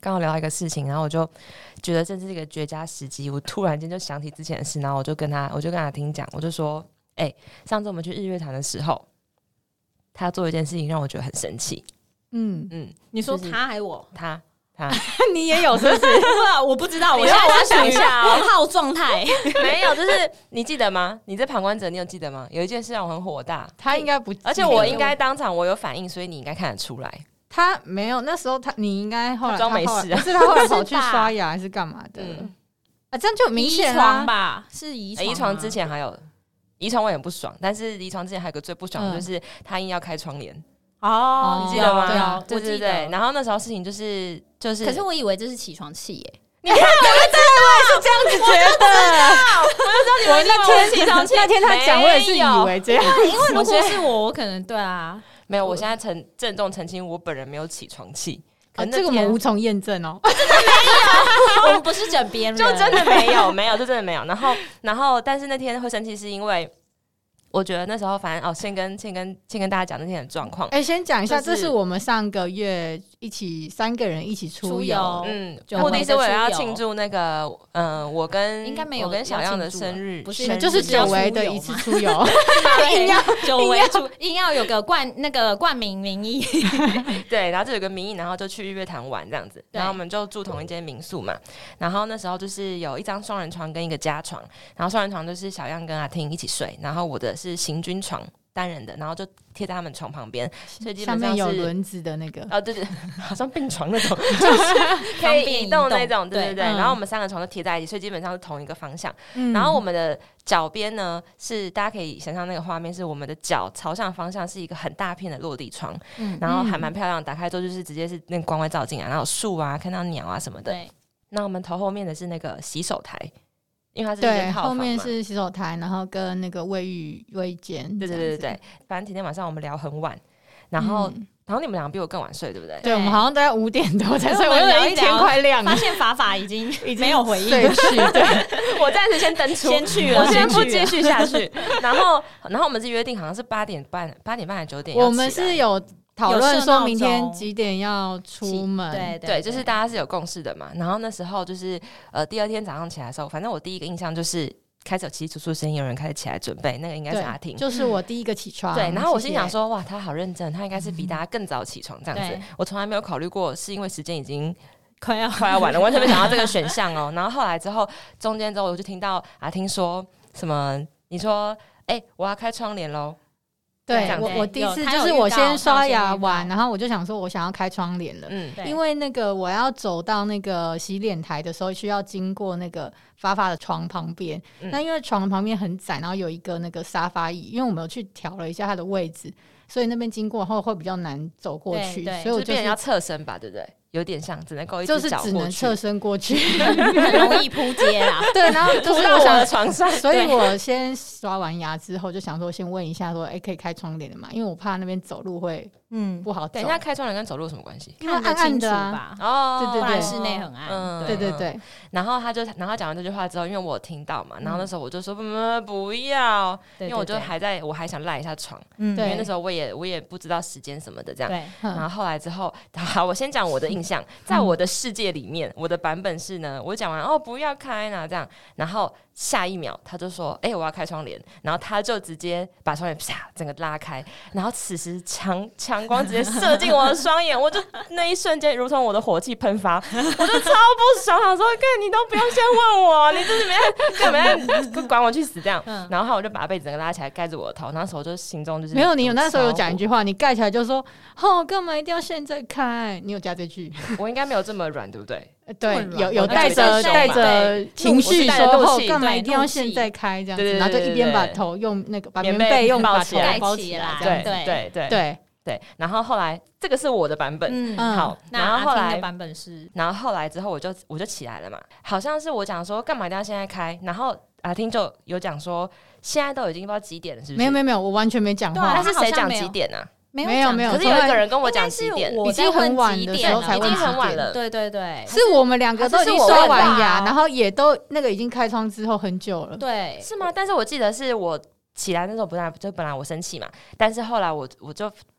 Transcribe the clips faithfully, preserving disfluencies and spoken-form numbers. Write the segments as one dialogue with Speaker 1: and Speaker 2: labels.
Speaker 1: 刚好聊到一个事情，然后我就觉得这是一个绝佳时机，我突然间就想起之前的事，然后我就跟他，我就跟阿婷讲，我就说，哎、欸，上次我们去日月潭的时候，他做一件事情让我觉得很生气。嗯
Speaker 2: 嗯，你说他还我？
Speaker 1: 他。他
Speaker 2: 你也有是不是？我不知道，我现在想一下问号状态。
Speaker 1: 没有，就是你记得吗？你在旁观者，你有记得吗？有一件事让我很火大，
Speaker 3: 他应该不，
Speaker 1: 而且我应该当场我有反应，所以你应该看得出来。
Speaker 3: 他没有，那时候他你应该后来
Speaker 1: 装没事啊，
Speaker 3: 不是他后来跑去刷牙还是干嘛的？嗯、啊，这样就明显啦
Speaker 2: 吧？是遗传，
Speaker 1: 遗传之前还有遗传，我也不爽，但是遗传之前还有个最不爽的就是他硬要开窗帘。
Speaker 2: 哦，
Speaker 1: 你记得吗？
Speaker 2: 对啊，
Speaker 1: 对对对。然后那时候事情就是就是，
Speaker 2: 可是我以为这是起床气耶。
Speaker 3: 你看，我就真的也是这样子觉得。
Speaker 1: 我就知道你们那天
Speaker 3: 起床气，那天他讲，我也是以为这样。
Speaker 2: 因为如果是我，我可能对啊，
Speaker 1: 没有。我现在澄郑重澄清，我本人没有起床气。
Speaker 3: 啊，这个我们无从验证哦。
Speaker 2: 真的没有，我们不是整别人，
Speaker 1: 就真的没有，没有，就真的没有。然后，然后，但是那天会生气是因为。我觉得那时候反正哦，先跟先跟先跟大家讲那天的状况。
Speaker 3: 哎、欸，先讲一下、就是，这是我们上个月一起三个人一起出游，
Speaker 1: 嗯，目的是为了要庆祝那个，嗯、呃，我跟
Speaker 2: 应该没有
Speaker 1: 我跟小样的生日，
Speaker 2: 不是，
Speaker 3: 就是久违的一次出游，
Speaker 2: 硬要久违出，硬要有个冠那个冠名名义，
Speaker 1: 对，然后就有个名义，然后就去日月潭玩这样子，然后我们就住同一间民宿嘛，然后那时候就是有一张双人床跟一个家床，然后双人床就是小样跟阿婷一起睡，然后我的是行军床单人的，然后就贴在他们床旁边，所以基本上是
Speaker 3: 上面有轮子的那个，
Speaker 1: 哦对对，好像病床那种，就是可以移动那种，对对对。
Speaker 3: 嗯、
Speaker 1: 然后我们三个床都贴在一起，所以基本上是同一个方向。嗯、然后我们的脚边呢，是大家可以想象那个画面，是我们的脚朝向方向是一个很大片的落地窗，嗯、然后还蛮漂亮的。打开之后就是直接是那个光会照进来，然后有树啊，看到鸟啊什么的。对。那我们头后面的是那个洗手台。因为它是一间套房嘛，
Speaker 3: 后面是洗手台，然后跟那个卫浴卫间。
Speaker 1: 对对对对，反正今天晚上我们聊很晚，然后、嗯、然后你们两个比我更晚睡，对不对？
Speaker 3: 对，我们好像大概五点多才睡，我有一天快亮了，
Speaker 2: 发现法法已经已经没有回应
Speaker 3: 睡去。对，
Speaker 1: 我暂时先登出，
Speaker 2: 先去了，
Speaker 1: 我先不继续下去。然后然后我们是约定好像是八点半，八点半还是九点？
Speaker 3: 我们是有。讨论说明天几点要出门，
Speaker 2: 对 对,
Speaker 1: 对，就是大家是有共识的嘛。然后那时候就是呃，第二天早上起来的时候，反正我第一个印象就是开始有稀稀疏疏声音，有人开始起来准备，那个应该是阿婷，
Speaker 3: 就是我第一个起床。
Speaker 1: 对，然后我心想说，哇，他好认真，他应该是比大家更早起床这样子。我从来没有考虑过，是因为时间已经
Speaker 2: 快要
Speaker 1: 快要晚了，完全没想到这个选项哦。然后后来之后，中间之后我就听到阿婷说什么，你说，哎、欸，我要开窗帘喽。
Speaker 3: 对，我我第一次就是我先刷牙完，然后我就想说我想要开窗帘了，嗯，因为那个我要走到那个洗脸台的时候需要经过那个发发的床旁边，嗯、那因为床旁边很窄，然后有一个那个沙发椅，因为我们有去调了一下它的位置，所以那边经过后会比较难走过去，所以我就
Speaker 1: 变成要侧身吧，对不对？有点像只能够一只脚过去，
Speaker 3: 就是只能侧身过去，
Speaker 2: 很容易扑街啦。
Speaker 3: 对，然后就是
Speaker 1: 我想的床上，
Speaker 3: 所以我先刷完牙之后就想说先问一下说，哎、欸，可以开窗帘的嘛？因为我怕那边走路会嗯不好走。
Speaker 1: 等一下，开窗帘跟走路有什么关系？
Speaker 3: 因为暗暗的啊，
Speaker 1: 哦，
Speaker 3: 对对对，
Speaker 2: 室内很暗，
Speaker 3: 嗯，对对对。
Speaker 1: 然后他就，然后讲完这句话之后，因为我有听到嘛，然后那时候我就说不不要，因为我就还在我还想赖一下床，嗯，因为那时候我也我也不知道时间什么的这样。对，然后后来之后，好，我先讲我的印象，在我的世界里面，我的版本是呢，我讲完哦不要开呢这样，然后下一秒他就说哎、欸、我要开窗帘，然后他就直接把窗帘啪整个拉开，然后此时强强光直接射进我的双眼，我就那一瞬间如同我的火气喷发，我就超不爽，想说干你都不用先问我，你就是没干没管我去死这样，嗯、然后我就把被子整个拉起来盖住我的头，那时候就心中就是
Speaker 3: 没有你有那时候有讲一句话，你盖起来就说哦干嘛一定要现在开，你有加这句，
Speaker 1: 我应该没有这么软对不对？
Speaker 3: 对，有有带着带着情绪说后干嘛一定要现在开这样子，然后就一边把头用那个把棉被用把头包起来，
Speaker 1: 对对对对对。然后后来这个是我的版本，嗯，好，然后后来
Speaker 2: 版本是，
Speaker 1: 然后后来之后我就我就起来了嘛，好像是我讲说干嘛一定要现在开，然后阿听就有讲说现在都已经不知道几点了，是不是？
Speaker 3: 没有没有没有，我完全没讲话，
Speaker 1: 那是谁讲几点啊？
Speaker 3: 没有没有，
Speaker 1: 可是有一个人跟我讲几点，
Speaker 3: 已经很晚的时候才问，
Speaker 1: 已经很晚了。
Speaker 2: 对对对，
Speaker 3: 是我们两个都已经刷完牙，然后也都那个已经开窗之后很久了。
Speaker 2: 对，
Speaker 1: 是吗？但是我记得是我起来那时候，本来就本来我生气嘛，但是后来我我就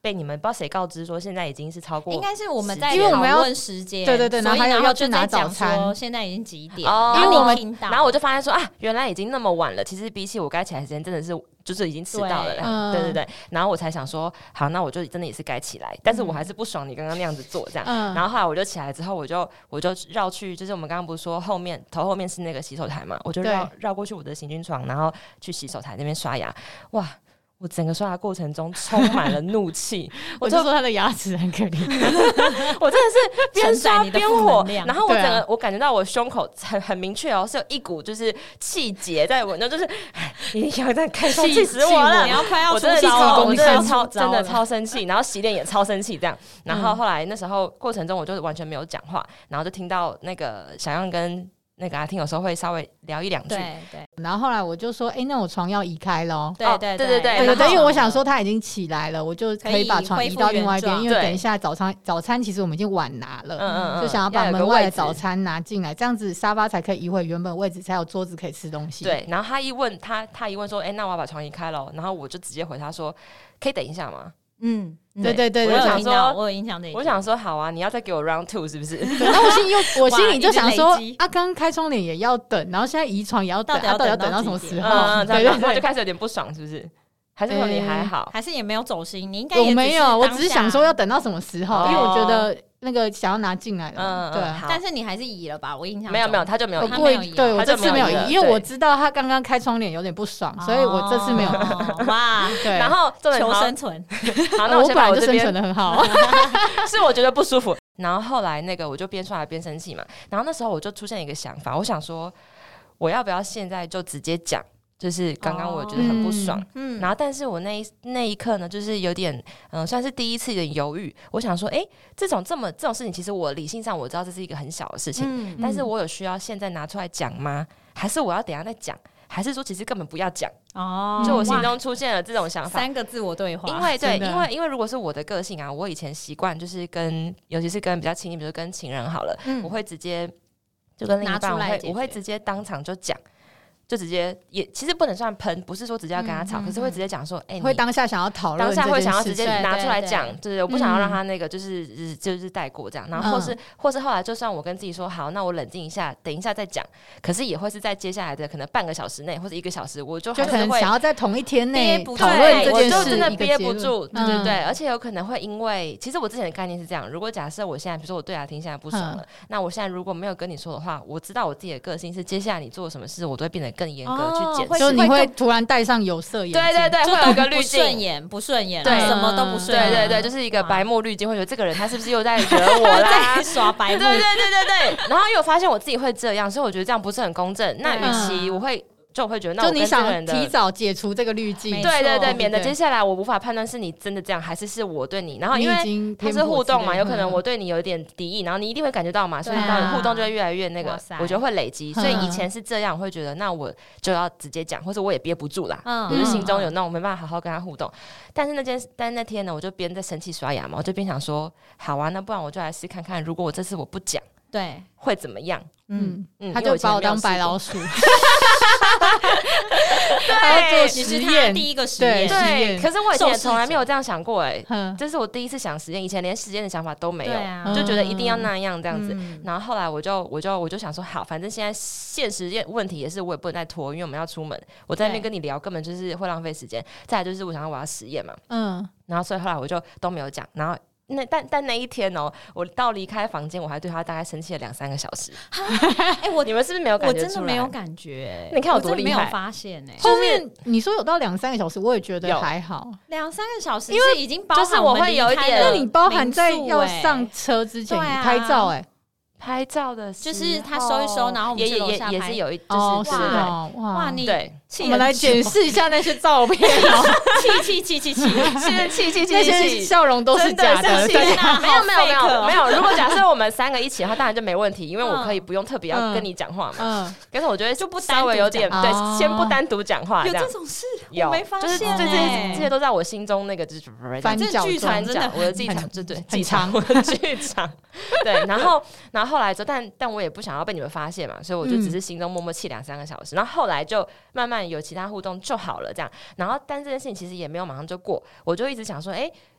Speaker 1: 被你们不知道谁告知说现在已经是超过，
Speaker 2: 应该是我们在讨论时间，
Speaker 3: 对对对，然后还有要去拿
Speaker 2: 早
Speaker 3: 餐，
Speaker 2: 现在已经几点？
Speaker 1: 哦，
Speaker 2: 然后我们，
Speaker 1: 然后我就发现说啊，原来已经那么晚了。其实比起我该起来的时间，真的是就是已经迟到了。对、嗯、对对对，然后我才想说，好，那我就真的也是该起来，但是我还是不爽你刚刚那样子做这样。嗯、然后后来我就起来之后，我就我就绕去，就是我们刚刚不是说后面头后面是那个洗手台嘛，我就绕绕过去我的行军床，然后去洗手台那边刷牙，哇。我整个刷牙过程中充满了怒气，
Speaker 3: 我就说他的牙齿很可怜，
Speaker 1: 我真的是边刷边火，然后我整个、啊、我感觉到我胸口很很明确哦，是有一股就是气结在我，就是你要在开始气死我了，
Speaker 2: 你要快要
Speaker 1: 我真的超我真的超真的超生气，然后洗脸也超生气这样，然后后来那时候过程中我就完全没有讲话，然后就听到那个小样跟那个阿听有时候会稍微聊一两句，
Speaker 2: 对对，
Speaker 3: 然后后来我就说，哎、欸，那我床要移开咯。
Speaker 2: 对对
Speaker 1: 对对对
Speaker 3: 对对，因为我想说他已经起来了，我就可以把床移到另外一边，因为等一下早餐早餐其实我们已经晚拿了，嗯嗯，就想要把门外的早餐拿进来，这样子沙发才可以移回原本位置，才有桌子可以吃东西。
Speaker 1: 对，然后他一问他他一问说，哎、欸，那我要把床移开咯，然后我就直接回他说，可以等一下吗？
Speaker 2: 嗯，
Speaker 3: 对对对，
Speaker 2: 我有想说，我有印象的。
Speaker 1: 我想说，好啊，你要再给我 round two 是不是？
Speaker 3: 然后我心又我心里就想说，啊，刚刚开窗帘也要等，然后现在移床也要等，到底要等到什么时候？
Speaker 1: 嗯，对对对，就开始有点不爽，是不是？还是说你还好？
Speaker 2: 还是也没有走心？你应该也
Speaker 3: 我没有，我只是想说要等到什么时候，因为我觉得。那个想要拿进来的，嗯，对，
Speaker 2: 但是你还是移了吧？我印象
Speaker 1: 没有没有，他就没有移，
Speaker 2: 他没有移，
Speaker 3: 对我这次没有移，因为我知道他刚刚开窗帘有点不爽，所以我这次没有。
Speaker 2: 哇，
Speaker 3: 对，
Speaker 1: 然后
Speaker 2: 求生存，
Speaker 1: 好，那我先把我这边
Speaker 3: 生存的很好，
Speaker 1: 是我觉得不舒服。然后后来那个我就边刷牙边生气嘛，然后那时候我就出现一个想法，我想说我要不要现在就直接讲。就是刚刚我觉得很不爽，哦、嗯，然后但是我那一那一刻呢，就是有点，嗯、呃，算是第一次有点犹豫。我想说，哎、欸，这种这么这种事情，其实我理性上我知道这是一个很小的事情，嗯嗯、但是我有需要现在拿出来讲吗？还是我要等一下再讲？还是说其实根本不要讲？哦，就我心中出现了这种想法，
Speaker 2: 三个自我对话。
Speaker 1: 因为对，因为因为如果是我的个性啊，我以前习惯就是跟，尤其是跟比较亲近，比如跟情人好了，嗯、我会直接就跟另一半，我会我会直接当场就讲。就直接也其实不能算喷，不是说直接要跟他吵，嗯嗯嗯可是会直接讲说，哎、欸，
Speaker 3: 会当下想要讨论，
Speaker 1: 当下会想要直接拿出来讲，对对，我不想要让他那个就是、嗯、就是带过这样，然后或是、嗯、或是后来就算我跟自己说好，那我冷静一下，等一下再讲，可是也会是在接下来的可能半个小时内或者一个小时，我就还是会
Speaker 3: 就可能想要在同一天内讨论这件事，
Speaker 1: 我就真的憋不住，对对对，而且有可能会因为，其实我之前的概念是这样，如果假设我现在比如说我对阿婷现在不爽了，嗯、那我现在如果没有跟你说的话，我知道我自己的个性是接下来你做什么事，我都会变得更严格去。哦
Speaker 3: 就你会突然戴上有色眼镜，
Speaker 1: 对对对，会有一个滤镜，
Speaker 2: 不顺眼，不顺眼，对，什么都不顺眼，
Speaker 1: 对对对，就是一个白目滤镜，会觉得这个人他是不是又在惹我啦，
Speaker 2: 在耍白目，
Speaker 1: 对对对对对。然后因为我发现我自己会这样，所以我觉得这样不是很公正。那与其我会。就我会觉得，那我跟这个人的
Speaker 3: 就你想提早解除这个滤镜，
Speaker 1: 对对对，免得接下来我无法判断是你真的这样，还是是我对你。然后因为它是互动嘛，有可能我对你有点敌意，然后你一定会感觉到嘛，所以到互动就会越来越那个，我觉得会累积。所以以前是这样，我会觉得那我就要直接讲，或者我也憋不住啦，我就心中有那种没办法好好跟他互动。但是那件，但是那天呢，我就边在生气刷牙嘛，我就边想说，好啊，那不然我就来试看看，如果我这次我不讲，
Speaker 2: 对，
Speaker 1: 会怎么样？
Speaker 3: 嗯嗯，他就把我当白老鼠。
Speaker 1: 对，
Speaker 3: 做实验，
Speaker 2: 第一个实验，
Speaker 1: 对。可是我以前从来没有这样想过，哎，这是我第一次想实验，以前连实验的想法都没有，啊、就觉得一定要那样这样子。嗯、然后后来我就我就我就想说，好，反正现在现实问题也是我也不能再拖，因为我们要出门，我在那边跟你聊根本就是会浪费时间。再来就是我想要我要实验嘛，嗯，然后所以后来我就都没有讲，然后。那但但那一天哦，我到离开房间，我还对他大概生气了两三个小时。
Speaker 2: 哎，我
Speaker 1: 你们是不是没有感觉出来？
Speaker 2: 我真的没有感觉。
Speaker 1: 你看我多厉害，
Speaker 2: 没有发现哎。
Speaker 3: 后面你说有到两三个小时，我也觉得还好。
Speaker 2: 两三个小时，因为
Speaker 1: 已
Speaker 2: 经包含
Speaker 1: 就是我会有一点，
Speaker 3: 那你包含在要上车之前拍照哎。
Speaker 1: 拍照的
Speaker 2: 就是他收一收，然后我们
Speaker 1: 也也也是有一就是
Speaker 3: 是哦
Speaker 2: 哇你
Speaker 1: 对，
Speaker 3: 我们来检视一下那些照片哦，
Speaker 2: 气气气气气，
Speaker 1: 现在气气气
Speaker 3: 那些笑容都是假的，
Speaker 1: 没有没有没有没有。如果假设我们三个一起的话，当然就没问题，因为我可以不用特别要跟你讲话嘛。嗯，但是我觉得就不稍微有点对，先不单独讲话，
Speaker 2: 有这种事
Speaker 1: 有
Speaker 2: 没发现？
Speaker 1: 就是这些这些都在我心中那个就是
Speaker 3: 翻角
Speaker 2: 剧场真的
Speaker 1: 我的剧场，对对，
Speaker 3: 很长
Speaker 1: 我的剧场。对，然后然后后来之后，但但我也不想要被你们发现嘛，所以我就只是心中默默气两三个小时。然后后来就慢慢有其他互动就好了，这样。然后但这件事情其实也没有马上就过，我就一直想说，哎、欸。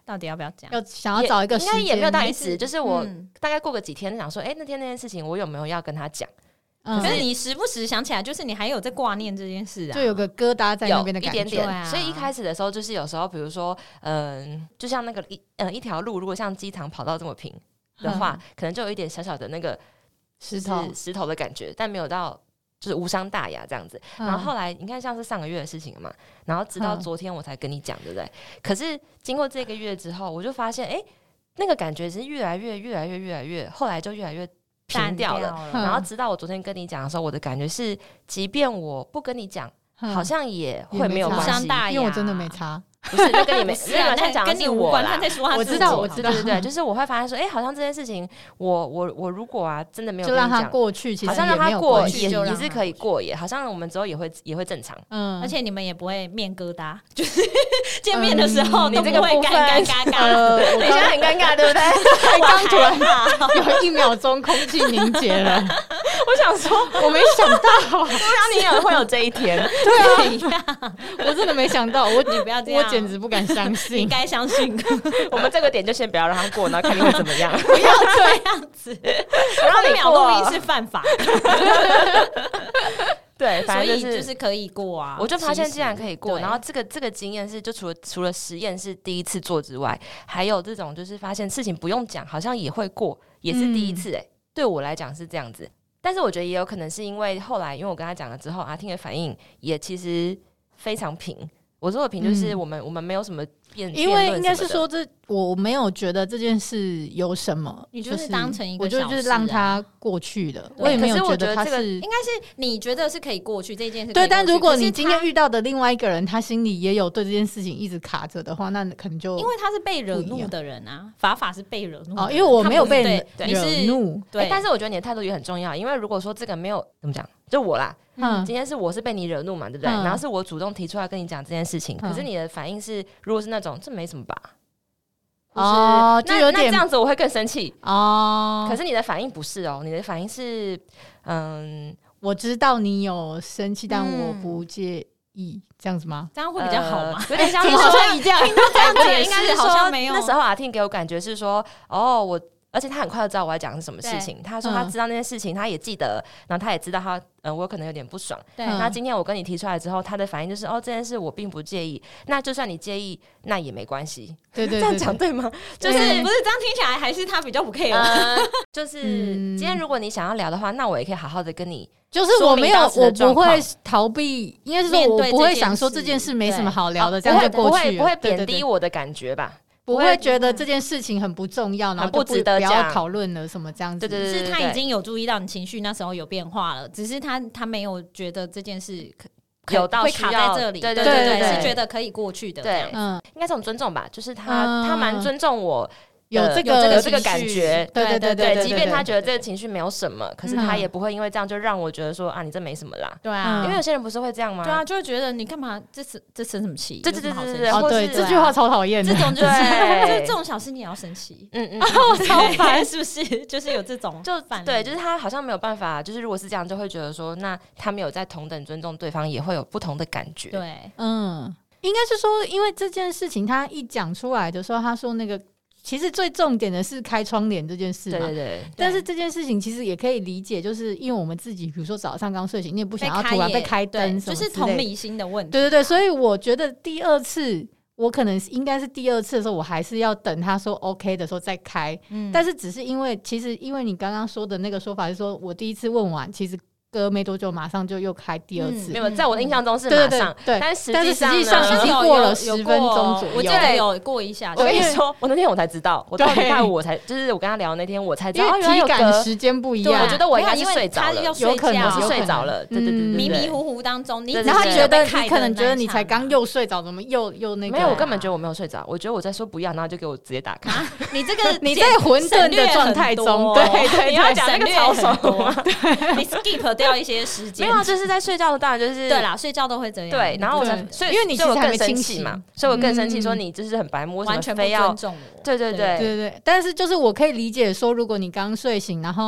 Speaker 2: 到底要不要讲？
Speaker 3: 要想要找一个时间，
Speaker 1: 应该也没有到一直，就是我大概过个几天想说，哎、欸，那天那件事情我有没有要跟他讲？
Speaker 2: 可是你时不时想起来，就是你还有在挂念这件事啊，
Speaker 3: 就有个疙瘩在那边的感觉，
Speaker 1: 有一点点。啊、所以一开始的时候，就是有时候，比如说，嗯、呃，就像那个一呃一条路，如果像机场跑道这么平的话，嗯、可能就有一点小小的那个
Speaker 3: 石头
Speaker 1: 石头的感觉，但没有到就是无伤大雅这样子。嗯、然后后来你看，像是上个月的事情嘛，然后直到昨天我才跟你讲，对不对？可是经过这个月之后，我就发现，哎、欸，那个感觉是越来越、越来越、越来越，后来就越来越。平掉了，掉了然后直到我昨天跟你讲的时候，我的感觉是，即便我不跟你讲，好像也会没有关系，
Speaker 3: 因为我真的没差。
Speaker 1: 不是，那跟你没，
Speaker 2: 那
Speaker 1: 他讲的是我啦。
Speaker 2: 他在说他
Speaker 3: 我知道，我知道，
Speaker 1: 对对对，就是我会发现说，哎、欸，好像这件事情，我我我如果啊，真的没有
Speaker 3: 就让他过去，其实
Speaker 1: 好像让他过也也是可以过耶，好像我们之后也会也会正常。
Speaker 2: 嗯，而且你们也不会面疙瘩，就是见面的时候，你这个会尴尴尬尬，
Speaker 1: 呃，你现在很尴尬，对不对？
Speaker 3: 刚突然有一秒钟空气凝结了，
Speaker 1: 我想说，
Speaker 3: 我没想到，
Speaker 1: 不知道你也会有这一天，
Speaker 3: 对啊，我真的没想到，我
Speaker 2: 你不要这样。
Speaker 3: 我简直不敢相信，
Speaker 2: 你该相信。
Speaker 1: 我们这个点就先不要让他过，然后看你会怎么样。
Speaker 2: 不要这样子，然后秒录音是犯法的。
Speaker 1: 对，反正、就是、
Speaker 2: 所以就是可以过啊。
Speaker 1: 我就发现既然可以过，然后这个这个经验是，就除了除了实验是第一次做之外，还有这种就是发现事情不用讲，好像也会过，也是第一次哎、欸嗯。对我来讲是这样子，但是我觉得也有可能是因为后来，因为我跟他讲了之后，阿听的反应也其实非常平。我说的平就是我们、嗯、我们没有什么辩，
Speaker 3: 因为应该是说这我没有觉得这件事有什么，
Speaker 2: 你就是当成一个小事、啊，
Speaker 3: 我就是让它过去了。我也没有觉得它是，是
Speaker 2: 应该是你觉得是可以过去这件事。
Speaker 3: 对，但如果你今天遇到的另外一个人，他心里也有对这件事情一直卡着的话，那可能就
Speaker 2: 因为他是被惹怒的人啊，法法是被惹怒的人。
Speaker 3: 哦，因为我没有被惹怒，
Speaker 2: 对、
Speaker 1: 欸，但是我觉得你的态度也很重要，因为如果说这个没有怎么讲，就我啦。嗯，今天是我是被你惹怒嘛，对不对？嗯、然后是我主动提出来跟你讲这件事情、嗯，可是你的反应是，如果是那种这没什么吧，
Speaker 3: 哦，就有点
Speaker 1: 那这样子我会更生气
Speaker 3: 哦。
Speaker 1: 可是你的反应不是哦，你的反应是，嗯，
Speaker 3: 我知道你有生气，但我不介意，嗯、这样子吗？
Speaker 2: 这样会比较好吗？
Speaker 1: 呃、有点像是
Speaker 3: 说，好像你这样，
Speaker 2: 这样子
Speaker 1: 应该是
Speaker 2: 好像没有。
Speaker 1: 那时候阿听给我感觉是说，哦，我。而且他很快就知道我要讲是什么事情。他说他知道那件事情，他也记得，然后他也知道他，嗯，我可能有点不爽。对。那今天我跟你提出来之后，他的反应就是，哦，这件事我并不介意。那就算你介意，那也没关系。
Speaker 3: 对对对，
Speaker 1: 这样讲对吗？
Speaker 2: 就是不是这样听起来，还是他比较不 care。
Speaker 1: 呃、就是、嗯、今天如果你想要聊的话，那我也可以好好的跟你。
Speaker 3: 就是我没有，我不会逃避，应该是说我不会想说这件事没什么好聊的，这样就过去了，
Speaker 1: 不会贬低我的感觉吧？
Speaker 3: 不会觉得这件事情很不重要，然后
Speaker 1: 不值得
Speaker 3: 不要讨论了什么这样子。
Speaker 1: 对对对，
Speaker 2: 是他已经有注意到你情绪那时候有变化了，只是他他没有觉得这件事可
Speaker 1: 有到
Speaker 2: 会卡在这里。
Speaker 1: 对对
Speaker 2: 对, 对,
Speaker 1: 对,
Speaker 2: 对，是觉得可以过去的。
Speaker 1: 对，嗯，应该是种尊重吧，就是他、嗯、他蛮尊重我。
Speaker 3: 有这个
Speaker 1: 有这个感觉，
Speaker 3: 对对对 对, 对，
Speaker 1: 即便他觉得这个情绪没有什么，可是他也不会因为这样就让我觉得说啊，你这没什么啦。
Speaker 2: 对啊，
Speaker 1: 因为有些人不是会这样吗？
Speaker 2: 对啊，就会觉得你干嘛这生这生什么气？
Speaker 1: 对对对对对，
Speaker 3: 哦对，这句话超讨厌的。
Speaker 2: 这种就是这这种小事你也要生气，
Speaker 1: 嗯嗯，
Speaker 2: 我超烦，是不是？就是有这种
Speaker 1: 就对，就是他好像没有办法，就是如果是这样，就会觉得说，那他没有在同等尊重对方，也会有不同的感觉。
Speaker 2: 对，
Speaker 3: 嗯，应该是说，因为这件事情他一讲出来的时候，他说那个。其实最重点的是开窗帘这件事嘛，
Speaker 1: 对对对。
Speaker 3: 但是这件事情其实也可以理解，就是因为我们自己，比如说早上刚睡醒，你也不想要突然被开灯什么之类的，
Speaker 2: 就是同理心的问题。
Speaker 3: 对对对，所以我觉得第二次，我可能应该是第二次的时候，我还是要等他说 OK 的时候再开。嗯，但是只是因为，其实因为你刚刚说的那个说法是说，我第一次问完，其实。隔没多久，马上就又开第二次。
Speaker 1: 嗯、没有，在我的印象中是马上，
Speaker 3: 对对对，
Speaker 1: 但实际上
Speaker 3: 实际上已经过了十分钟左右。
Speaker 2: 我记得有过一下。
Speaker 1: 我跟你说，我那天我才知道，我到礼拜五我才，就是我跟他聊那天我才知道，
Speaker 3: 因为体感时间不一样。
Speaker 1: 我觉得我应该是睡着了，
Speaker 2: 有
Speaker 3: 可能
Speaker 1: 是睡着了，对对对对，
Speaker 2: 迷迷糊糊当中，你
Speaker 3: 然后觉得你可能觉得你才刚又睡着，怎么又又那个？
Speaker 1: 没有，我根本觉得我没有睡着，我觉得我在说不要，然后就给我直接打开。
Speaker 2: 你这个
Speaker 3: 你在混沌的状态中，对对，
Speaker 1: 你要讲那个操守吗？
Speaker 2: 你 skip 掉一些时间。
Speaker 1: 没有，就是在睡觉的，当然就是
Speaker 2: 对啦，睡觉都会这样。
Speaker 1: 对，然后我才，所以
Speaker 3: 因为你其实还没清
Speaker 1: 醒嘛，所以我更生气，说你就是很白目，
Speaker 2: 完全不
Speaker 1: 非要
Speaker 2: 尊重我。
Speaker 1: 对对对
Speaker 3: 对对。但是就是我可以理解说，如果你刚睡醒，然后还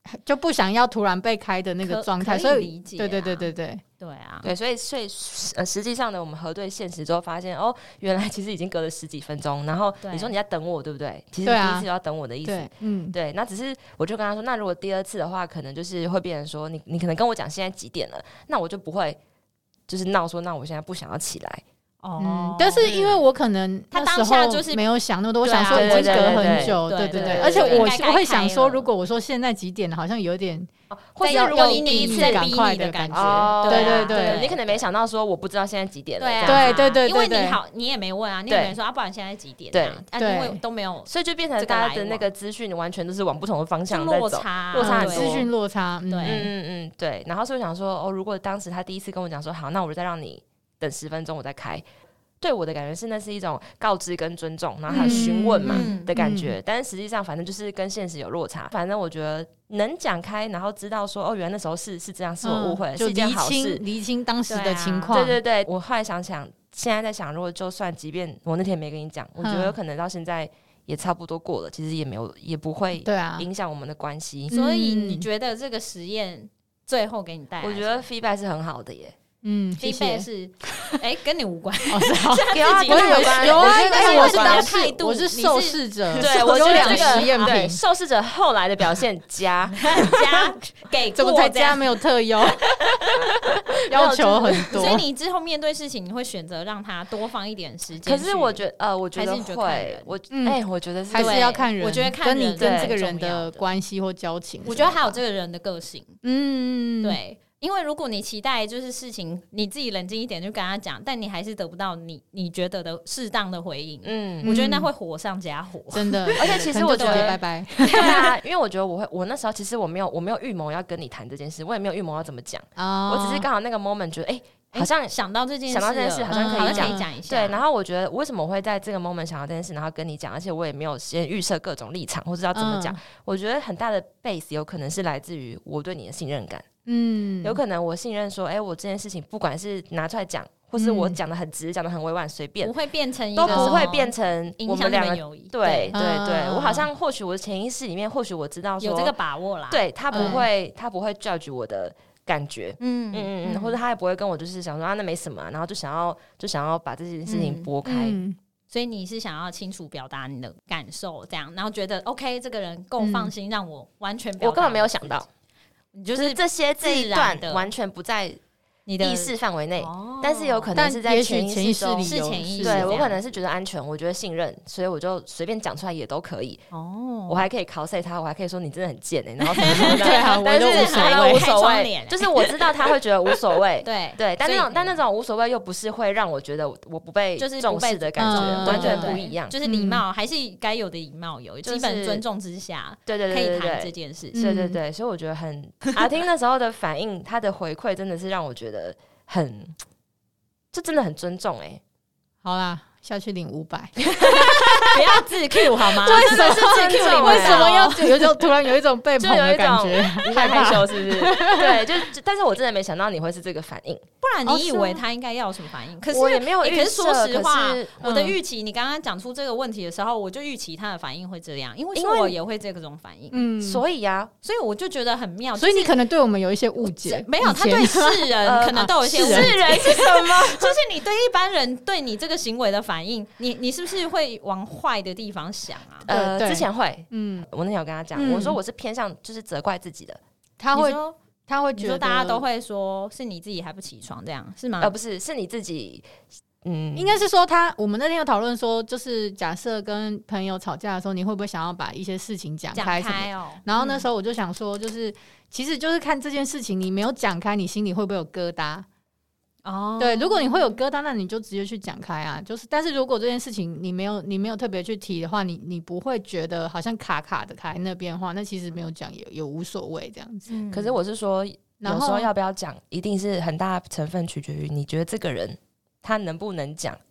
Speaker 3: 就不想要突然被开的那个状态，所以
Speaker 2: 理解、啊。
Speaker 3: 对对对对对
Speaker 2: 对啊，
Speaker 1: 对，所以所以呃，实际上呢，我们核对现实之后发现，哦，原来其实已经隔了十几分钟。然后你说你在等我，对不对？其实第一次就要等我的意思。
Speaker 3: 对，嗯，
Speaker 1: 对。那只是我就跟他说，那如果第二次的话，可能就是会变成说，你你可能跟我讲现在几点了，那我就不会就是闹说，那我现在不想要起来。
Speaker 3: 哦、嗯，但是因为我可能
Speaker 2: 他当下就是
Speaker 3: 没有想那么多，我想说已经隔很久，对对对，而且我我会想说，如果我说现在几点了，好像有点，
Speaker 1: 或者如果你第一次
Speaker 3: 赶快的感觉，
Speaker 1: 对
Speaker 3: 对对，
Speaker 1: 你可能没想到说我不知道现在几点了，
Speaker 3: 对对对，
Speaker 2: 因为你好，你也没问啊，你也没说啊，不然现在几点？
Speaker 1: 对
Speaker 2: 对，因为都没有，
Speaker 1: 所以就变成大家的那个资讯完全都是往不同的方向
Speaker 2: 落差，
Speaker 1: 落差
Speaker 3: 资讯落差，
Speaker 2: 对，
Speaker 1: 嗯嗯嗯，对。然后所以想说，哦，如果当时他第一次跟我讲说，好，那我再让你等十分钟，我再开。对我的感觉是，那是一种告知跟尊重，然后还有询问嘛、嗯、的感觉、嗯。但是实际上，反正就是跟现实有落差。反正我觉得能讲开，然后知道说，哦，原来那时候是是这样，是我误会了、嗯，是一件好事。
Speaker 3: 厘清当时的情况。
Speaker 1: 对、啊、对对对，我后来想想，现在在想，如果就算即便我那天没跟你讲，我觉得有可能到现在也差不多过了，其实也没有，也不会影响我们的关系、啊。
Speaker 2: 所以你觉得这个实验最后给你带来？
Speaker 1: 我觉得 feedback 是很好的耶。
Speaker 3: 嗯
Speaker 2: ，feedback 是，哎、欸，跟你无关，
Speaker 3: 哦，是好，
Speaker 1: 有啊，跟你有关，
Speaker 3: 有啊，
Speaker 1: 但
Speaker 3: 是我是
Speaker 2: 当态度，
Speaker 3: 我是受试者，
Speaker 1: 对，我觉得这个
Speaker 3: 实验
Speaker 1: 品，受试者后来的表现加
Speaker 2: 加给
Speaker 3: 怎么才加没有特优，要求很多，
Speaker 2: 所以你之后面对事情，你会选择让他多放一点时间。
Speaker 1: 可是我觉得，呃，我觉得会，我哎、欸，我觉得
Speaker 3: 还是要看人，
Speaker 2: 我觉得看
Speaker 3: 跟你跟这个人的关系或交情，
Speaker 2: 我觉得还有这个人的个性，
Speaker 3: 嗯，
Speaker 2: 对。因为如果你期待就是事情你自己冷静一点就跟他讲，但你还是得不到你你觉得的适当的回应，嗯，我觉得那会火上加火，
Speaker 3: 真的。
Speaker 1: 而且其实我觉得，
Speaker 3: 拜拜。
Speaker 1: 对啊，因为我觉得我会，我那时候其实我没有我没有预谋要跟你谈这件事，我也没有预谋要怎么讲，哦，我只是刚好那个 moment 觉得，哎、欸，好像
Speaker 2: 想到这件事，
Speaker 1: 想到这件事好像可以讲、
Speaker 2: 嗯、一下。
Speaker 1: 对，然后我觉得为什么我会在这个 moment 想到这件事，然后跟你讲，而且我也没有先预设各种立场或者要怎么讲、嗯。我觉得很大的 base 有可能是来自于我对你的信任感。嗯，有可能我信任说，哎、欸，我这件事情不管是拿出来讲，或是我讲的很直，讲的很委婉，随便
Speaker 2: 不会变成一个
Speaker 1: 都不会变成我们两个
Speaker 2: 友谊。
Speaker 1: 对对 对, 对、嗯，我好像或许我的潜意识里面，或许我知道说
Speaker 2: 有这个把握啦。
Speaker 1: 对他不会，嗯、他不会 judge 我的感觉。嗯嗯嗯，或者他也不会跟我就是想说啊，那没什么、啊，然后就想要就想要把这件事情拨开。嗯嗯，
Speaker 2: 所以你是想要清楚表达你的感受，这样，然后觉得 OK， 这个人够放心，让我完全表达。
Speaker 1: 我根本没有想到。
Speaker 2: 你就是
Speaker 1: 这些这一段完全不在你的意识范围内，但是有可能是在潜意识中，
Speaker 2: 是潜意识。
Speaker 1: 对，我可能是觉得安全，我觉得信任，所以我就随便讲出来也都可以。哦，我还可以 cos 他，我还可以说你真的很贱哎、欸，然后什么什么的。
Speaker 3: 对啊，
Speaker 1: 但是
Speaker 3: 我
Speaker 1: 都无所谓，就是我知道他会觉得无所谓。
Speaker 2: 对
Speaker 1: 对，但那种但那种无所谓又不是会让我觉得我不被重视的感觉，
Speaker 2: 嗯、
Speaker 1: 完全不一样。
Speaker 2: 就是礼貌，还是该有的礼貌有，基本尊重之下，
Speaker 1: 对对对，
Speaker 2: 可以谈这件事情。
Speaker 1: 对对对，所以我觉得很阿听那时候的反应，他的回馈真的是让我觉得。很，这真的很尊重哎、欸。
Speaker 3: 好啦，下去领五百，
Speaker 2: 不要自 Q 好吗？
Speaker 3: 为什么是自 Q？为什么要有一种突然有一种被捧的感觉？
Speaker 1: 太害羞是不是？对，就但是我真的没想到你会是这个反应，
Speaker 2: 不然你以为他应该要有什么反应？可是
Speaker 1: 我也没有预
Speaker 2: 设。可是说实话，我的预期，你刚刚讲出这个问题的时候，我就预期他的反应会这样，因为我也会这种反应。嗯，
Speaker 1: 所以呀、啊，
Speaker 2: 所以我就觉得很妙。
Speaker 3: 所以你可能对我们有一些误解，
Speaker 2: 没有？他对世人可能都有一些误解。
Speaker 1: 世人是什么？
Speaker 2: 就是你对一般人对你这个行为的反应，你你是不是会往坏的地方想啊？
Speaker 1: 呃，之前会，嗯，我那天有跟他讲、嗯，我说我是偏向就是责怪自己的，
Speaker 3: 他会他会觉得
Speaker 2: 你说大家都会说是你自己还不起床这样是吗？
Speaker 1: 呃，不是，是你自己，
Speaker 3: 嗯，应该是说他我们那天有讨论说，就是假设跟朋友吵架的时候，你会不会想要把一些事情讲开什么？
Speaker 2: 讲开哦。
Speaker 3: 然后那时候我就想说，就是、嗯、其实就是看这件事情，你没有讲开，你心里会不会有疙瘩？哦，对，如果你会有疙瘩，那你就直接去讲开啊。就是，但是如果这件事情你没有你没有特别去提的话，你你不会觉得好像卡卡的卡在那边的话，那其实没有讲也也无所谓这样子、
Speaker 1: 嗯。可是我是说，有时候要不要讲，一定是很大成分取决于你觉得这个人他能不能讲，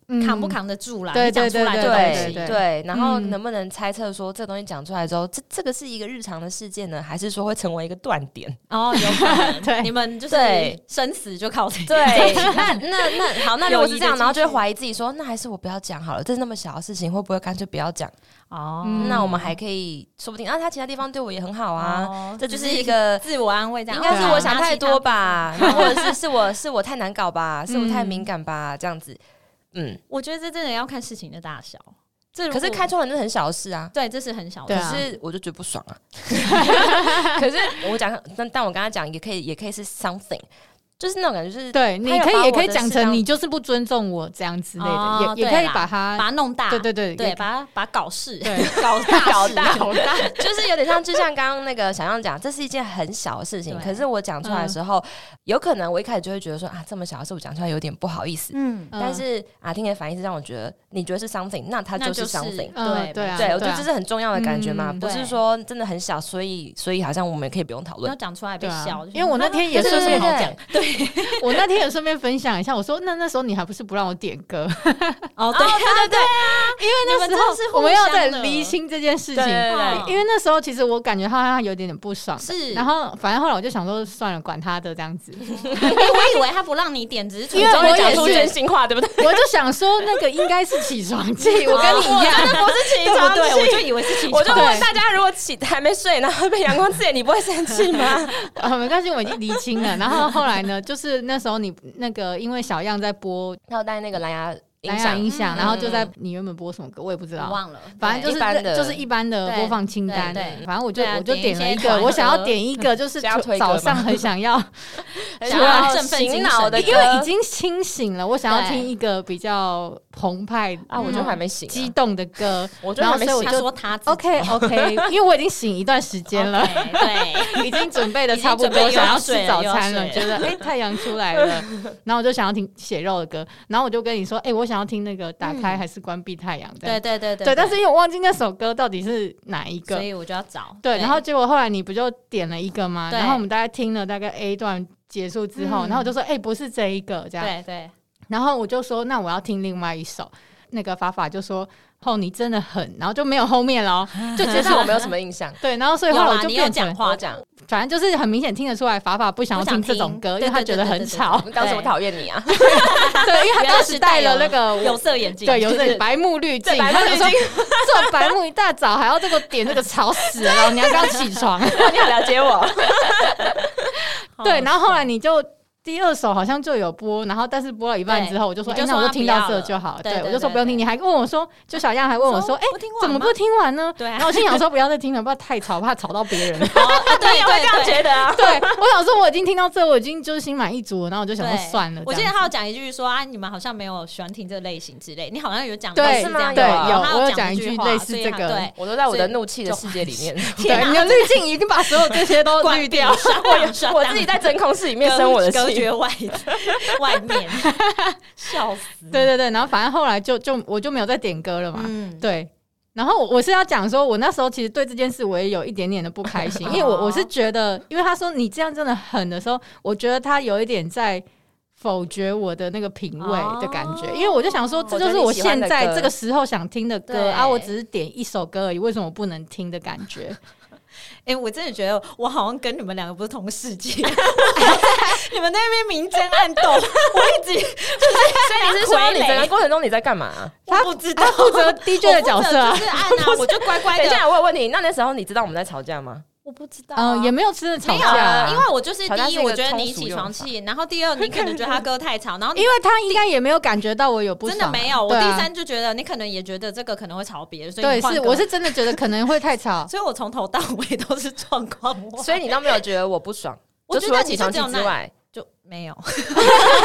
Speaker 2: 扛不扛得住啦？
Speaker 3: 对
Speaker 2: 对对对
Speaker 1: 对对对。然后能不能猜测说这东西讲出来之后，这这个是一个日常的事件呢，还是说会成为一个断点？
Speaker 2: 哦，有可能。对，你们就是生死就靠这个。
Speaker 1: 对，那那那好，那如果是这样，然后就会怀疑自己说，那还是我不要讲好了，这是那么小的事情，会不会干脆不要讲？哦，那我们还可以，说不定啊，他其他地方对我也很好啊，哦、这就是一个
Speaker 2: 自我安慰，这样
Speaker 1: 应该是我想太多吧，或者是是我是我太难搞吧，是我太敏感吧，这样子。嗯，
Speaker 2: 我觉得这真的要看事情的大小。这
Speaker 1: 可是开窗人是很小的事啊，
Speaker 2: 对，这是很小的
Speaker 1: 事，可是我就觉得不爽啊。可是我讲，但但我跟他讲，也可以，也可以是 something。就是那种感觉，就是
Speaker 3: 对，你可以也可以讲成你就是不尊重我这样之类的，哦、也也可以把它
Speaker 2: 把它弄大，
Speaker 3: 对对对
Speaker 2: 对，把它把它搞事，
Speaker 3: 对，
Speaker 2: 搞大
Speaker 1: 搞大搞大，就是有点像，就像刚刚那个小样讲，这是一件很小的事情，可是我讲出来的时候，嗯、有可能我一开始就会觉得说啊，这么小的事我讲出来有点不好意思，嗯，但是阿听的反应是让我觉得，你觉得是 something， 那它就是 something，、
Speaker 2: 嗯、对
Speaker 3: 对啊，
Speaker 1: 对，我觉得这是很重要的感觉嘛，嗯、不是说真的很小，所以所以好像我们也可以不用讨论，
Speaker 2: 要讲出来被笑，
Speaker 3: 因为我那天也是
Speaker 2: 什么好讲，对
Speaker 3: 我那。那天也顺便分享一下，我说那那时候你还不是不让我点歌
Speaker 2: 哦，对对对对啊，
Speaker 3: 因为那时候我们要在厘清这件事情，因为那时候其实我感觉他好像有点点不爽，
Speaker 2: 是，
Speaker 3: 然后反正后来我就想说算了，管他的这样子。
Speaker 2: 我以为他不让你点，只是
Speaker 1: 因为我讲出真心话，对不对？
Speaker 3: 我就想说那个应该是起床气，我跟你一样，
Speaker 1: 真的不是起床气，
Speaker 2: 我就以为是起床。
Speaker 1: 我就问大家，如果起还没睡，然后被阳光刺眼，你不会生气吗？
Speaker 3: 啊，没关系，我已经厘清了。然后后来呢，就是那时候你那个。因为小样在播，
Speaker 1: 他有带那个蓝牙
Speaker 3: 蓝牙音响，然后就在你原本播什么歌，我也不知道，
Speaker 2: 忘了，
Speaker 3: 反正就是就是一般的播放清单。反正我就我就点了一个，我想要点一个，就是早上很想要，
Speaker 2: 想要振奋
Speaker 1: 醒脑的，
Speaker 3: 因为已经清醒了，我想要听一个比较澎湃
Speaker 1: 啊，我就还没醒，
Speaker 3: 激动的歌，
Speaker 1: 我就还没醒。
Speaker 2: 他说他
Speaker 3: OK OK， 因为我已经醒一段时间了，
Speaker 2: 对，
Speaker 3: 已经准备的差不多，想要吃早餐了，觉得哎太阳出来了，然后我就想要听血肉的歌，然后我就跟你说，哎，我想要听那个打开还是关闭太阳的，
Speaker 2: 对对对
Speaker 3: 对，但是因为我忘记那首歌到底是哪一个，
Speaker 2: 所以我就要找。
Speaker 3: 对，然后结果后来你不就点了一个吗？然后我们大概听了大概 A 段结束之后，然后我就说，哎，不是这一个这样，
Speaker 2: 对对，
Speaker 3: 然后我就说，那我要听另外一首。那个法法就说：“哦，你真的很，然后就没有后面了，
Speaker 1: 就觉得我没有什么印象。
Speaker 3: 对，然后所以后来我就变成
Speaker 2: 话讲，
Speaker 3: 反正就是很明显听得出来，法法不想要听这种歌，因为他觉得很吵。
Speaker 1: 当时我讨厌你啊，
Speaker 3: 对，因为他当时戴了那个
Speaker 2: 有色眼镜，
Speaker 3: 对，有色白目滤镜，他就说这种白目一大早还要这个点这个吵死了，老娘刚起床，
Speaker 1: 你好了解我。
Speaker 3: 对，然后后来你就。”第二首好像就有播，然后但是播了一半之后，我就说：“哎、欸，那我就听到这就好。”对，我就说不用听。你还问我说，就小样还问我说：“哎、欸，怎么不听完呢？”对、啊，然后我心想说：“不要再听了，不要太吵，怕吵到别人。”
Speaker 2: 哦啊、对，我会这样觉得啊。
Speaker 3: 对，我想说我已经听到这，我已经就是心满意足了，然后我就想说算了。
Speaker 2: 我记得他有讲一句说啊，你们好像没有喜欢听这类型之类，你好像有讲
Speaker 3: 对
Speaker 2: 是吗？
Speaker 3: 对，有，
Speaker 2: 我
Speaker 3: 有讲一句类似这个，
Speaker 1: 我都在我的怒气的世界里面。
Speaker 3: 对，你的滤镜已经把所有这些都滤掉，
Speaker 1: 我我自己在真空室里面生我的气，
Speaker 2: 隔绝外外面。笑死！
Speaker 3: 对对对，然后反正后来就就我就没有再点歌了嘛。嗯，对。然后我是要讲说，我那时候其实对这件事我也有一点点的不开心，因为我我是觉得，因为他说你这样真的狠的时候，我觉得他有一点在否决我的那个品味的感觉，因为我就想说，这就是我现在这个时候想听的歌啊，我只是点一首歌而已，为什么不能听的感觉？
Speaker 2: 哎、欸，我真的觉得我好像跟你们两个不是同世界，你们那边明争暗斗，我一直就是，
Speaker 1: 所以你是说你整个过程中你在干嘛、啊？
Speaker 2: 他不知道，
Speaker 3: 他负责 D J 的角色啊，
Speaker 2: 就是按啊，我就乖乖的。
Speaker 1: 等一下，我有问题，那那时候你知道我们在吵架吗？
Speaker 2: 我不知道、啊，
Speaker 3: 嗯，也没有真的吵架、啊，
Speaker 2: 因为我就是第一，我觉得你起床气，然后第二，你可能觉得他歌太吵，然后
Speaker 3: 因为他应该也没有感觉到我有不爽，
Speaker 2: 真的没有。我第三就觉得你可能也觉得这个可能会吵别人，所以
Speaker 3: 对，是我是真的觉得可能会太吵，
Speaker 2: 所以我从头到尾都是状况。
Speaker 1: 所以你都没有觉得我不爽，就除了起床气之外。
Speaker 2: 就没有，所以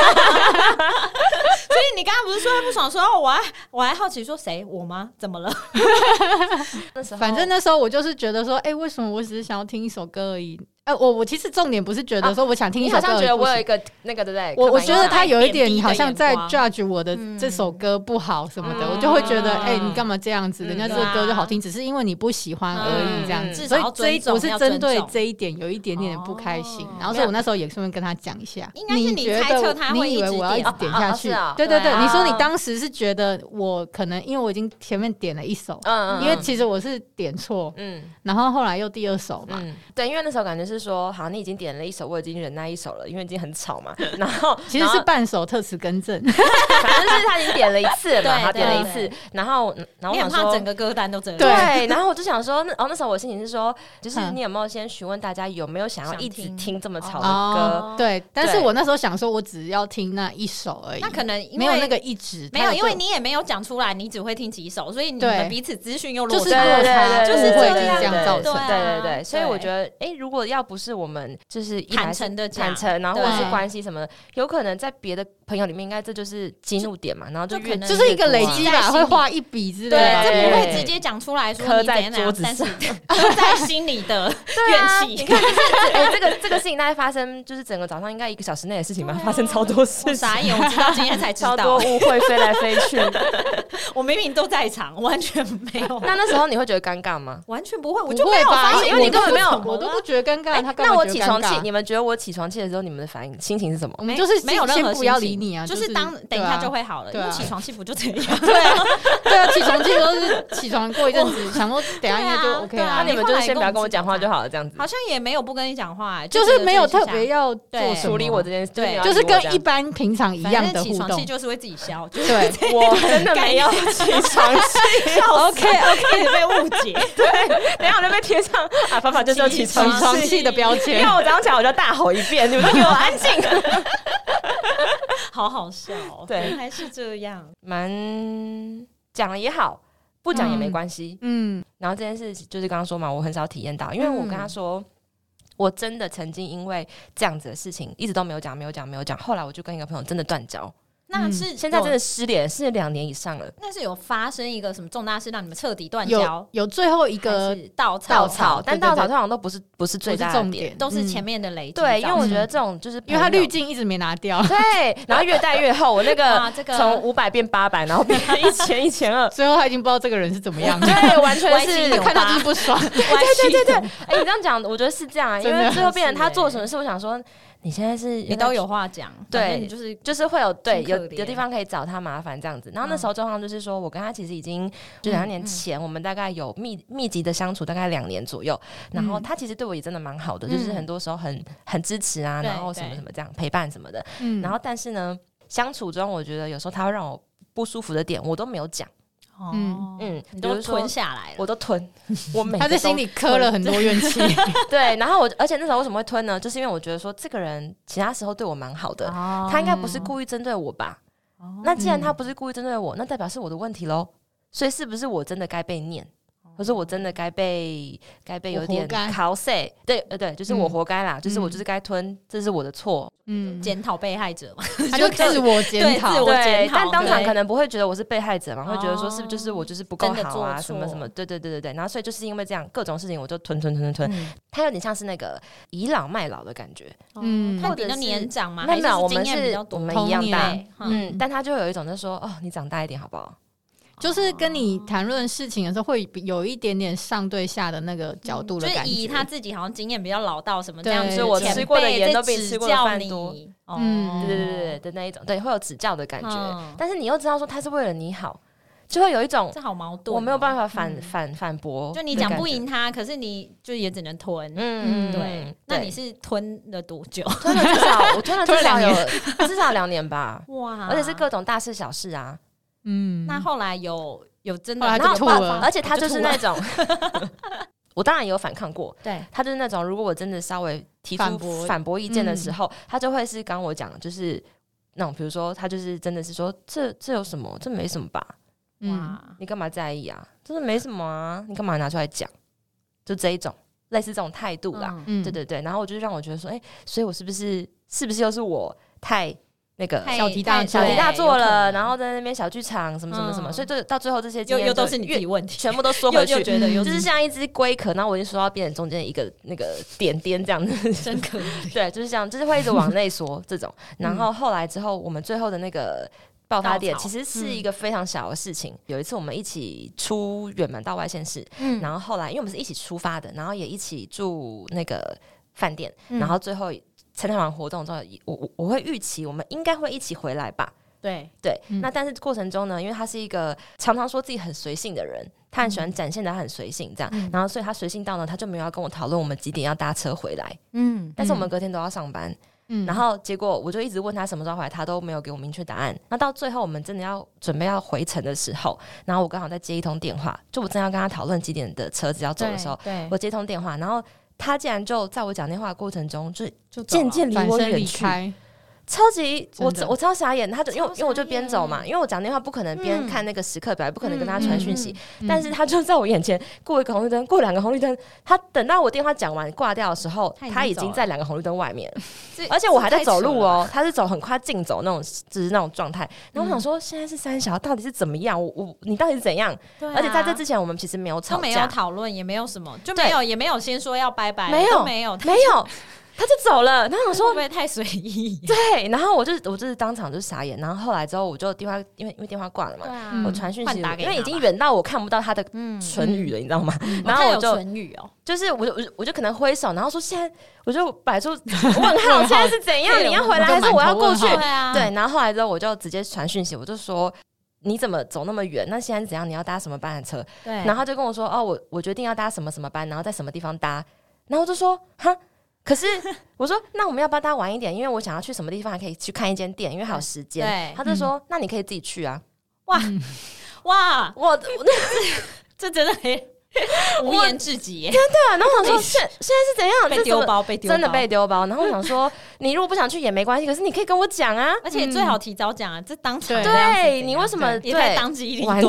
Speaker 2: 你刚刚不是说他不爽，说我还我还好奇说谁我吗？怎么了？
Speaker 3: 反正那时候我就是觉得说，哎、欸，为什么我只是想要听一首歌而已？哎、 哎，我我其实重点不是觉得说我想听一首歌，
Speaker 1: 你好像觉得我有一个那个对不对？
Speaker 3: 我我觉得他有一点好像在 judge 我的这首歌不好什么的，我就会觉得哎，你干嘛这样子？人家这个歌就好听，只是因为你不喜欢而已，这样子。所以这一我是针对这一点有一点点的不开心，然后所以我那时候也顺便跟他讲一下。
Speaker 2: 应该是你猜测他会
Speaker 3: 一直点，你以为我要一直点下去？对对对，你说你当时是觉得我可能因为我已经前面点了一首，因为其实我是点错，嗯，然后后来又第二首嘛，
Speaker 1: 对，因为那时候感觉是说，好，你已经点了一首，我已经忍耐一首了，因为已经很吵嘛。然后
Speaker 3: 其实是半首特词更正，
Speaker 1: 反正是他已经点了一次了嘛，他点了一次，然后然后我想说
Speaker 2: 整个歌单都这样，
Speaker 1: 对，然后我就想说，那哦那时候我心情是说，就是你有没有先询问大家有没有想要一直听这么吵的歌？
Speaker 3: 对，但是我那时候想说，我只要听那一首而已，
Speaker 2: 那可能
Speaker 3: 没有那个一直
Speaker 2: 没有，因为你也没有讲出来，你只会听几首，所以你们彼此资讯又落
Speaker 3: 差，就是落差，
Speaker 2: 就是
Speaker 3: 这样造成，
Speaker 1: 对对对，所以我觉得，哎，如果要不是我们就是
Speaker 2: 坦诚的
Speaker 1: 坦诚，然后或者是关系什么的，有可能在别的朋友里面，应该这就是激怒点嘛，然后就越
Speaker 3: 就是一个累积吧，会画一笔之类的，
Speaker 2: 这不会直接讲出来说
Speaker 1: 刻在桌子上，
Speaker 2: 刻在心里的怨气。
Speaker 1: 你看，就是哎，这个这个事情大概发生，就是整个早上应该一个小时内的事情吧，发生超多事情，
Speaker 2: 傻眼，我知道今天才知道，
Speaker 1: 超多误会飞来飞去，
Speaker 2: 我明明都在场，完全没有。
Speaker 1: 那那时候你会觉得尴尬吗？
Speaker 2: 完全不会，我就没有发现，
Speaker 1: 因为你根本没有，
Speaker 3: 我都不觉得尴尬。他
Speaker 1: 那我起床气，你们觉得我起床气的时候，你们的反应心情是什么？
Speaker 3: 我们就是
Speaker 2: 没有任何
Speaker 3: 不要理你啊，
Speaker 2: 就是当等一下就会好了。因为起床气不就这样？
Speaker 3: 对啊，对啊，起床气都是起床过一阵子，想说等一下应该就 OK 了。
Speaker 1: 那你们就是先不要跟我讲话就好了，这样子。
Speaker 2: 好像也没有不跟你讲话，
Speaker 3: 就是没有特别要做
Speaker 1: 处理我这件事，
Speaker 3: 对，就是跟一般平常一样的互动。
Speaker 2: 起床气就是会自己消，
Speaker 3: 对，
Speaker 1: 我真的没有起床气。
Speaker 2: OK OK， 被误解。
Speaker 1: 对，等一下我就被贴上啊，爸爸就是有起床
Speaker 3: 气的标签。
Speaker 1: 因为我早上起来我就大吼一遍，你们都给我安静。
Speaker 2: 好好笑，对，原来是这样，
Speaker 1: 蛮讲了也好，不讲也没关系，嗯。然后这件事就是刚刚说嘛，我很少体验到，因为我跟他说，嗯、我真的曾经因为这样子的事情，一直都没有讲，没有讲，没有讲。后来我就跟一个朋友真的断交。
Speaker 2: 那是、
Speaker 1: 嗯、现在真的失联，是两年以上了。
Speaker 2: 那是有发生一个什么重大事让你们彻底断交？
Speaker 3: 有有最后一个
Speaker 2: 稻草，
Speaker 1: 稻草，但稻草通常都不是不是最大的点，
Speaker 2: 都是前面的累积。
Speaker 1: 对，因为我觉得这种就是
Speaker 3: 因为它滤镜一直没拿掉，
Speaker 1: 对，然后越戴越厚。我那个从五百变八百，然后变一千一千二，
Speaker 3: 最后他已经不知道这个人是怎么样的，
Speaker 1: 对，完全是
Speaker 3: 看他就是不爽。对
Speaker 1: 对对对，哎，你这样讲，我觉得是这样啊，因为最后变成他做什么事，我想说。你现在是
Speaker 2: 你都有话讲，
Speaker 1: 对，
Speaker 2: 你就是
Speaker 1: 就是会有对有有地方可以找他麻烦这样子。然后那时候状况就是说，我跟他其实已经就两年前，我们大概有密密集的相处，大概两年左右。然后他其实对我也真的蛮好的，就是很多时候很很支持啊，然后什么什么这样陪伴什么的。然后但是呢，相处中我觉得有时候他会让我不舒服的点，我都没有讲。
Speaker 2: 嗯嗯，你都吞下来了，
Speaker 1: 我都吞，我每
Speaker 3: 他在心里刻了很多怨气。
Speaker 1: 对，然后我，而且那时候为什么会吞呢？就是因为我觉得说这个人其他时候对我蛮好的，哦、他应该不是故意针对我吧？哦、那既然他不是故意针对我，那代表是我的问题咯。所以是不是我真的该被念？可是我真的该被该被有点考碎，对呃对，就是我活该啦，嗯、就是我就是该吞，这是我的错，
Speaker 2: 嗯，检讨被害者嘛，
Speaker 3: 他就自我检讨，
Speaker 2: 自我检讨，
Speaker 1: 但当场可能不会觉得我是被害者嘛，会觉得说是不是就是我就是不够好啊，什么什么，对对对对对，然后所以就是因为这样各种事情我就吞吞吞吞吞，嗯、他有点像是那个倚老卖老的感觉，
Speaker 2: 嗯，他比较年长嘛，
Speaker 1: 没有，我们
Speaker 2: 是
Speaker 1: 我们一样大，嗯，但他就有一种就是说哦，你长大一点好不好？
Speaker 3: 就是跟你谈论事情的时候，会有一点点上对下的那个角度的感觉。
Speaker 2: 就是以他自己好像经验比较老道什么这样，
Speaker 1: 所以我吃过的盐都比吃过的饭多。嗯，对对对对的那一种，对，会有指教的感觉。但是你又知道说他是为了你好，就会有一种
Speaker 2: 这好矛盾，
Speaker 1: 我没有办法反反反驳。
Speaker 2: 就你讲不赢他，可是你就也只能吞。嗯，对。那你是吞了多久？
Speaker 1: 吞了至少我吞了至少有至少两年吧。哇！而且是各种大事小事啊。
Speaker 2: 嗯，那后来有有真的，
Speaker 3: 然后吐了，
Speaker 1: 而且他就是那种，我当然也有反抗过，
Speaker 2: 对
Speaker 1: 他就是那种，如果我真的稍微提出反驳意见的时候，嗯、他就会是刚我讲，就是那种，比如说他就是真的是说，这这有什么？这没什么吧？嗯，你干嘛在意啊？真的没什么啊，你干嘛拿出来讲？就这一种类似这种态度啦，嗯、对对对，然后我就让我觉得说，哎、欸，所以我是不是是不是又是我太？ 那个
Speaker 3: 小题大
Speaker 1: 小题大做了，然后在那边小剧场什么什么什么，所以就到最后这些经验
Speaker 2: 又都是你自己问题，
Speaker 1: 全部都缩回去，
Speaker 2: 又觉得
Speaker 1: 就是像一只龟壳，然后我已经缩到变成中间一个那个点点这样子，
Speaker 2: 真可怜。
Speaker 1: 对，就是这样，就是会一直往内缩这种。然后后来之后，我们最后的那个爆发点其实是一个非常小的事情。嗯、有一次我们一起出远门到外县市，嗯、然后后来因为我们是一起出发的，然后也一起住那个饭店，嗯、然后最后参加完活动之后，我我我会预期我们应该会一起回来吧。
Speaker 2: 对
Speaker 1: 对，嗯、那但是过程中呢，因为他是一个常常说自己很随性的人，他很喜欢展现的他很随性这样，嗯、然后所以他随性到呢，他就没有要跟我讨论我们几点要搭车回来。嗯，但是我们隔天都要上班。嗯，然后结果我就一直问他什么时候回来，他都没有给我明确答案。那到最后我们真的要准备要回程的时候，然后我刚好在接一通电话，就我真的要跟他讨论几点的车子要走的时候，我接通电话，然后他竟然就在我讲电话的过程中，就就渐渐离我远去。超级我我超傻眼，他就因为因为我就边走嘛，因为我讲电话不可能边看那个时刻表，也不可能跟他传讯息，嗯嗯嗯、但是他就在我眼前过一个红绿灯，过两个红绿灯，他等到我电话讲完挂掉的时候，他已经在两个红绿灯外面，而且我还在走路哦，他是走很快竞走那种，就是那种状态。然后我想说，现在是三小，到底是怎么样？我我你到底是怎样？
Speaker 2: 啊、
Speaker 1: 而且在这之前，我们其实没有吵架，
Speaker 2: 没有讨论，也没有什么，就没有也没有先说要拜拜，
Speaker 1: 没有
Speaker 2: 没有
Speaker 1: 没有。他就走了，然后我说
Speaker 2: 会不会太随意？
Speaker 1: 对，然后我就我就是当场就傻眼，然后后来之后我就电话，因为因为电话挂了嘛，
Speaker 2: 啊、
Speaker 1: 我传讯息，因为已经远到我看不到他的唇语了，嗯、你知道吗？
Speaker 2: 嗯、
Speaker 1: 然后我就
Speaker 2: 唇语哦，
Speaker 1: 就是我就我就可能挥手，然后说现在我就摆出问号，现在是怎样？你要回来还是我要过去？
Speaker 2: 对啊，
Speaker 1: 对，然后后来之后我就直接传讯息，我就说你怎么走那么远？那现在是怎样？你要搭什么班的车？
Speaker 2: 对，
Speaker 1: 然后他就跟我说哦，我我决定要搭什么什么班，然后在什么地方搭，然后我就说哈。可是我说，那我们要不要搭晚一点？因为我想要去什么地方，还可以去看一间店，因为还有时间。他就说，嗯、那你可以自己去啊！
Speaker 2: 哇、嗯、哇，
Speaker 1: 我
Speaker 2: 我这真的很无言至极，
Speaker 1: 真的。然后我想说，现现在是怎样？
Speaker 2: 被丢包，被丢包，
Speaker 1: 真的被丢包。然后我想说，你如果不想去也没关系，可是你可以跟我讲啊，
Speaker 2: 而且最好提早讲啊，这当场
Speaker 1: 对你为什么
Speaker 2: 也太当机立断？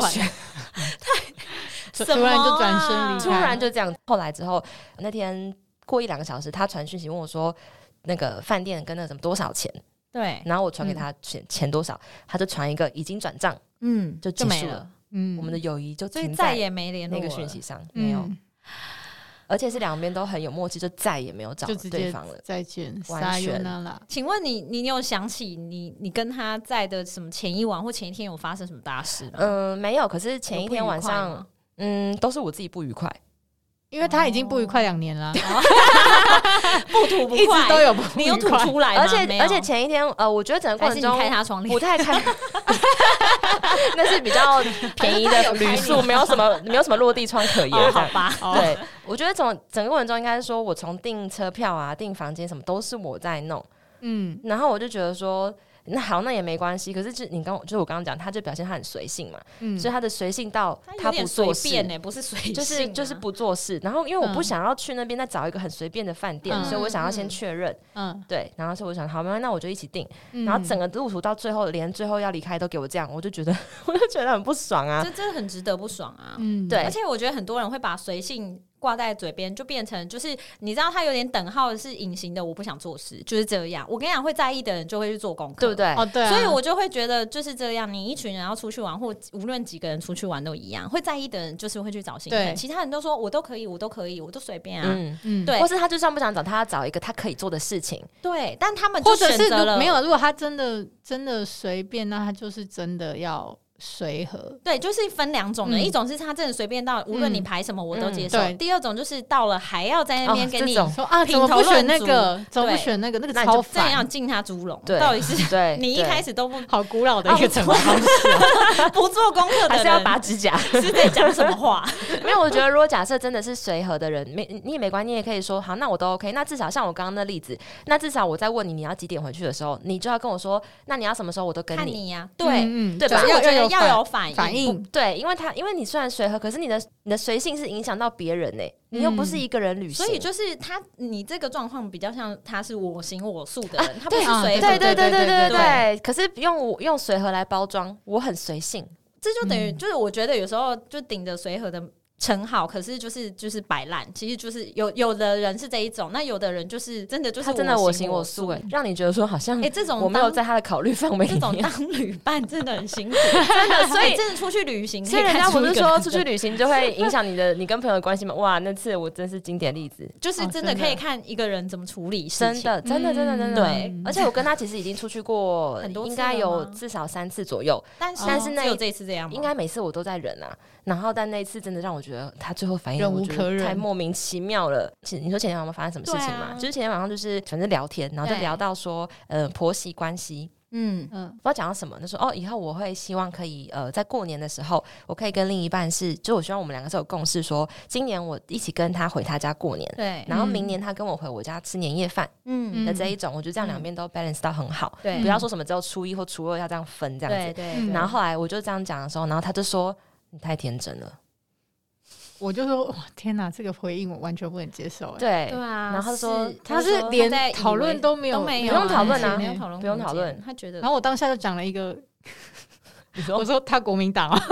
Speaker 3: 太突然就转身离开，
Speaker 1: 突然就这样。后来之后那天。过一两个小时，他传讯息问我说：“那个饭店跟那个什么多少钱？”
Speaker 2: 对，
Speaker 1: 然后我传给他钱、嗯、钱多少，他就传一个已经转账，
Speaker 2: 嗯，
Speaker 1: 就结束了。嗯，我们的友谊就停在
Speaker 2: 再也没联络
Speaker 1: 那个讯息上，没有。嗯、而且是两边都很有默契，就再也没有找对方了，
Speaker 3: 再见，
Speaker 1: 完全
Speaker 3: 了。
Speaker 2: 请问你，你有想起你你跟他在的什么前一晚或前一天有发生什么大事吗？
Speaker 1: 嗯、呃，没有。可是前一天晚上，嗯，都是我自己不愉快。
Speaker 3: 因为他已经不愉快两年了，
Speaker 2: 不吐不快，
Speaker 3: 一直都有不愉快，
Speaker 2: 你有吐出来吗？
Speaker 1: 而且而且前一天，呃，我觉得整个过程中
Speaker 2: 开他窗帘
Speaker 1: 不太开，那是比较便宜的旅宿，没有什么没有什么落地窗可言，
Speaker 2: 哦、好吧？
Speaker 1: 对，我觉得从整个过程中应该是说我从订车票啊、订房间什么都是我在弄，嗯，然后我就觉得说。那好，那也没关系。可是就你刚就是我刚刚讲，他就表现他很随性嘛，嗯、所以他的随性到他不做事，
Speaker 2: 便、欸、不是随性、啊，
Speaker 1: 就是就是不做事。然后因为我不想要去那边再找一个很随便的饭店，嗯、所以我想要先确认，嗯，对。然后所以我想，好，那我就一起订。嗯、然后整个路途到最后，连最后要离开都给我这样，我就觉得我就觉得很不爽啊，
Speaker 2: 这真的很值得不爽啊。
Speaker 1: 嗯，对。
Speaker 2: 而且我觉得很多人会把随性挂在嘴边，就变成就是你知道他有点等号是隐形的，我不想做事，就是这样。我跟你讲，会在意的人就会去做功课，
Speaker 1: 对不对？
Speaker 3: 哦，对、啊。
Speaker 2: 所以我就会觉得就是这样。你一群人要出去玩，或无论几个人出去玩都一样，会在意的人就是会去找行程。其他人都说我都可以，我都可以，我都随便啊。嗯嗯，对。
Speaker 1: 或是他就算不想找，他要找一个他可以做的事情。
Speaker 2: 对，但他们就选择了
Speaker 3: 没有。如果他真的真的随便，那他就是真的要。随和，
Speaker 2: 对，就是分两种人、嗯、一种是他真的随便到无论你排什么我都接受、嗯、第二种就是到了还要在那边跟你
Speaker 3: 说、哦、啊怎么不选那个怎么不选那个那个超烦，
Speaker 2: 这样进他猪笼，到底是
Speaker 1: 对
Speaker 2: 你一开始都不
Speaker 3: 好古老的一个惩罚方式、
Speaker 2: 啊、不做功课的人
Speaker 1: 还是要拔指甲
Speaker 2: 是在讲什么话
Speaker 1: 没有，我觉得如果假设真的是随和的人，没你也没关系，你也可以说好，那我都 OK。那至少像我刚刚的例子，那至少我在问你你要几点回去的时候，你就要跟我说，那你要什么时候我都跟你
Speaker 2: 看你呀、啊，对、
Speaker 3: 嗯嗯、
Speaker 2: 对吧？我觉得要有反应。
Speaker 3: 反应
Speaker 1: 对，因为他因为你虽然随和，可是你的你的随性是影响到别人呢、欸，你又不是一个人旅行，
Speaker 2: 所以就是他你这个状况比较像他是我行我素的人，
Speaker 1: 啊、
Speaker 2: 他不是随和，
Speaker 1: 对对对对对对。可是用用随和来包装，我很随性，
Speaker 2: 这就等于、嗯、就是我觉得有时候就顶着随和的盛好，可是就是就是摆烂，其实就是有有的人是这一种，那有的人就是真的就是
Speaker 1: 他真的我行我素，哎，让你觉得说好像哎、欸、这种我没有在他的考虑范围里面，
Speaker 2: 这种当旅伴真的很辛苦，真的，所以真的出去旅行，
Speaker 1: 所以人家不是说出去旅行就会影响你的你跟朋友的关系吗？哇，那次我真是经典例子，
Speaker 2: 就是真的可以看一个人怎么处理事情，
Speaker 1: 真的真的真的真的、
Speaker 2: 嗯、对，
Speaker 1: 而且我跟他其实已经出去过很多次，应该有至少三次左右，
Speaker 2: 但是
Speaker 1: 但是那
Speaker 2: 有这一次这样吗？
Speaker 1: 应该每次我都在忍啊，然后但那一次真的让我觉得他最后反应
Speaker 3: 忍无可忍，
Speaker 1: 太莫名其妙了。你说前天晚上发生什么事情嘛？啊、就是前天晚上就是反正聊天，然后就聊到说呃婆媳关系。嗯嗯，不知道讲到什么，就说哦，以后我会希望可以呃，在过年的时候，我可以跟另一半是，就我希望我们两个是有共识说，今年我一起跟他回他家过年，
Speaker 2: 对，
Speaker 1: 然后明年他跟我回我家吃年夜饭，嗯的这一种，我觉得这样两边都 balance 到很好，对、嗯，不要说什么只有初一或初二要这样分这样子，对 对, 对。然后后来我就这样讲的时候，然后他就说你太天真了。
Speaker 3: 我就说哇天哪，这个回应我完全不能接受。
Speaker 1: 对
Speaker 2: 对啊，
Speaker 1: 然后他说
Speaker 3: 他是连讨论都没有，
Speaker 2: 都没
Speaker 1: 有，不用讨论啊，
Speaker 2: 没有讨论，
Speaker 1: 不用讨论。
Speaker 2: 他觉得，
Speaker 3: 然后我当下就讲了一个，我说他国民党啊，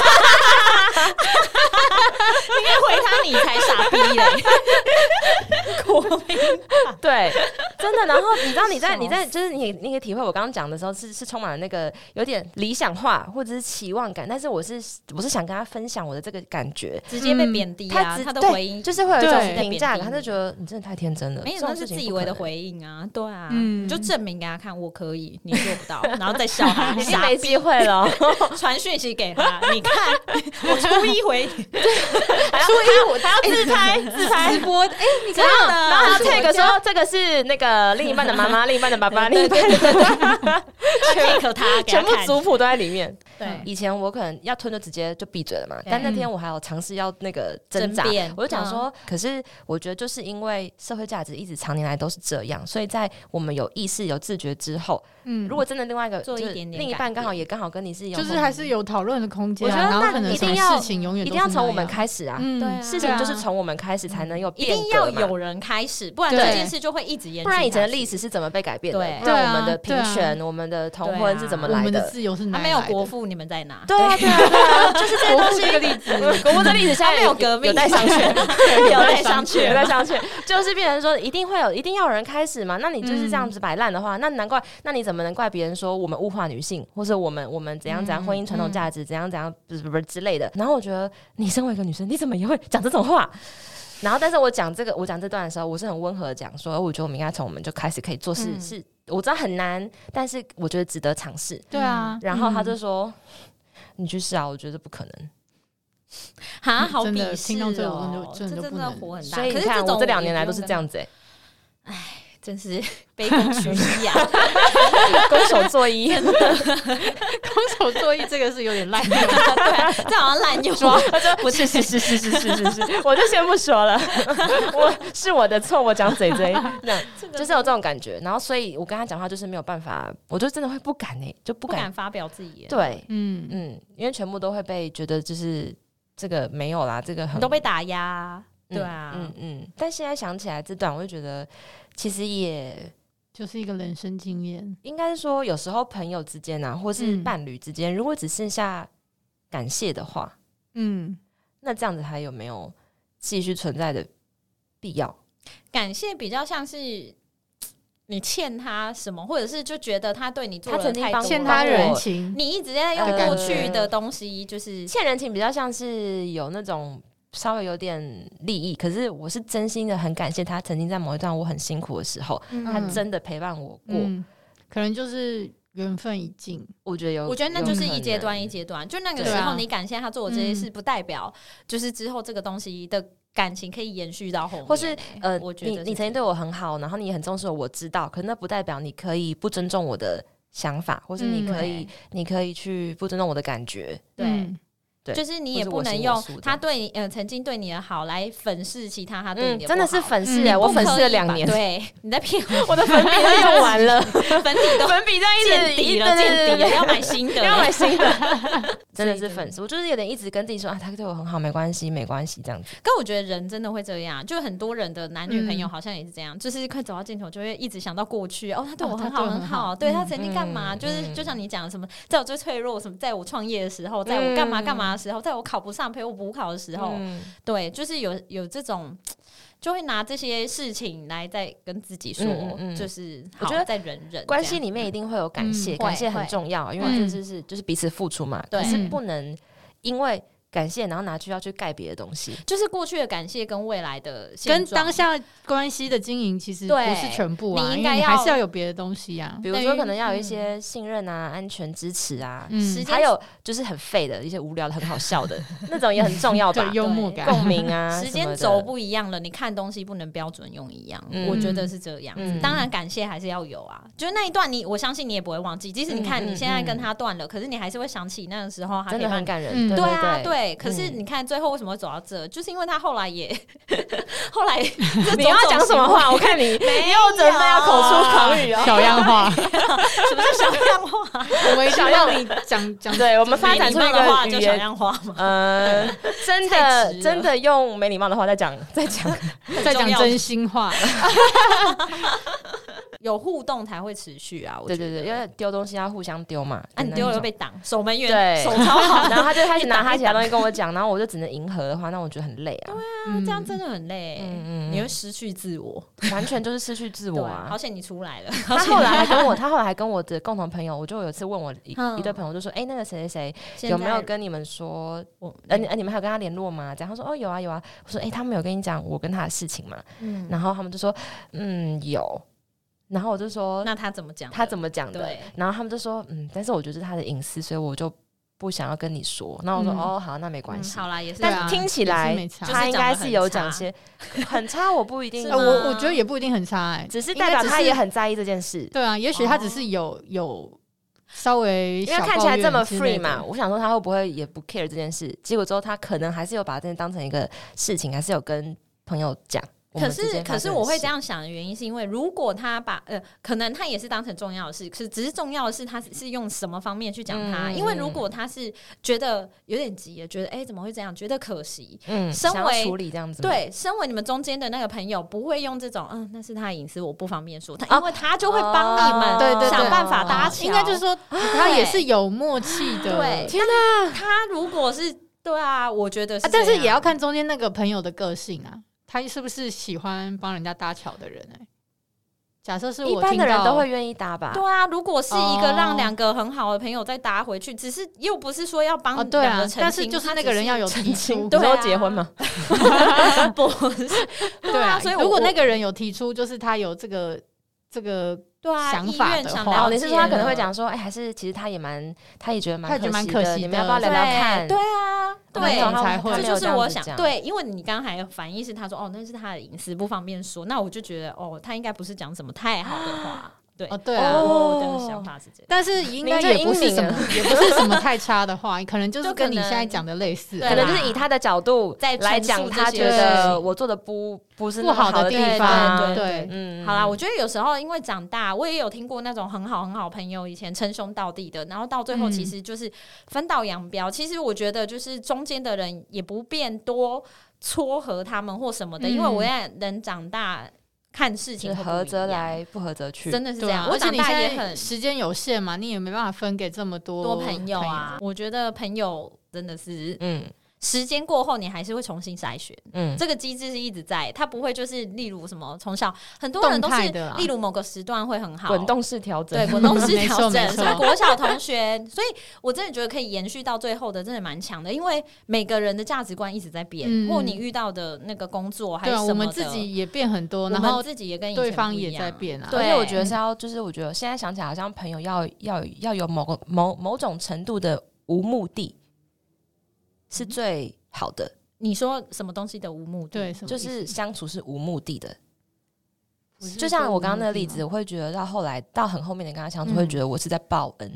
Speaker 2: 应该回他你才傻逼嘞，国民党
Speaker 1: 对，真的。然后你知道你在你在就是你你可以体会我刚刚讲的时候是是充满了那个有点理想化或者是期望感，但是我是我是想跟他分享我的这个感觉，
Speaker 2: 直接被贬低啊，
Speaker 1: 他
Speaker 2: 他的回应
Speaker 1: 就是会有一种评价感，他就觉得你真的太天真了，
Speaker 2: 没有，那是自以为的回应啊，对啊，嗯，就证明给他看我可以，你做不到，然后再笑他，
Speaker 1: 已经没机会了，
Speaker 2: 传讯息给他，你看我初一回，初
Speaker 1: 一我还要自拍自拍
Speaker 3: 直播，哎，你看
Speaker 1: 了，然后他 tag 说这个是那个另一半的妈妈，另一半的爸爸，另一半的
Speaker 2: 全他
Speaker 1: 全部族谱都在里面。
Speaker 2: 对，
Speaker 1: 以前我可能要吞就直接就闭嘴了嘛，但那天我还有尝试要那个挣扎，我就讲说，可是我觉得就是因为社会价值一直常年来都是这样，所以在我们有意识有自觉之后，嗯，如果真的另外一个
Speaker 2: 做一点点，
Speaker 1: 另一半刚好也刚好跟你是有，
Speaker 3: 就是还是有讨论的空间。
Speaker 1: 我觉得那
Speaker 3: 一
Speaker 1: 定要
Speaker 3: 事情永远
Speaker 1: 一定要从我们开始啊，对，事情就是从我们开始才能有变革嘛，
Speaker 2: 一定要有人开始，不然这件事就会一直延续。
Speaker 1: 不然以前的历史是怎么被改变的？不然我们的平权、我们的同婚是怎么来的？
Speaker 3: 我们的自由是哪来的？
Speaker 2: 没有国父，你们在哪？
Speaker 1: 对啊，对啊，对啊，就是这个东西。
Speaker 3: 这个例子，
Speaker 1: 国父的例子现在
Speaker 2: 没有革命，
Speaker 1: 有待商榷，有待商榷，有待商榷。就是变成说，一定会有，一定要有人开始嘛？那你就是这样子摆烂的话，那难怪，那你怎么能怪别人说我们物化女性，或者我们我们怎样怎样婚姻传统价值怎样怎样不是不是之类的？然后我觉得，你身为一个女生，你怎么也会讲这种话？然后，但是我讲这个，我讲这段的时候，我是很温和的讲说，我觉得我们应该从我们就开始可以做事，嗯、是我知道很难，但是我觉得值得尝试。
Speaker 3: 对啊，
Speaker 1: 然后他就说：“嗯、你去试啊，我觉得不可能。”
Speaker 2: 哈，好鄙视哦！
Speaker 3: 听到这个
Speaker 2: 这真的火很大。
Speaker 1: 所以你看，我这两年来都是这样子、欸，
Speaker 2: 哎。真是卑躬屈膝啊！
Speaker 1: 攻手作揖，
Speaker 3: 攻手作揖这个是有点滥用，
Speaker 2: 对啊，这好像滥用。
Speaker 1: 不是，是是是是是是是，我就先不说了，我是我的错，我讲嘴嘴，那就是有这种感觉。然后，所以我跟他讲话就是没有办法，我就真的会不敢哎、欸，就不敢,
Speaker 2: 不敢发表自己。
Speaker 1: 对，嗯嗯，因为全部都会被觉得就是这个没有啦，这个很
Speaker 2: 你都被打压。对啊，
Speaker 1: 嗯嗯，但现在想起来这段，我就觉得其实也
Speaker 3: 就是一个人生经验。
Speaker 1: 应该说，有时候朋友之间啊，或是伴侣之间，嗯、如果只剩下感谢的话，嗯，那这样子还有没有继续存在的必要？
Speaker 2: 感谢比较像是你欠他什么，或者是就觉得他对你做了太多，
Speaker 3: 欠他人情，
Speaker 2: 你一直在用过去的东西，就是
Speaker 1: 欠人情，比较像是有那种。稍微有点利益，可是我是真心的很感谢他曾经在某一段我很辛苦的时候，嗯、他真的陪伴我过、嗯，
Speaker 3: 可能就是缘分已尽。
Speaker 1: 我觉得有，
Speaker 2: 我觉得那就是一阶段一阶段，就那个时候你感谢他做的这些事，不代表就是之后这个东西的感情可以延续到后面、欸，
Speaker 1: 或是呃，
Speaker 2: 我觉得
Speaker 1: 你你曾经对我很好，然后你也很重视我，我知道，可是那不代表你可以不尊重我的想法，或是你可以、嗯、你可以去不尊重我的感觉，
Speaker 2: 对。
Speaker 3: 嗯
Speaker 1: 对，
Speaker 2: 就是你也不能用他对你呃曾经对你的好来粉饰其他他对你的不好、嗯、
Speaker 1: 真的是粉饰哎、欸嗯，我粉饰了两年，
Speaker 2: 对，你在骗我，
Speaker 1: 我的粉笔都用完了，
Speaker 2: 粉底都
Speaker 1: 粉笔在一直
Speaker 2: 见底了，见底了，要买新的，
Speaker 1: 要买新的。 真的是粉丝，我就是有点一直跟自己说啊，他对我很好，没关系，没关系这样子。
Speaker 2: 但我觉得人真的会这样，就很多人的男女朋友好像也是这样，嗯、就是快走到尽头就会一直想到过去，哦，他对我很好、哦、很好，对他曾经干嘛、嗯，就是就像你讲的什么，在我最脆弱什么，在我创业的时候，在我干嘛干嘛的时候，在我考不上陪我补考的时候，嗯、对，就是有有这种。就会拿这些事情来再跟自己说，嗯嗯就是我觉得在忍忍
Speaker 1: 关系里面一定会有感谢，嗯、感谢很重要，因为这就是就是彼此付出嘛。可是不能因为感谢，然后拿去要去盖别的东西，
Speaker 2: 就是过去的感谢跟未来的
Speaker 3: 跟当下关系的经营其实不是全部啊，你应该你还是要有别的东西啊，
Speaker 1: 比如说可能要有一些信任啊、嗯、安全支持啊，嗯、还有就是很废的一些无聊的、很好笑的那种也很重要吧，
Speaker 3: 幽默感、
Speaker 1: 共鸣啊。
Speaker 2: 时间轴不一样了，你看东西不能标准用一样，嗯、我觉得是这样子。嗯、当然感谢还是要有啊，就是那一段你，我相信你也不会忘记，即使你看你现在跟他断了，嗯、可是你还是会想起那个时候，
Speaker 1: 真的很感人。
Speaker 2: 嗯、对啊，对。可是你看。最后为什么会走到这？就是因为他后来也后来
Speaker 1: 你要讲什么话？我看你没有准备要口出狂语哦，
Speaker 3: 小样话。
Speaker 2: 什么叫小样话？
Speaker 3: 我们想要你讲讲，
Speaker 1: 对我们发展出一个
Speaker 2: 话叫小样话吗？
Speaker 1: 呃，真的真的用没礼貌的话再讲再讲
Speaker 3: 再讲真心话。
Speaker 2: 有互动才会持续啊！
Speaker 1: 对对对，因为丢东西要互相丢嘛，
Speaker 2: 啊，你丢了又被挡，守门员手超好，
Speaker 1: 然后他就开始拿他其他东西跟我讲，然后我就只能迎合的话，那我觉得很累啊。
Speaker 2: 对啊，嗯、这样真的很累、欸，嗯嗯，你会失去自我，
Speaker 1: 完全就是失去自我啊！
Speaker 2: 好险你出来了，
Speaker 1: 他后来还跟我，他后来还跟我的共同朋友，我就有一次问我一、嗯、一对朋友，就说，哎、欸，那个谁谁谁有没有跟你们说，我呃你你们还有跟他联络吗？这样他说，哦有啊有啊，我说，哎、欸，他们有跟你讲我跟他的事情吗？嗯，然后他们就说，嗯有。然后我就说，
Speaker 2: 那他怎么讲？
Speaker 1: 他怎么讲的？然后他们就说，嗯，但是我觉得是他的隐私，所以我就不想要跟你说。然后我说，嗯、哦，好，那没关系、
Speaker 2: 嗯。好啦，也是。
Speaker 1: 但听起来他应该是有讲些很差，我不一定。
Speaker 3: 我我觉得也不一定很差、欸，
Speaker 1: 只是代表他也很在意这件事。
Speaker 3: 对啊，也许他只是有、哦、有稍微
Speaker 1: 因为看起来这么 free 嘛，我想说他会不会也不 care 这件事？结果之后他可能还是有把这件当成一个事情，还是有跟朋友讲。
Speaker 2: 可是，可是我会这样想的原因，是因为如果他把呃，可能他也是当成重要的事，可是只是重要的是他是用什么方面去讲他、嗯。因为如果他是觉得有点急了，觉得哎、欸、怎么会这样，觉得可惜，嗯，身为
Speaker 1: 处理这样子，
Speaker 2: 对，身为你们中间的那个朋友，不会用这种嗯，那是他的隐私，我不方便说他，因为他就会帮你们对对想办法搭桥。
Speaker 3: 应该就是说他也是有默契的。
Speaker 2: 对，
Speaker 3: 天
Speaker 2: 哪，他如果是对啊，我觉得是、啊，
Speaker 3: 但是也要看中间那个朋友的个性啊。他是不是喜欢帮人家搭桥的人、欸？假设是我
Speaker 1: 一般的人都会愿意搭吧？
Speaker 2: 对啊，如果是一个让两个很好的朋友再搭回去，只是又不是说要帮两个澄清、哦啊，
Speaker 3: 但是就是那个人要有提出，
Speaker 1: 对啊，结婚吗？
Speaker 2: 不是，对啊，所以
Speaker 3: 如果那个人有提出，就是他有这个这个。
Speaker 2: 对啊，
Speaker 3: 想法的
Speaker 1: 话，你是说他可能会讲说，哎、欸，还是其实他也蛮，他也觉得蛮可惜的，你们要不要聊聊看？
Speaker 2: 对啊，对，
Speaker 3: 才会
Speaker 2: 这就是我想，对，因为你刚刚还反应是他说，哦，那是他的隐私，不方便说，那我就觉得，哦，他应该不是讲什么太好的话。对
Speaker 3: 哦，对啊，
Speaker 2: 我的想法是这样，
Speaker 3: 但是应该也不是什么，也不是什么太差的话，可能就是跟你现在讲的类似，
Speaker 1: 可能就是以他的角度来讲，他觉得我做的不不是
Speaker 3: 不好的地方，
Speaker 2: 对对，嗯，好啦，我觉得有时候因为长大，我也有听过那种很好很好朋友，以前称兄道弟的，然后到最后其实就是分道扬镳。其实我觉得就是中间的人也不便多撮合他们或什么的，因为我现在人长大。看事情
Speaker 1: 合则来，不合则去，
Speaker 2: 真的是这样。
Speaker 3: 而且你现在时间有限嘛，你也没办法分给这么多
Speaker 2: 多朋友啊。我觉得朋友真的是，嗯。时间过后，你还是会重新筛选。嗯，这个机制是一直在，它不会就是例如什么从小很多人都是，例如某个时段会很好，
Speaker 1: 滚动式调整，
Speaker 2: 对，滚动式调整，什么国小同学，所以我真的觉得可以延续到最后的，真的蛮强的，因为每个人的价值观一直在变，嗯、或你遇到的那个工作还是什么的，
Speaker 3: 对、啊，我们自己也变很多，然后
Speaker 2: 自己也跟
Speaker 3: 对方也在变啊。
Speaker 1: 而且我觉得是要，就是我觉得现在想起来，好像朋友要要要有某个某某种程度的无目的，是最。好的，
Speaker 2: 你说什么东西的无目的？
Speaker 3: 对，
Speaker 1: 就是相处是无目的的。就像我刚刚那个例子，我会觉得到后来到很后面的跟他相处，会觉得我是在报恩。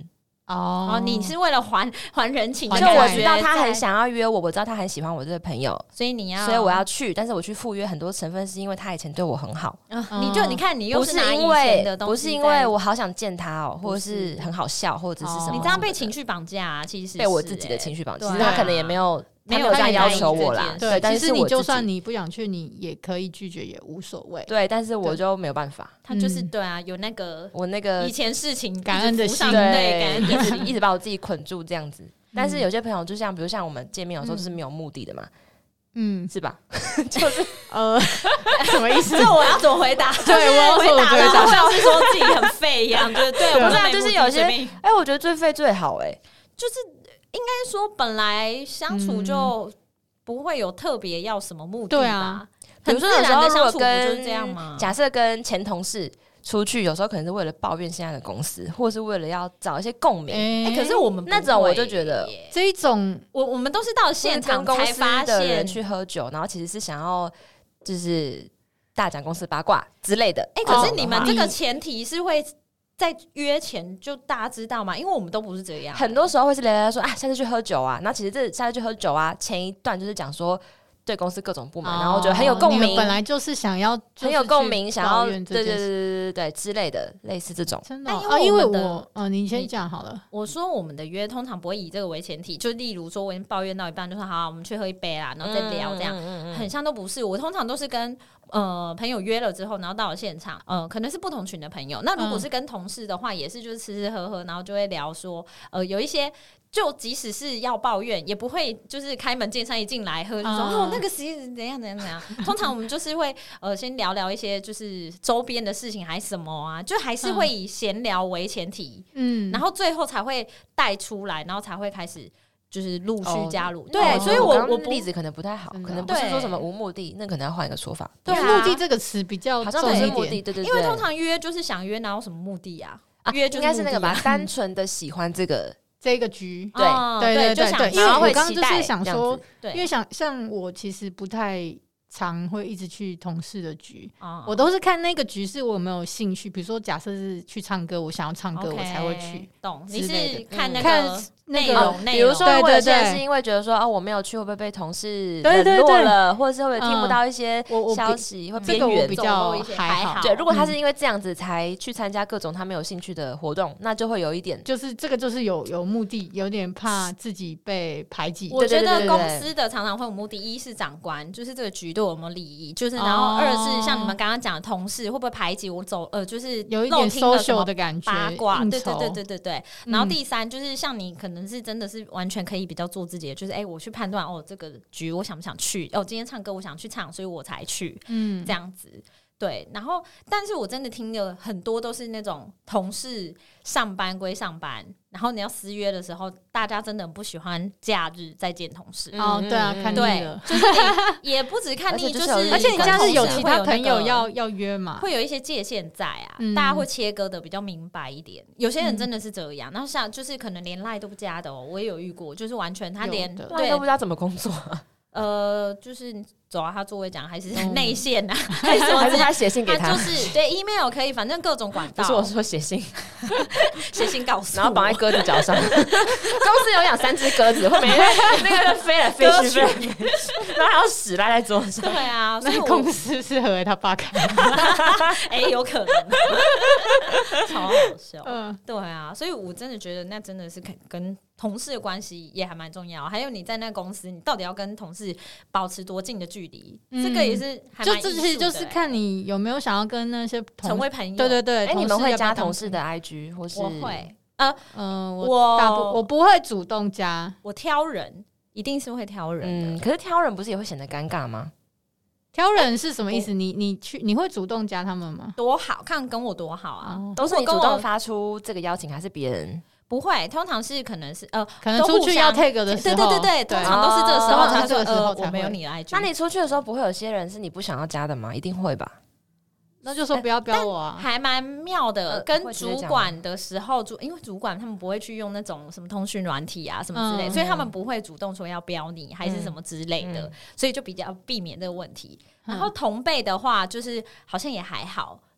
Speaker 2: 哦，你是为了还还人情，
Speaker 1: 就我知道他很想要约我，我知道他很喜欢我这个朋友，
Speaker 2: 所以你要，
Speaker 1: 所以我要去，但是我去赴约很多成分是因为他以前对我很好，
Speaker 2: 嗯、你就你看你又
Speaker 1: 是
Speaker 2: 拿
Speaker 1: 因为
Speaker 2: 的东西，
Speaker 1: 不是因为我好想见他哦，或者是很好笑，或者是什么，
Speaker 2: 你这样被情绪绑架、啊，其实
Speaker 1: 被我自己的情绪绑架，
Speaker 2: 其
Speaker 1: 实他可能也没有。没有这样要求我啦，对，但是
Speaker 3: 你就算你不想去，你也可以拒绝，也无所谓。
Speaker 1: 对，但是我就没有办法。
Speaker 2: 他就是对啊，有那个
Speaker 1: 我那个
Speaker 2: 以前事情
Speaker 3: 感恩的心，
Speaker 2: 对，感恩的
Speaker 1: 心，一直把我自己捆住这样子。但是有些朋友就像，比如像我们见面有时候就是没有目的的嘛，嗯，是吧？就是
Speaker 3: 呃，什么意思？
Speaker 2: 这我要怎么回答？
Speaker 3: 对，我要
Speaker 2: 回答的好像是说自己很废一样，对对，
Speaker 1: 不是，就是有些哎，我觉得最废最好哎，
Speaker 2: 就是。应该说，本来相处就不会有特别要什么目的吧？
Speaker 3: 对啊，
Speaker 1: 比如说有时候如果
Speaker 2: 跟这样吗？
Speaker 1: 假设跟前同事出去，有时候可能是为了抱怨现在的公司，或是为了要找一些共鸣。
Speaker 2: 哎、欸，可是我们
Speaker 1: 那种我就觉得
Speaker 3: 这一种，
Speaker 2: 我我们都是到现场才发现
Speaker 1: 人去喝酒，然后其实是想要就是大讲公司八卦之类的。
Speaker 2: 哎、欸，可是你们这个前提是会。在约前就大家知道嘛，因为我们都不是这样，
Speaker 1: 很多时候会是聊聊说啊，下次去喝酒啊，那其实这下次去喝酒啊，前一段就是讲说对公司各种不满，哦、然后我觉得很有共鸣，
Speaker 3: 本来就是想要
Speaker 1: 很有共鸣，想要对对对对对对之类的，类似这种。
Speaker 3: 真的，啊，因为我，嗯，你先讲好了。
Speaker 2: 我说我们的约通常不会以这个为前提，就例如说我已经抱怨到一半，就说好，我们去喝一杯啦，然后再聊这样，嗯嗯嗯嗯很像都不是。我通常都是跟。呃，朋友约了之后，然后到了现场，呃，可能是不同群的朋友。那如果是跟同事的话，嗯、也是就是吃吃喝喝，然后就会聊说，呃，有一些就即使是要抱怨，也不会就是开门见山一进来喝就说、嗯、哦那个谁怎样怎样怎样。通常我们就是会呃先聊聊一些就是周边的事情还是什么啊，就还是会以闲聊为前提，嗯，然后最后才会带出来，然后才会开始。就是陆续加入，哦、对，所以我我
Speaker 1: 例子可能不太好，可能不是说什么无目的，那可能要换一个说法。
Speaker 3: 对、啊，目的这个词比较
Speaker 1: 好像不是目的，对对对，
Speaker 2: 因为通常约就是想约，哪有什么目的啊？啊约就
Speaker 1: 应该是那个吧，单纯的喜欢这个
Speaker 3: 这个局，
Speaker 1: 对、
Speaker 2: 哦、
Speaker 3: 对对对对，因为我刚刚就是想说，
Speaker 2: 对，
Speaker 3: 因为想像我其实不太。常会一直去同事的局，哦、我都是看那个局是我有没有兴趣。比如说，假设是去唱歌，我想要唱歌，
Speaker 2: okay,
Speaker 3: 我才会去。
Speaker 2: 懂？你是看那
Speaker 3: 个
Speaker 2: 内容，
Speaker 1: 嗯、比如说，我有些人是因为觉得说，哦，我没有去，会不会被同事冷落了，或者是会不会听不到一些消息，会边缘
Speaker 3: 比较还好。
Speaker 1: 对，如果他是因为这样子才去参加各种他没有兴趣的活动，那就会有一点，
Speaker 3: 就是这个就是有有目的，有点怕自己被排挤。
Speaker 2: 我觉得公司的常常会有目的，一是长官，就是这个局对我有没有利益。就是，然后二是像你们刚刚讲的同事会不会排挤我走？呃，就是
Speaker 3: 有一点 social 的感觉，
Speaker 2: 八卦，对对对对对对。然后第三就是像你可能是真的是完全可以比较做自己的，就是哎、欸，我去判断哦，这个局我想不想去？哦，今天唱歌我想去唱，所以我才去，嗯，这样子。对，然后但是我真的听了很多都是那种同事上班归上班，然后你要私约的时候，大家真的很不喜欢假日再见同事。
Speaker 3: 哦，对啊，看腻了，
Speaker 2: 就是你也不止看腻，就是
Speaker 3: 而且你这样是有其他朋友要要约嘛，
Speaker 2: 会有一些界限在啊，嗯、大家会切割的比较明白一点。有些人真的是这样，然后像就是可能连赖都不加的哦，我也有遇过，就是完全他连
Speaker 1: 赖都不知道怎么工作。
Speaker 2: 呃，就是走到他座位讲，还是内线啊，
Speaker 1: 嗯、还是还是他写信给他，
Speaker 2: 他就是对 email 可以，反正各种管道。
Speaker 1: 不是我说写信，
Speaker 2: 写信告诉我，
Speaker 1: 然后绑在鸽子脚上。公司有养三只鸽子，会每天那个飞来飞去，飞来飞去，然后还要屎赖在桌上。
Speaker 2: 对啊，
Speaker 3: 所以公司是何为他爸开的？
Speaker 2: 哎、欸，有可能，超好笑。嗯，对啊，所以我真的觉得那真的是跟同事的关系也还蛮重要，还有你在那个公司，你到底要跟同事保持多近的距离，嗯、这个也是还蛮艺术的。
Speaker 3: 就这些就是看你有没有想要跟那些
Speaker 2: 成为朋友。
Speaker 3: 对对对，
Speaker 1: 哎、欸，你们会加同事的 I G 或是？
Speaker 2: 我会，呃
Speaker 3: 嗯、呃，我大不我不会主动加，
Speaker 2: 我挑人，一定是会挑人的。
Speaker 1: 嗯，可是挑人不是也会显得尴尬吗？
Speaker 3: 挑人是什么意思？你你去你会主动加他们吗？
Speaker 2: 多好看跟我多好啊！
Speaker 1: 哦、都是你主动发出这个邀请，还是别人？
Speaker 2: 不会，通常是可能是呃，
Speaker 3: 可能出去要 take 的时候，
Speaker 2: 对对对对，通常都是这个时候，
Speaker 3: 他这个时候
Speaker 2: 我没有你的 I G。
Speaker 1: 那你出去的时候，不会有些人是你不想要加的吗？一定会吧？
Speaker 3: 那就说不要标我啊，
Speaker 2: 还蛮妙的。跟主管的时候，主因为主管他们不会去用那种什么通讯软体啊什么之类，所以他们不会主动说要标你还是什么之类的，所以就比较避免这个问题。然后同辈的话，就是好像也还好。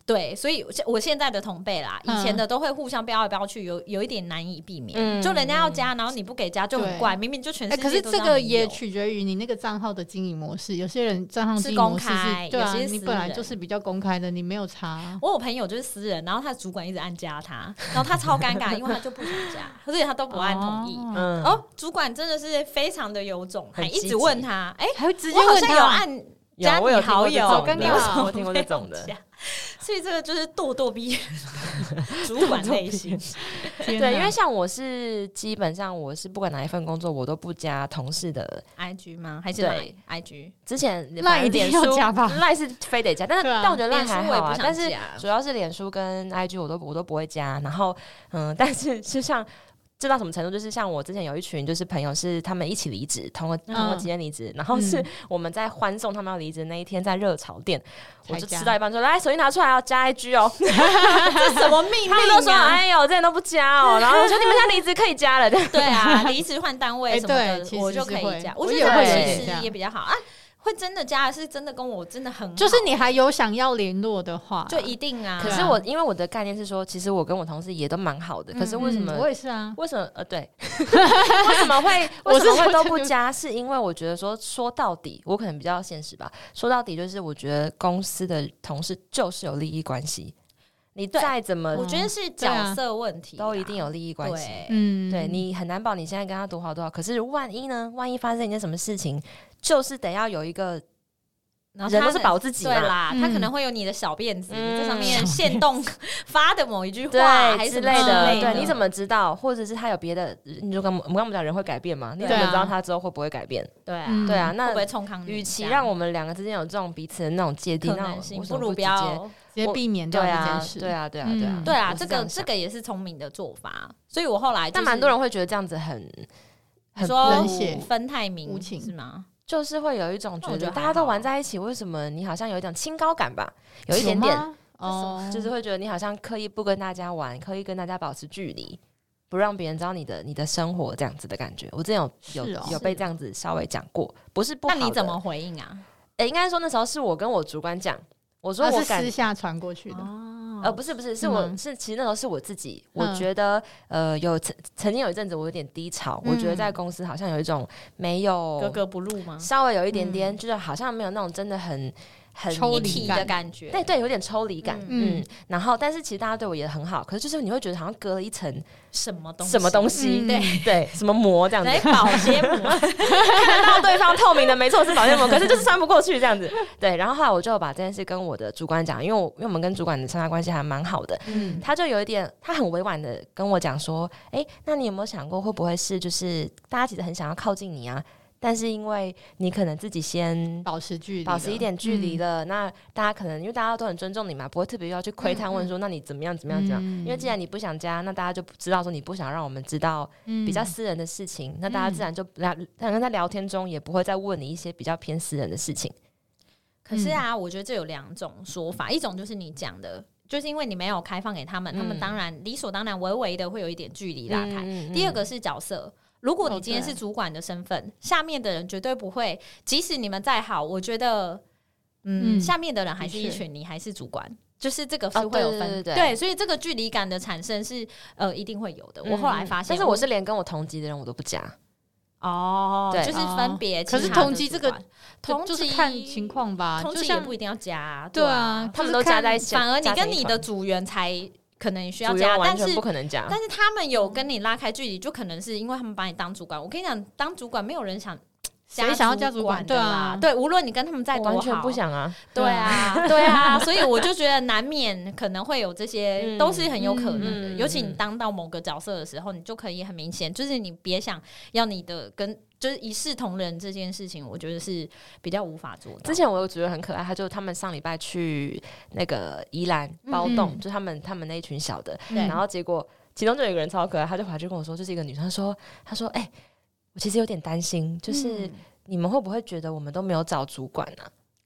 Speaker 2: 对，所以我现在的同辈啦，以前的都会互相标来标去，有有一点难以避免。嗯、就人家要加，然后你不给加就很怪，明明就全世界都、欸、
Speaker 3: 可是这个也取决于你那个账号的经营模式，有些人账号经营模式是公开，对啊，有些你本来就是比较公开的，你没有差。
Speaker 2: 我有朋友就是私人，然后他的主管一直按加他，然后他超尴尬，因为他就不想加，而且他都不按同意。哦，哦主管真的是非常的有种，还一直问他，哎、欸，
Speaker 3: 还会直接问他，
Speaker 2: 我好像有按。加你好友，
Speaker 1: 我跟你好，我听过这种的，
Speaker 2: 所以这个就是咄咄逼人主管类型。
Speaker 1: 对，因为像我是基本上我是不管哪一份工作，我都不加同事的
Speaker 2: I G 吗？还是对 I G？
Speaker 1: 之前
Speaker 3: 赖一定要加吧，
Speaker 1: 赖是非得加，但是、啊、但我觉得赖还好啊。但是主要是脸书跟 I G 我都我都不会加，然后嗯，但是就像。知道什么程度？就是像我之前有一群就是朋友，是他们一起离职，同个同个期间离职，然后是我们在欢送他们要离职那一天，在热炒店，我就吃到一半说：“来，手机拿出来，要加 I G 哦。”这
Speaker 2: 什么命令、啊？
Speaker 1: 他们都说：“哎呦，这人都不加哦。”然后我说：“你们现在离职可以加了。”
Speaker 2: 对啊，离职换单位什么的，欸、我就可以加。我觉得其实也比较好啊。会真的加，是真的跟我真的很好，
Speaker 3: 就是你还有想要联络的话，
Speaker 2: 就一定啊。
Speaker 1: 可是我因为我的概念是说，其实我跟我同事也都蛮好的、嗯，可是为什么、
Speaker 3: 嗯、我也是啊？
Speaker 1: 为什么呃对？为什么会为什么会都不加？是因为我觉得说说到底，我可能比较现实吧。说到底，就是我觉得公司的同事就是有利益关系。你再怎么，
Speaker 2: 我觉得是角色问题、
Speaker 1: 啊，都一定有利益关系。嗯，对你很难保你现在跟他多好多好，可是万一呢？万一发生一件什么事情，就是得要有一个。然后人都是保自己嘛，
Speaker 2: 对啦、嗯，他可能会有你的小辫子、嗯、在上面限动发的某一句话，还是
Speaker 1: 之类的。对，你怎么知道？或者是他有别的？你就跟我们刚刚讲人会改变嘛？你怎么知道他之后会不会改变？
Speaker 2: 对啊，
Speaker 1: 对啊，那
Speaker 2: 会不会冲康？
Speaker 1: 与其让我们两个之间有这种彼此的那种芥蒂，那
Speaker 2: 不如不要
Speaker 3: 直接避免掉这件事。
Speaker 1: 对啊，对啊，对啊，
Speaker 2: 对啊，这个这个也是聪明的做法。所以我后来，
Speaker 1: 但蛮多人会觉得这样子很
Speaker 2: 很冷血、分太明无情是吗？
Speaker 1: 就是会有一种觉得大家都玩在一起，为什么你好像有一种清高感吧？有一点点哦，就是会觉得你好像刻意不跟大家玩，刻意跟大家保持距离，不让别人知道你的你的生活这样子的感觉。我之前有有、哦、有被这样子稍微讲过，不是不好的。
Speaker 2: 那你怎么回应啊？
Speaker 1: 哎、欸，应该说那时候是我跟我主管讲，我说我
Speaker 3: 是私下传过去的。
Speaker 2: 哦
Speaker 1: 呃，不是不是，是我、嗯、是其实那时候是我自己，嗯、我觉得呃有曾曾经有一阵子我有点低潮、嗯，我觉得在公司好像有一种没有
Speaker 2: 格格不入吗？
Speaker 1: 稍微有一点点，嗯、就是好像没有那种真的很很
Speaker 2: 抽离的感觉，
Speaker 1: 对对，有点抽离感，嗯, 嗯。然后，但是其实大家对我也很好，可是就是你会觉得好像隔了一层
Speaker 2: 什么东西，
Speaker 1: 什么东西，
Speaker 2: 嗯、
Speaker 1: 对对，什么膜这样子，
Speaker 2: 保鲜膜，
Speaker 1: 看到对方透明的，没错是保鲜膜，可是就是穿不过去这样子。对，然后后来我就把这件事跟我的主管讲，因为我因为我们跟主管的上下关系还蛮好的，嗯，他就有一点，他很委婉的跟我讲说，哎、欸，那你有没有想过会不会是就是大家其实很想要靠近你啊？但是因为你可能自己先
Speaker 3: 保持距离，
Speaker 1: 保持一点距离了、嗯，那大家可能因为大家都很尊重你嘛，不会特别要去窥探问说、嗯、那你怎么样怎么样怎么样、嗯？因为既然你不想加，那大家就知道说你不想让我们知道比较私人的事情，嗯、那大家自然就聊，可能在聊天中也不会再问你一些比较偏私人的事情。
Speaker 2: 可是啊，嗯、我觉得这有两种说法，一种就是你讲的。就是因为你没有开放给他们、嗯、他们当然理所当然微微的会有一点距离拉开、嗯嗯、第二个是角色，如果你今天是主管的身份、哦、下面的人绝对不会，即使你们再好，我觉得 嗯, 嗯，下面的人还是一群，你还是主管，就是这个是会有分、哦、对, 对, 对, 对, 对，所以这个距离感的产生是呃一定会有的、嗯、我后来发现，
Speaker 1: 但是我是连跟我同级的人我都不加
Speaker 2: 哦，对，就是分别、哦。
Speaker 3: 可是同级这个
Speaker 2: 同级
Speaker 3: 就是看情况吧，
Speaker 2: 同级也不一定要加、啊。
Speaker 3: 对啊，
Speaker 1: 他们都加在一起，
Speaker 2: 反而你跟你的组员才可能需要加，但是
Speaker 1: 不可能加。
Speaker 2: 但是他们有跟你拉开距离，就可能是因为他们把你当主管。我跟你讲，当主管没有人想。
Speaker 3: 谁想要加主管？对啊，
Speaker 2: 对，无论你跟他们再多好，
Speaker 1: 完全不想啊。
Speaker 2: 对啊，对啊，所以我就觉得难免可能会有这些，嗯、都是很有可能的、嗯。尤其你当到某个角色的时候，你就可以很明显，就是你别想要你的跟就是一视同仁这件事情，我觉得是比较无法做到。
Speaker 1: 之前我有觉得很可爱，他就他们上礼拜去那个宜兰包栋，嗯、就他们他们那一群小的，然后结果其中就有一个人超可爱，他就回来就跟我说，就是一个女生说，他说，哎、欸。我其实有点担心，就是你们会不会觉得我们都没有找主管呢、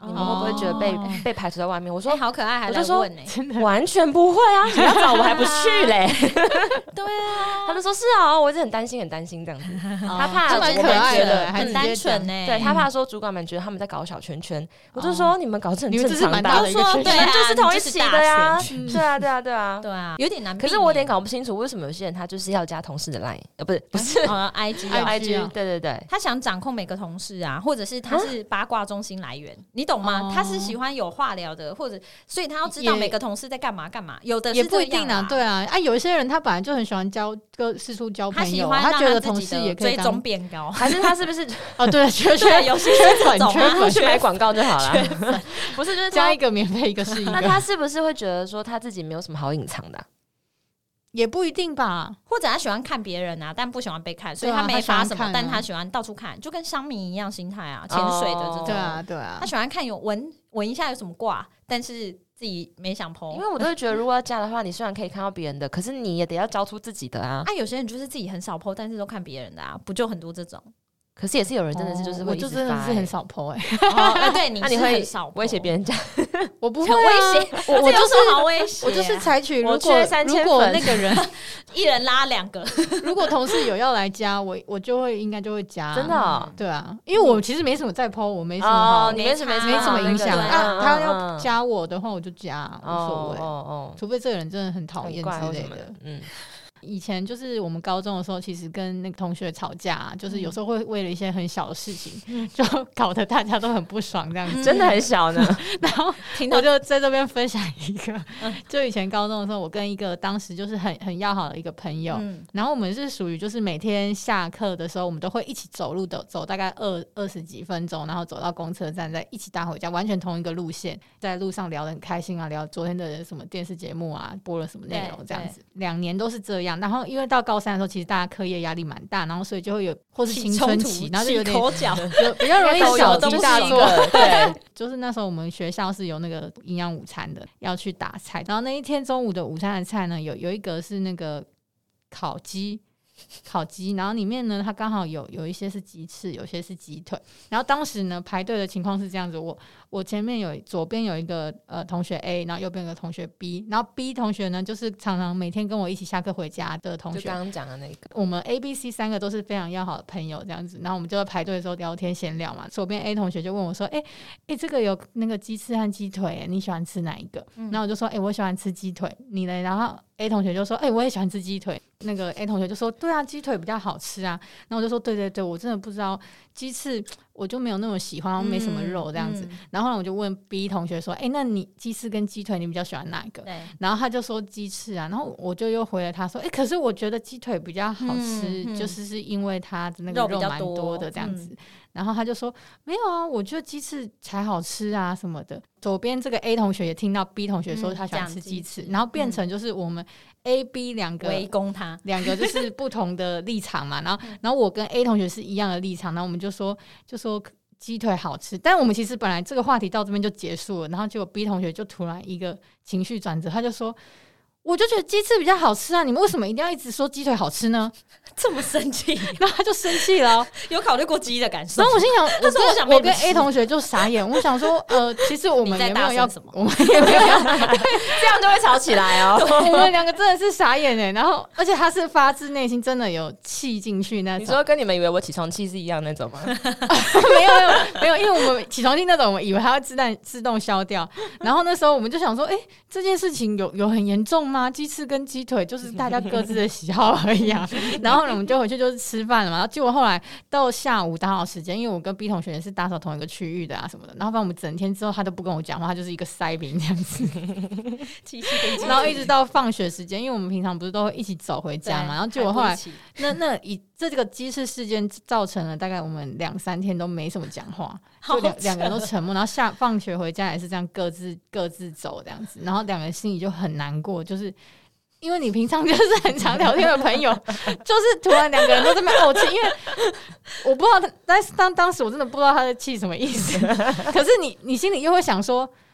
Speaker 1: 你们会不会觉得被、哦、被排除在外面？我说、
Speaker 2: 欸、好可爱，还来问呢、
Speaker 1: 欸，完全不会啊！你要找我还不去嘞。
Speaker 2: 对啊，
Speaker 1: 他就说是啊，我一直很担心，很担心这样子。哦、他怕
Speaker 3: 蛮可爱的，
Speaker 2: 很单纯呢、欸。
Speaker 1: 对他怕说主管们觉得他们在搞小圈圈，我就说你们搞这很正常的，
Speaker 3: 的一个
Speaker 1: 说对、啊，就是同一起的呀。对啊，对啊，对啊，
Speaker 2: 对啊，有点难。
Speaker 1: 可是我有点搞不清楚，为什么有些人他就是要加同事的 line， 呃，不是不是
Speaker 2: 哦 ，I G
Speaker 1: I G， 对对对，
Speaker 2: 他想掌控每个同事啊，或者是他是八卦中心来源，你懂吗？哦、他是喜欢有话聊的，或者所以他要知道每个同事在干嘛干嘛。有的是
Speaker 3: 也不一定啊，对啊，啊，有一些人他本来就很喜欢交个四处交朋友，
Speaker 2: 他喜欢
Speaker 3: 他觉得同事也可以
Speaker 2: 追踪变高，
Speaker 1: 还是他是不是
Speaker 3: 哦？对，缺
Speaker 2: 缺有些
Speaker 3: 缺粉，缺
Speaker 1: 粉，去买广告就好了。不是，就是
Speaker 3: 加一个免费，一个是一个。
Speaker 1: 那他是不是会觉得说他自己没有什么好隐藏的、啊？
Speaker 3: 也不一定吧，
Speaker 2: 或者他喜欢看别人啊，但不喜欢被看，所以他没发什么，啊啊、但他喜欢到处看，就跟乡民一样心态啊，潜水的这种。
Speaker 3: 对啊，对啊，
Speaker 2: 他喜欢看有闻闻一下有什么卦，但是自己没想 po。
Speaker 1: 因为我都会觉得，如果要加的话，你虽然可以看到别人的，可是你也得要交出自己的啊。
Speaker 2: 啊，有些人就是自己很少 po，但是都看别人的啊，不就很多这种？
Speaker 1: 可是也是有人真的是就是会一直发、欸，
Speaker 3: 我就真的是很少 po 哎、
Speaker 2: 欸哦啊，对，你
Speaker 1: 那、啊、你会威胁别人讲？
Speaker 3: 我不会、啊、
Speaker 2: 威胁，
Speaker 3: 我我就是
Speaker 2: 好威胁、啊，
Speaker 3: 我就是采取如果
Speaker 1: 如
Speaker 3: 果那个人
Speaker 2: 一人拉两个，
Speaker 3: 如果同事有要来加我，我就会应该就会加、啊，
Speaker 1: 真的、哦，
Speaker 3: 对啊，因为我其实没什么在 po， 我没什么好，
Speaker 1: 哦、你没什么
Speaker 3: 没什么影响、
Speaker 1: 那個、
Speaker 3: 啊。他要加我的话，我就加，无所谓，
Speaker 1: 哦哦，
Speaker 3: 除非这个人真的很讨厌之类的，嗯。以前就是我们高中的时候，其实跟那个同学吵架、啊，就是有时候会为了一些很小的事情，嗯、就搞得大家都很不爽，这样子、
Speaker 1: 嗯、真的很小呢。
Speaker 3: 然后我就在这边分享一个，就以前高中的时候，我跟一个当时就是很很要好的一个朋友，嗯、然后我们是属于就是每天下课的时候，我们都会一起走路的，走大概二二十几分钟，然后走到公车站，再一起搭回家，完全同一个路线，在路上聊得很开心啊，聊昨天的什么电视节目啊，播了什么内容这样子，两年都是这样。然后因为到高三的时候，其实大家课业压力蛮大，然后所以就会有或是青春期，然后就有点有比较容易小题大做。对，就是那时候我们学校是有那个营养午餐的，要去打菜。然后那一天中午的午餐的菜呢，有有一个是那个烤鸡。烤鸡，然后里面呢，它刚好有有一些是鸡翅，有些是鸡腿。然后当时呢，排队的情况是这样子：我我前面有左边有一个呃同学 A， 然后右边有个同学 B， 然后 B 同学呢，就是常常每天跟我一起下课回家的同学。
Speaker 1: 就刚刚讲的那个，
Speaker 3: 我们 A、B、C 三个都是非常要好的朋友，这样子。然后我们就在排队的时候聊天闲聊嘛。左边 A 同学就问我说：“哎、欸、哎、欸，这个有那个鸡翅和鸡腿，你喜欢吃哪一个？”嗯、然后我就说：“哎、欸，我喜欢吃鸡腿，你嘞？”然后 A 同学就说：“哎、欸，我也喜欢吃鸡腿。”那个 A 同学就说：“对啊，鸡腿比较好吃啊。”然后我就说：“对对对，我真的不知道鸡翅，我就没有那么喜欢，没什么肉这样子。嗯”然后我就问 B 同学说：“哎、欸，那你鸡翅跟鸡腿你比较喜欢哪一个？”然后他就说鸡翅啊。然后我就又回了他说：“哎、欸，可是我觉得鸡腿比较好吃，嗯嗯、就是是因为它的那个肉蛮多的这样子。”然后他就说：“没有啊，我觉得鸡翅才好吃啊什么的。”左边这个 A 同学也听到 B 同学说他喜欢吃鸡翅，嗯、然后变成就是我们 A、B 两个
Speaker 2: 围攻他，
Speaker 3: 两个就是不同的立场嘛。然后，然后我跟 A 同学是一样的立场，然后我们就说就说鸡腿好吃，但我们其实本来这个话题到这边就结束了，然后结果 B 同学就突然一个情绪转折，他就说。我就觉得鸡翅比较好吃啊！你们为什么一定要一直说鸡腿好吃呢？
Speaker 2: 这么生气，
Speaker 3: 然后他就生气了、喔。
Speaker 2: 有考虑过鸡的感受？
Speaker 3: 然后我心想，我跟我想我跟 A 同学就傻眼。我想说，呃，其实我们也没有要
Speaker 2: 什么，
Speaker 3: 我们也没有要，
Speaker 1: 这样就会吵起来哦。
Speaker 3: 我们两个真的是傻眼哎、欸。然后，而且他是发自内心真的有气进去那种。
Speaker 1: 你说跟你们以为我起床气是一样那种吗？
Speaker 3: 没有没有没有，因为我们起床气那种，我们以为它会自动自动消掉。然后那时候我们就想说，哎、欸，这件事情有有很严重吗？鸡翅跟鸡腿就是大家各自的喜好而已啊。然后呢，我们就回去就是吃饭了嘛。然后结果后来到下午打扫时间，因为我跟 B 同学也是打扫同一个区域的啊什么的。然后反正我们整天之后他都不跟我讲话，他就是一个塞饼这样子。然后一直到放学时间，因为我们平常不是都会一起走回家嘛。然后结果后来那那以这个鸡翅事件造成了大概我们两三天都没什么讲话，就两两个人都沉默。然后下放学回家也是这样各自各自走这样子。然后两个人心里就很难过，就是。因为你平常就是很常聊天的朋友，就是突然两个人都这么怄气，因为我不知道他，但是当当时我真的不知道他在气什么意思。可是你你心里又会想说，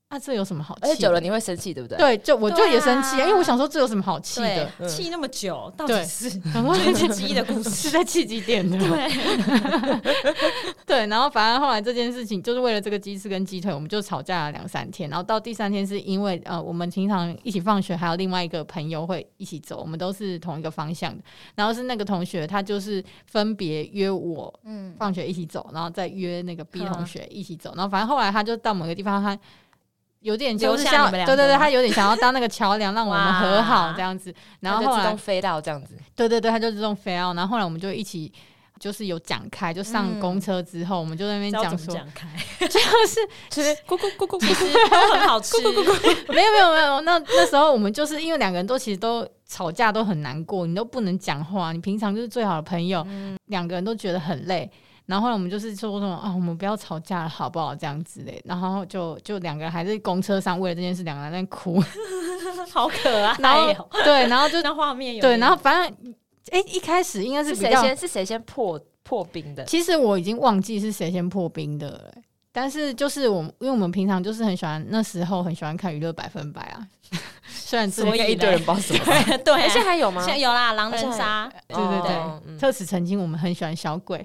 Speaker 3: 啊，这有什么好气的？
Speaker 1: 而且久了你会生气，对不对？
Speaker 3: 对，就我就也生气啊，因为我想说这有什么好气的？
Speaker 2: 气、嗯、那么久，到底是
Speaker 3: 气
Speaker 2: 鸡的故事
Speaker 3: 是在气几点的？对，对，然后反正后来这件事情就是为了这个鸡翅跟鸡腿，我们就吵架了两三天，然后到第三天是因为呃，我们平常一起放学，还有另外一个朋友会一起走，我们都是同一个方向的，然后是那个同学他就是分别约我，嗯，放学一起走，然后再约那个 B 同学一起走，然后反正后来他就到某个地方他。有点就是像对对对，他有点想要当那个桥梁，让我们和好这样子。然后后来
Speaker 1: 自动飞到这样子，
Speaker 3: 对对对，他就自动飞到。然后后来我们就一起就是有讲开，就上公车之后，嗯、我们就在那边讲说，
Speaker 2: 讲开
Speaker 3: 就是
Speaker 2: 其实咕咕咕咕，其实都很好吃。咕咕咕咕
Speaker 3: 没有没有没有，那那时候我们就是因为两个人都其实都吵架都很难过，你都不能讲话，你平常就是最好的朋友，嗯、两个人都觉得很累。然后后来我们就是说什么啊，我们不要吵架了，好不好？这样之类。然后就就两个人还在公车上为了这件事，两个人在哭，
Speaker 2: 好可爱、哦。
Speaker 3: 然后对，然后就
Speaker 2: 那画面有
Speaker 3: 对，然后反正哎，一开始应该是比较
Speaker 1: 是谁先是谁先破破冰的？
Speaker 3: 其实我已经忘记是谁先破冰的了。但是就是我，因为我们平常就是很喜欢，那时候很喜欢看娱乐百分百啊。虽然
Speaker 1: 所以一堆人不知道什么，
Speaker 2: 对，
Speaker 1: 现在还有吗？
Speaker 2: 现在有啦，狼人杀，
Speaker 3: 对对对。哦嗯、特此澄清，我们很喜欢小鬼。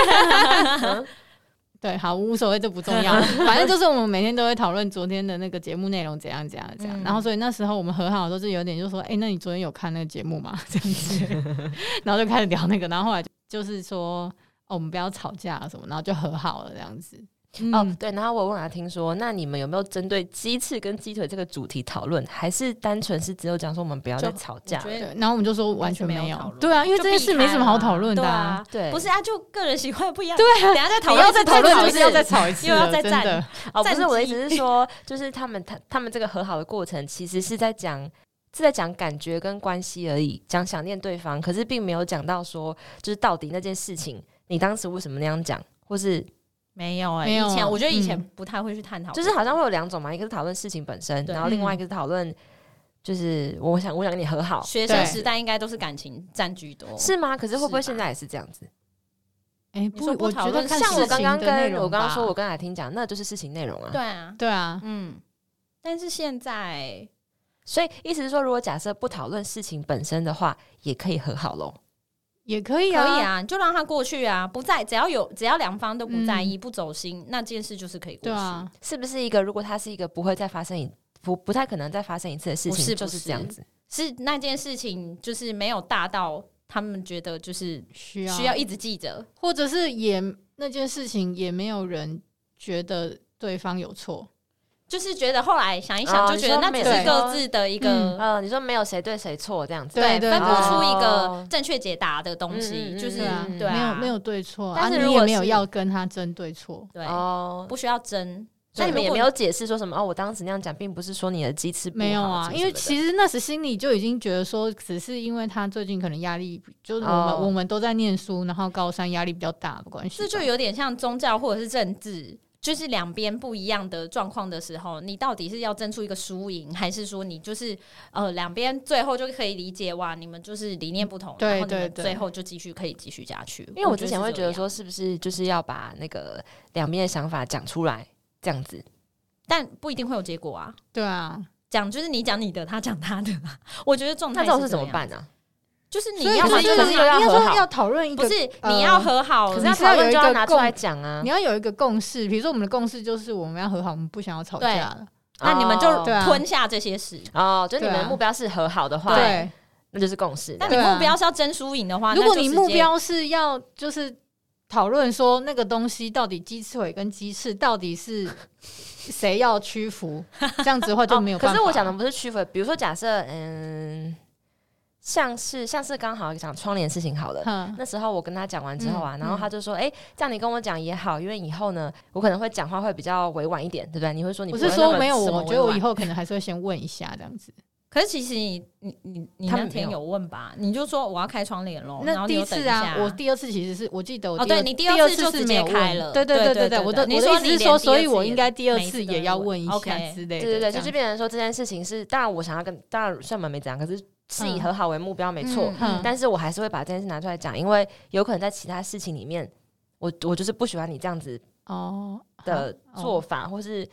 Speaker 3: 对，好，无所谓，这不重要。反正就是我们每天都会讨论昨天的那个节目内容怎样怎样怎样。嗯、然后所以那时候我们和好的时候，就有点就说，哎、欸，那你昨天有看那个节目吗？这样子，然后就开始聊那个，然后后来就是说，哦，我们不要吵架什么，然后就和好了这样子。
Speaker 1: 嗯、哦，对，然后我问他听说，那你们有没有针对鸡翅跟鸡腿这个主题讨论，还是单纯是只有讲说我们不要再吵架？
Speaker 3: 对，然后我们就说完全没有。对啊，因为这件事没什么好讨论的、啊。
Speaker 2: 对，不是啊，就个人习惯不一样。
Speaker 3: 对啊，
Speaker 2: 等一下再讨论，
Speaker 3: 要再讨论就是要再吵一次，
Speaker 2: 又要再战。
Speaker 1: 哦，不是，我的意思是说，就是他们他他们这个和好的过程，其实是在讲是在讲感觉跟关系而已，讲想念对方，可是并没有讲到说，就是到底那件事情，你当时为什么那样讲，或是。
Speaker 2: 没有哎、欸，以前我觉得以前不太会去探讨、嗯，
Speaker 1: 就是好像会有两种嘛，一个是讨论事情本身，然后另外一个是讨论，就是我想我想跟你和好。
Speaker 2: 学生时代应该都是感情占居多，
Speaker 1: 是吗？可是会不会现在也是这样子？
Speaker 3: 哎、欸，不，
Speaker 2: 不
Speaker 3: 我觉得
Speaker 1: 像我刚刚跟我刚刚说，我跟海婷讲，那就是事情内容啊。
Speaker 2: 对啊，
Speaker 3: 对啊，
Speaker 2: 嗯。但是现在，
Speaker 1: 所以意思是说，如果假设不讨论事情本身的话，也可以和好咯。
Speaker 3: 也可以啊，
Speaker 2: 可以啊，就让他过去啊，不在，只要有，只要两方都不在意、嗯、不走心，那件事就是可以过去。
Speaker 3: 啊、
Speaker 1: 是不是一个？如果它是一个不会再发生一不不太可能再发生一次的事情，
Speaker 2: 不是
Speaker 1: 就是这样子。
Speaker 2: 是那件事情就是没有大到他们觉得就是需要需要一直记着，
Speaker 3: 或者是也那件事情也没有人觉得对方有错。
Speaker 2: 就是觉得后来想一想，就觉得那只是各自的一个，
Speaker 1: 嗯、呃，你说没有谁对谁错这样子，
Speaker 2: 对，分不出一个正确解答的东西，嗯、就是、
Speaker 3: 嗯、
Speaker 2: 对、啊，
Speaker 3: 没有没有对错，
Speaker 2: 但是
Speaker 3: 如果、啊、你也没有要跟他争对错，
Speaker 2: 对，哦，不需要争。
Speaker 1: 所以你们也没有解释说什么哦，我当时那样讲，并不是说你的鸡翅不好，
Speaker 3: 没有啊，因为其实那时心里就已经觉得说，只是因为他最近可能压力，就是我们、哦、我们都在念书，然后高三压力比较大的关系，
Speaker 2: 这就有点像宗教或者是政治。就是两边不一样的状况的时候，你到底是要争出一个输赢，还是说你就是呃两边最后就可以理解哇，你们就是理念不同，
Speaker 3: 对对对，
Speaker 2: 然后你们最后就继续可以继续下去。
Speaker 1: 因为我之前会觉得说，是不是就是要把那个两边的想法讲出来，这样子，
Speaker 2: 但不一定会有结果啊。
Speaker 3: 对啊，
Speaker 2: 讲就是你讲你的，他讲他的，我觉得状态是
Speaker 1: 那这种是怎么办啊？
Speaker 2: 就是你要
Speaker 1: 可是可是又要和好，
Speaker 3: 要讨论一个，
Speaker 2: 不是你要和好，
Speaker 1: 可是要讨论就要拿出来讲啊。
Speaker 3: 你要有一个共识，比如说我们的共识就是我们要和好，我们不想要吵架了。
Speaker 2: 那你们就吞下这些事
Speaker 1: 哦。就你们的目标是和好的话，
Speaker 3: 对，
Speaker 1: 那就是共识。
Speaker 2: 但你目标是要争输赢的话，
Speaker 3: 如果你目标是要就是讨论说那个东西到底鸡翅腿跟鸡翅到底是谁要屈服，这样子的话就没有办法。
Speaker 1: 可是我讲的不是屈服，比如说假设嗯。像是像是刚好讲窗帘事情好了，那时候我跟他讲完之后啊，嗯、然后他就说：“哎、欸，这样你跟我讲也好，因为以后呢，我可能会讲话会比较委婉一点，对不对？你会说你不会那么
Speaker 3: 我是说没有，我觉得我以后可能还是会先问一下这样子。
Speaker 2: 可是其实你你你你那天有问吧？你就说我要开窗帘咯。
Speaker 3: 那第一次啊，我第二次其实是我记得我
Speaker 2: 第二、哦、对你第二次就直接开了，
Speaker 3: 对对对对对，我的我的意思是说，所以我应该第二次也要问一下之类的。
Speaker 1: 对对对，就就变成说这件事情是，当然我想要跟，当然虽然我们没这样，可是。是以和好为目标没错、嗯嗯，但是我还是会把这件事拿出来讲，因为有可能在其他事情里面，我我就是不喜欢你这样子的做法，哦、或是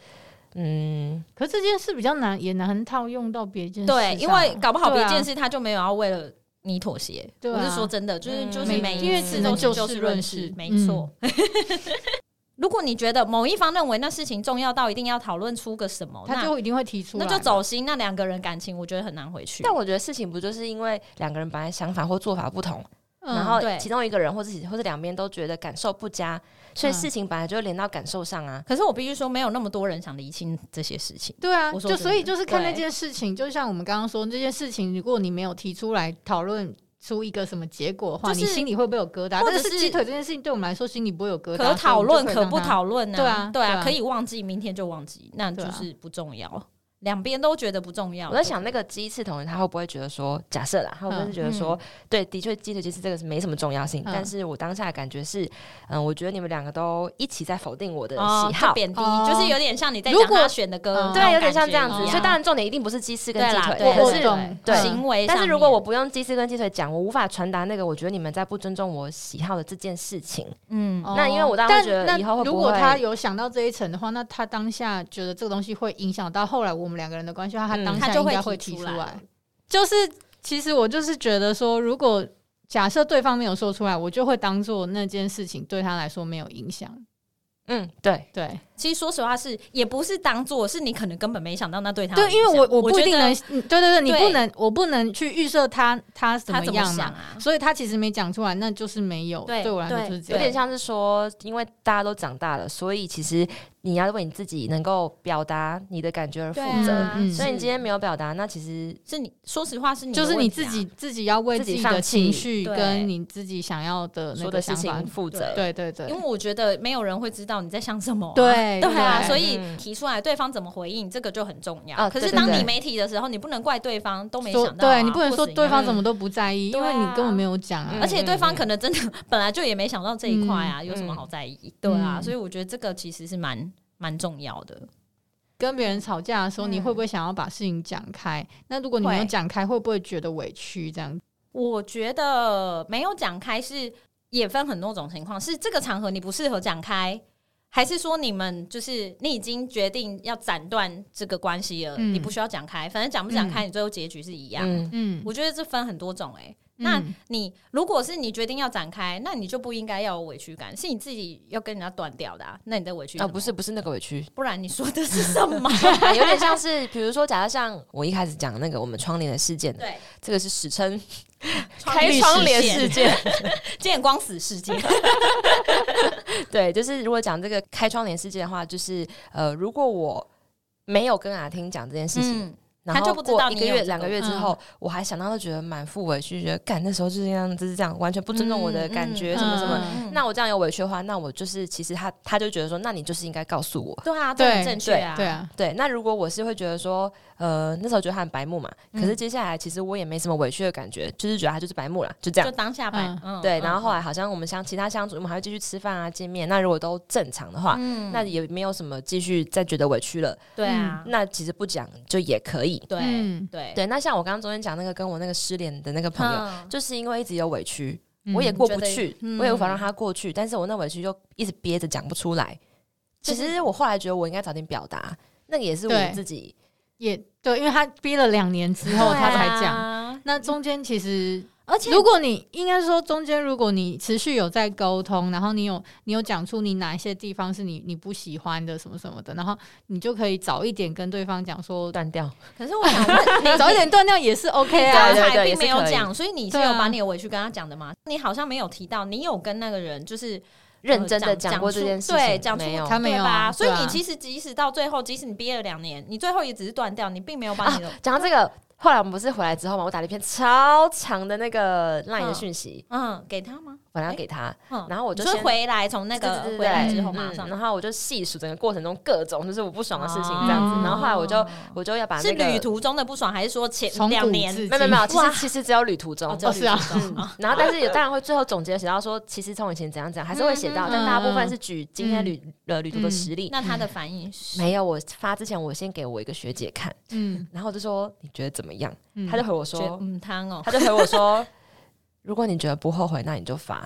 Speaker 1: 嗯，
Speaker 3: 可是这件事比较难，也难套用到别件事。
Speaker 2: 对，因为搞不好别件事他就没有要为了你妥协。对、啊，我是说真的，就是、嗯、就是每一次都就事论事，没错。嗯如果你觉得某一方认为那事情重要到一定要讨论出个什么，
Speaker 3: 他就一定会提出来，
Speaker 2: 那就走心。那两个人感情，我觉得很难回去。
Speaker 1: 但我觉得事情不就是因为两个人本来想法或做法不同，嗯、然后其中一个人或者或者两边都觉得感受不佳，所以事情本来就会连到感受上啊。
Speaker 2: 嗯、可是我必须说，没有那么多人想厘清这些事情。
Speaker 3: 对啊，就所以就是看那件事情，就像我们刚刚说这件事情，如果你没有提出来讨论出一个什么结果的话，就是、你心里会不会有疙瘩？但是鸡腿这件事情对我们来说，心里不会有疙瘩。
Speaker 2: 可讨论可不讨论呢？
Speaker 3: 对啊，
Speaker 2: 对啊，可以忘记，明天就忘记，那就是不重要。两边都觉得不重要。
Speaker 1: 我在想那个鸡翅同仁他会不会觉得说，假设啦，他会不会是觉得说，嗯、对，的确鸡腿鸡翅这个是没什么重要性，嗯、但是我当下的感觉是，嗯，我觉得你们两个都一起在否定我的喜好，
Speaker 2: 贬、哦、低、哦，就是有点像你在讲他选的歌，
Speaker 1: 对、嗯，有点像这样子。所以当然重点一定不是鸡翅跟鸡腿，
Speaker 2: 对
Speaker 1: 可是
Speaker 2: 对
Speaker 1: 对
Speaker 2: 行为。
Speaker 1: 但是如果我不用鸡翅跟鸡腿讲，我无法传达那个我觉得你们在不尊重我喜好的这件事情。嗯，那因为我当然会觉得以后会不会，
Speaker 3: 如果他有想到这一层的话，那他当下觉得这个东西会影响到后来我们两个人的关系。他当下应该会提出来、嗯、就是其实我就是觉得说，如果假设对方没有说出来，我就会当做那件事情对他来说没有影响。
Speaker 1: 嗯，对
Speaker 3: 对，
Speaker 2: 其实说实话是也不是当做，是你可能根本没想到那对他
Speaker 3: 对，因为我我不一定能，对对对，你不能，我不能去预设他他怎么样嘛，啊、所以他其实没讲出来，那就是没有。对，对我来说就是这样，
Speaker 1: 有点像是说，因为大家都长大了，所以其实你要为你自己能够表达你的感觉而负责、啊嗯。所以你今天没有表达，那其实
Speaker 2: 是你说实话是你、啊、
Speaker 3: 就是你自己自己要为自己的情绪跟你自己想要的那个
Speaker 1: 事情负责。
Speaker 3: 对对对，
Speaker 2: 因为我觉得没有人会知道你在想什么、啊。
Speaker 3: 对
Speaker 2: 对啊，所以提出来对方怎么回应，这个就很重要。啊、可是当你没提的时候，你不能怪对方都没想到、啊，
Speaker 3: 对你不能说对方怎么都不在意，因为你根本没有讲啊。
Speaker 2: 而且对方可能真的本来就也没想到这一块啊、嗯，有什么好在意？嗯、对啊，所以我觉得这个其实是蛮蛮重要的。
Speaker 3: 跟别人吵架的时候，你会不会想要把事情讲开、嗯？那如果你没有讲开，会不会觉得委屈？这样？
Speaker 2: 我觉得没有讲开是也分很多种情况，是这个场合你不适合讲开。还是说你们就是你已经决定要斩断这个关系了、嗯，你不需要讲开，反正讲不讲开，你最后结局是一样。嗯，嗯我觉得这分很多种哎、欸嗯。那你如果是你决定要展开，那你就不应该要有委屈感，是你自己要跟人家断掉的、啊。那你的委屈
Speaker 1: 啊、哦，不是不是那个委屈，
Speaker 2: 不然你说的是什么？
Speaker 1: 有点像是，比如说，假设像我一开始讲那个我们窗帘的事件，对，这个是史称开窗帘事件、
Speaker 2: 见光死事件。
Speaker 1: 对，就是如果讲这个开窗帘事件的话，就是呃，如果我没有跟阿听讲这件事情。嗯然后过一个月、两个月之后、嗯，我还想到都觉得满腹委屈，觉得干那时候就是这样，就是这样，完全不尊重我的感觉，嗯、什么什么、嗯。那我这样有委屈的话，那我就是其实他他就觉得说，那你就是应该告诉我。
Speaker 2: 对啊，这很正确啊，
Speaker 3: 对啊，
Speaker 1: 对。那如果我是会觉得说，呃，那时候觉得他很白目嘛，可是接下来其实我也没什么委屈的感觉，嗯、就是觉得他就是白目啦，就这样，
Speaker 2: 就当下白。嗯
Speaker 1: 嗯、对，然后后来好像我们相其他相处，我们还会继续吃饭啊、见面。那如果都正常的话，嗯、那也没有什么继续再觉得委屈了。
Speaker 2: 对啊，
Speaker 1: 那其实不讲就也可以。
Speaker 2: 对。嗯对
Speaker 1: 对，那像我刚刚中间讲那个跟我那个失联的那个朋友、嗯，就是因为一直有委屈，嗯、我也过不去、嗯，我也无法让他过去，但是我那委屈就一直憋着讲不出来。其实我后来觉得我应该早点表达，那个也是我自己
Speaker 3: 也对，因为他憋了两年之后他才讲、啊，那中间其实。而且，如果你应该说中间，如果你持续有在沟通，然后你有你有讲出你哪一些地方是你你不喜欢的什么什么的，然后你就可以早一点跟对方讲说
Speaker 1: 断掉。
Speaker 2: 可是我想问你，
Speaker 3: 早一点断掉也是 OK
Speaker 2: 啊。刚才并没有讲，所以你是有把你的委屈跟他讲的吗？你好像没有提到，你有跟那个人就是
Speaker 1: 认真的讲过这件事情，
Speaker 2: 对，讲出
Speaker 3: 他没有
Speaker 2: 吧？所以你其实即使到最后，即使你憋了两年，你最后也只是断掉，你并没有把你的
Speaker 1: 讲、啊、到这个。后来我们不是回来之后嘛，我打了一篇超长的那个 LINE 的讯息，
Speaker 2: 嗯，嗯给他吗？
Speaker 1: 本来要给他、欸，然后我就
Speaker 2: 先回来从那个回来之后马上，
Speaker 1: 嗯、然后我就细数整个过程中各种就是我不爽的事情这样子，哦、然后后来我就我就要把、那个、
Speaker 2: 是旅途中的不爽，还是说前两年？
Speaker 1: 没有没有，其实其实只有旅途中，
Speaker 2: 哦、是啊、
Speaker 1: 嗯，然后但是也当然会最后总结写到说，其实从以前怎样怎样还是会写到，嗯、但大部分是举今天旅、嗯、呃旅途的实力、
Speaker 2: 嗯。那他的反应是？
Speaker 1: 没有，我发之前我先给我一个学姐看，嗯，然后我就说你觉得怎么样？嗯、他就回我说，
Speaker 2: 嗯汤哦，
Speaker 1: 他就回我说，如果你觉得不后悔，那你就发。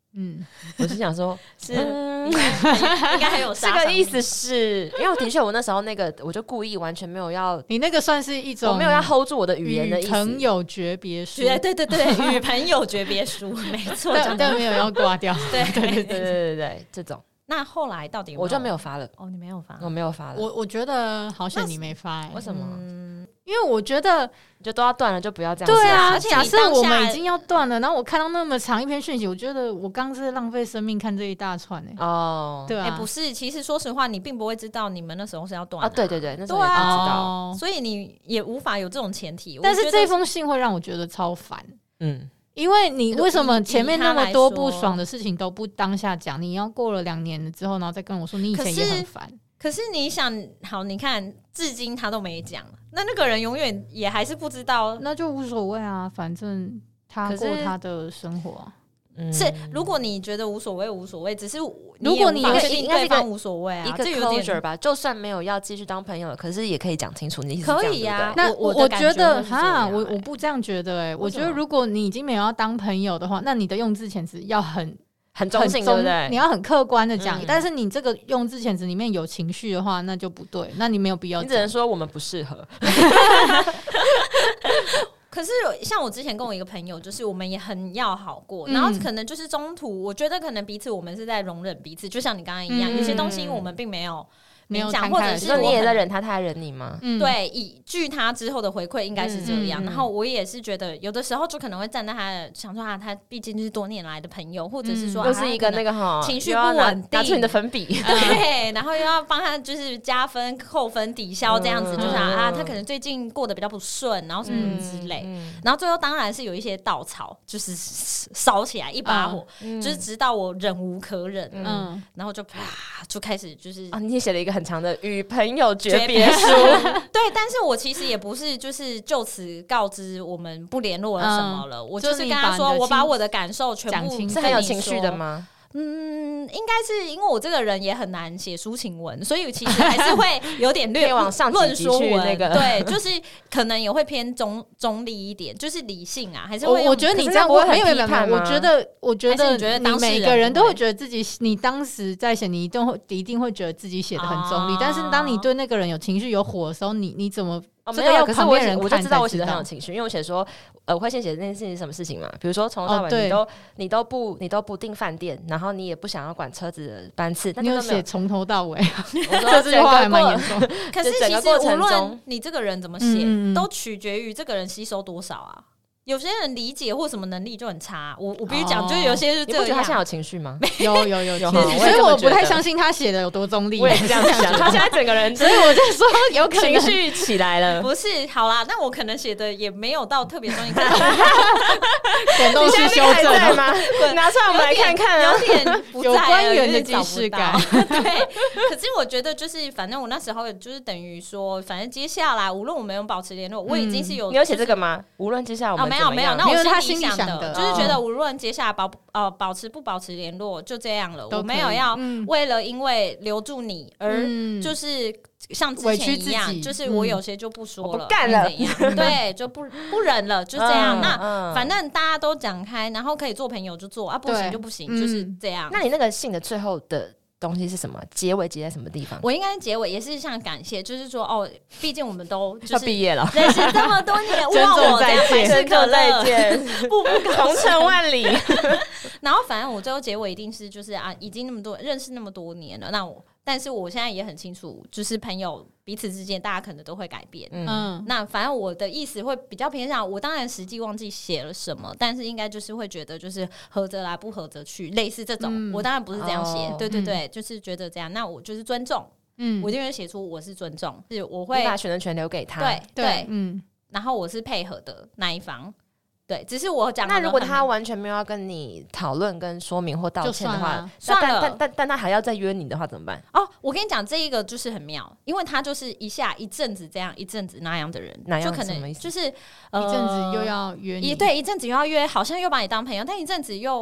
Speaker 1: 嗯，我是想说，
Speaker 2: 是、嗯、应该很有
Speaker 1: 这个意思是，因为我的确我那时候那个，我就故意完全没有要，
Speaker 3: 你那个算是一种
Speaker 1: 我没有要 hold 住我的语言的意思，
Speaker 3: 与朋友诀别书，
Speaker 2: 对对对对，与朋友诀别书，没错，
Speaker 3: 但但没有要挂掉，
Speaker 2: 对
Speaker 1: 对对对对对对，这种。
Speaker 2: 那后来到底有没有
Speaker 1: 我就没有发了。
Speaker 2: 哦，你没有发，
Speaker 1: 我没有发了。
Speaker 3: 我我觉得好险你没发、欸，
Speaker 1: 为什么？
Speaker 3: 嗯，因为我觉得
Speaker 1: 就都要断了，就不要这样。
Speaker 3: 对啊，而且假设我们已经要断了，然后我看到那么长一篇讯息，我觉得我刚是浪费生命看这一大串哎、欸。哦，对啊，
Speaker 2: 哎、欸，不是，其实说实话，你并不会知道你们那时候是要断的、啊。
Speaker 1: 啊，对对对，那时候也不知道、
Speaker 2: 哦，所以你也无法有这种前提。
Speaker 3: 但是这封信会让我觉得超烦，
Speaker 1: 嗯。
Speaker 3: 因为你为什么前面那么多不爽的事情都不当下讲？你要过了两年了之后，然后再跟我说你以前也很烦。
Speaker 2: 可是你想，好，你看至今他都没讲，那那个人永远也还是不知道，
Speaker 3: 那就无所谓啊，反正他过他的生活、啊。
Speaker 2: 是，如果你觉得无所谓，无所谓，只是如果你确定对方无所谓啊，
Speaker 1: 一个 closure 吧，就算没有要继续当朋友，可是也可以讲清楚你是
Speaker 2: 可以呀。
Speaker 3: 那
Speaker 2: 我
Speaker 3: 我觉得哈，我我不这样觉得哎、欸，我觉得如果你已经没有要当朋友的话，那你的用字遣词要很
Speaker 1: 很中性，对不对？
Speaker 3: 你要很客观的讲、嗯，但是你这个用字遣词里面有情绪的话，那就不对，那你没有必要讲，
Speaker 1: 你只能说我们不适合。
Speaker 2: 可是像我之前跟我一个朋友，就是我们也很要好过、嗯，然后可能就是中途，我觉得可能彼此我们是在容忍彼此，就像你刚刚一样、嗯，有些东西我们并没有明讲，或者是
Speaker 1: 你也在忍他，他还忍你吗？
Speaker 2: 嗯、对，以据他之后的回馈应该是这样、嗯。然后我也是觉得，有的时候就可能会站在他的想说啊，他毕竟是多年来的朋友，或者是说，
Speaker 1: 又、嗯啊、是一个那个哈
Speaker 2: 情绪不稳定，
Speaker 1: 拿出你的粉笔，
Speaker 2: 对，然后又要帮他就是加分、扣分、抵消这样子，嗯、就是啊、嗯，他可能最近过得比较不顺，然后什么什么之类、嗯，然后最后当然是有一些稻草，就是烧起来一把火、嗯，就是直到我忍无可忍，嗯，嗯然后就啪就开始就是
Speaker 1: 啊，你也写了一个很长的语。朋友诀别书
Speaker 2: 对，但是我其实也不是就是就此告知我们不联络了什么了、嗯、我就是跟他说我把我的感受全部
Speaker 1: 是很有情绪的吗？
Speaker 2: 嗯，应该是因为我这个人也很难写抒情文，所以其实还是会有点略
Speaker 1: 往上论说文那个，
Speaker 2: 对，就是可能也会偏中中立一点，就是理性啊，还是会。
Speaker 3: 我觉得你这样
Speaker 1: 不会很
Speaker 3: 批
Speaker 1: 判吗？
Speaker 3: 我觉得，我觉得
Speaker 2: 你
Speaker 3: 你每个人都会觉得自己，你当时在写，你一定会一定会觉得自己写的很中立、啊，但是当你对那个人有情绪有火的时候，你你怎么？
Speaker 1: 哦、这个要旁边人看才知道，我就知道我写的很有情绪，因为我写说，呃，我会先写这件事情是什么事情嘛，比如说从头到尾你都、哦、你都不你都不订饭店，然后你也不想要管车子的班次，
Speaker 3: 你有写从头到尾，
Speaker 1: 我说这句话还蛮严重。
Speaker 2: 可是其实无论你这个人怎么写、嗯，都取决于这个人吸收多少啊。有些人理解或什么能力就很差，我我必须讲，就是有些是这样。
Speaker 1: 你不觉得他现在有情绪吗？
Speaker 3: 有有有有，所以我不太相信他写的有多中立。
Speaker 1: 我也这样想，他现在整个人，
Speaker 3: 所以我就说有可能
Speaker 1: 情绪起来了。
Speaker 2: 不是，好啦，那我可能写的也没有到特别中立。
Speaker 3: 点动式修正
Speaker 1: 吗？拿出来我们来看看啊，
Speaker 2: 有点不在
Speaker 3: 有官员的既视感。
Speaker 2: 对，可是我觉得就是，反正我那时候就是等于说，反正接下来无论我们有保持联络，我已经是有。
Speaker 1: 你有写这个吗？无论接下来我们。
Speaker 2: 没有没有，那我
Speaker 3: 心里
Speaker 2: 想
Speaker 3: 的
Speaker 2: 就是觉得无论接下来保呃保持不保持联络就这样了，我没有要为了因为留住你而就是像之前一样，就是我有些就不说了，
Speaker 1: 不干了，
Speaker 2: 对，就不不忍了，就这样。那反正大家都讲开，然后可以做朋友就做啊，不行就不行，就是这样。
Speaker 1: 那你那个信的最后的东西是什么？结尾结在什么地方？
Speaker 2: 我应该结尾也是像感谢，就是说哦，毕竟我们都就是
Speaker 1: 毕业了，
Speaker 2: 认识这么多年，忘我这样百事可乐，步步
Speaker 1: 同城万里。
Speaker 2: 然后反正我最后结尾一定是就是啊，已经那么多认识那么多年了，那我但是我现在也很清楚，就是朋友彼此之间，大家可能都会改变。嗯，那反正我的意思会比较偏向，我当然实际忘记写了什么，但是应该就是会觉得就是合则来，不合则去，类似这种。嗯、我当然不是这样写、哦，对对对、嗯，就是觉得这样。那我就是尊重，嗯，我一定会写出我是尊重，是我会
Speaker 1: 把选择权留给他，
Speaker 2: 对对，嗯，然后我是配合的那一方。对，只是我讲。
Speaker 1: 那如果他完全没有要跟你讨论、跟说明或道歉的话，
Speaker 2: 算了。
Speaker 1: 但但但但他还要再约你的话怎么办？
Speaker 2: 哦，我跟你讲，这一个就是很妙，因为他就是一下一阵子这样，一阵子那样的人，就可能就是
Speaker 3: 呃一阵子又要约你，
Speaker 2: 对，一阵子又要约，好像又把你当朋友，但一阵子又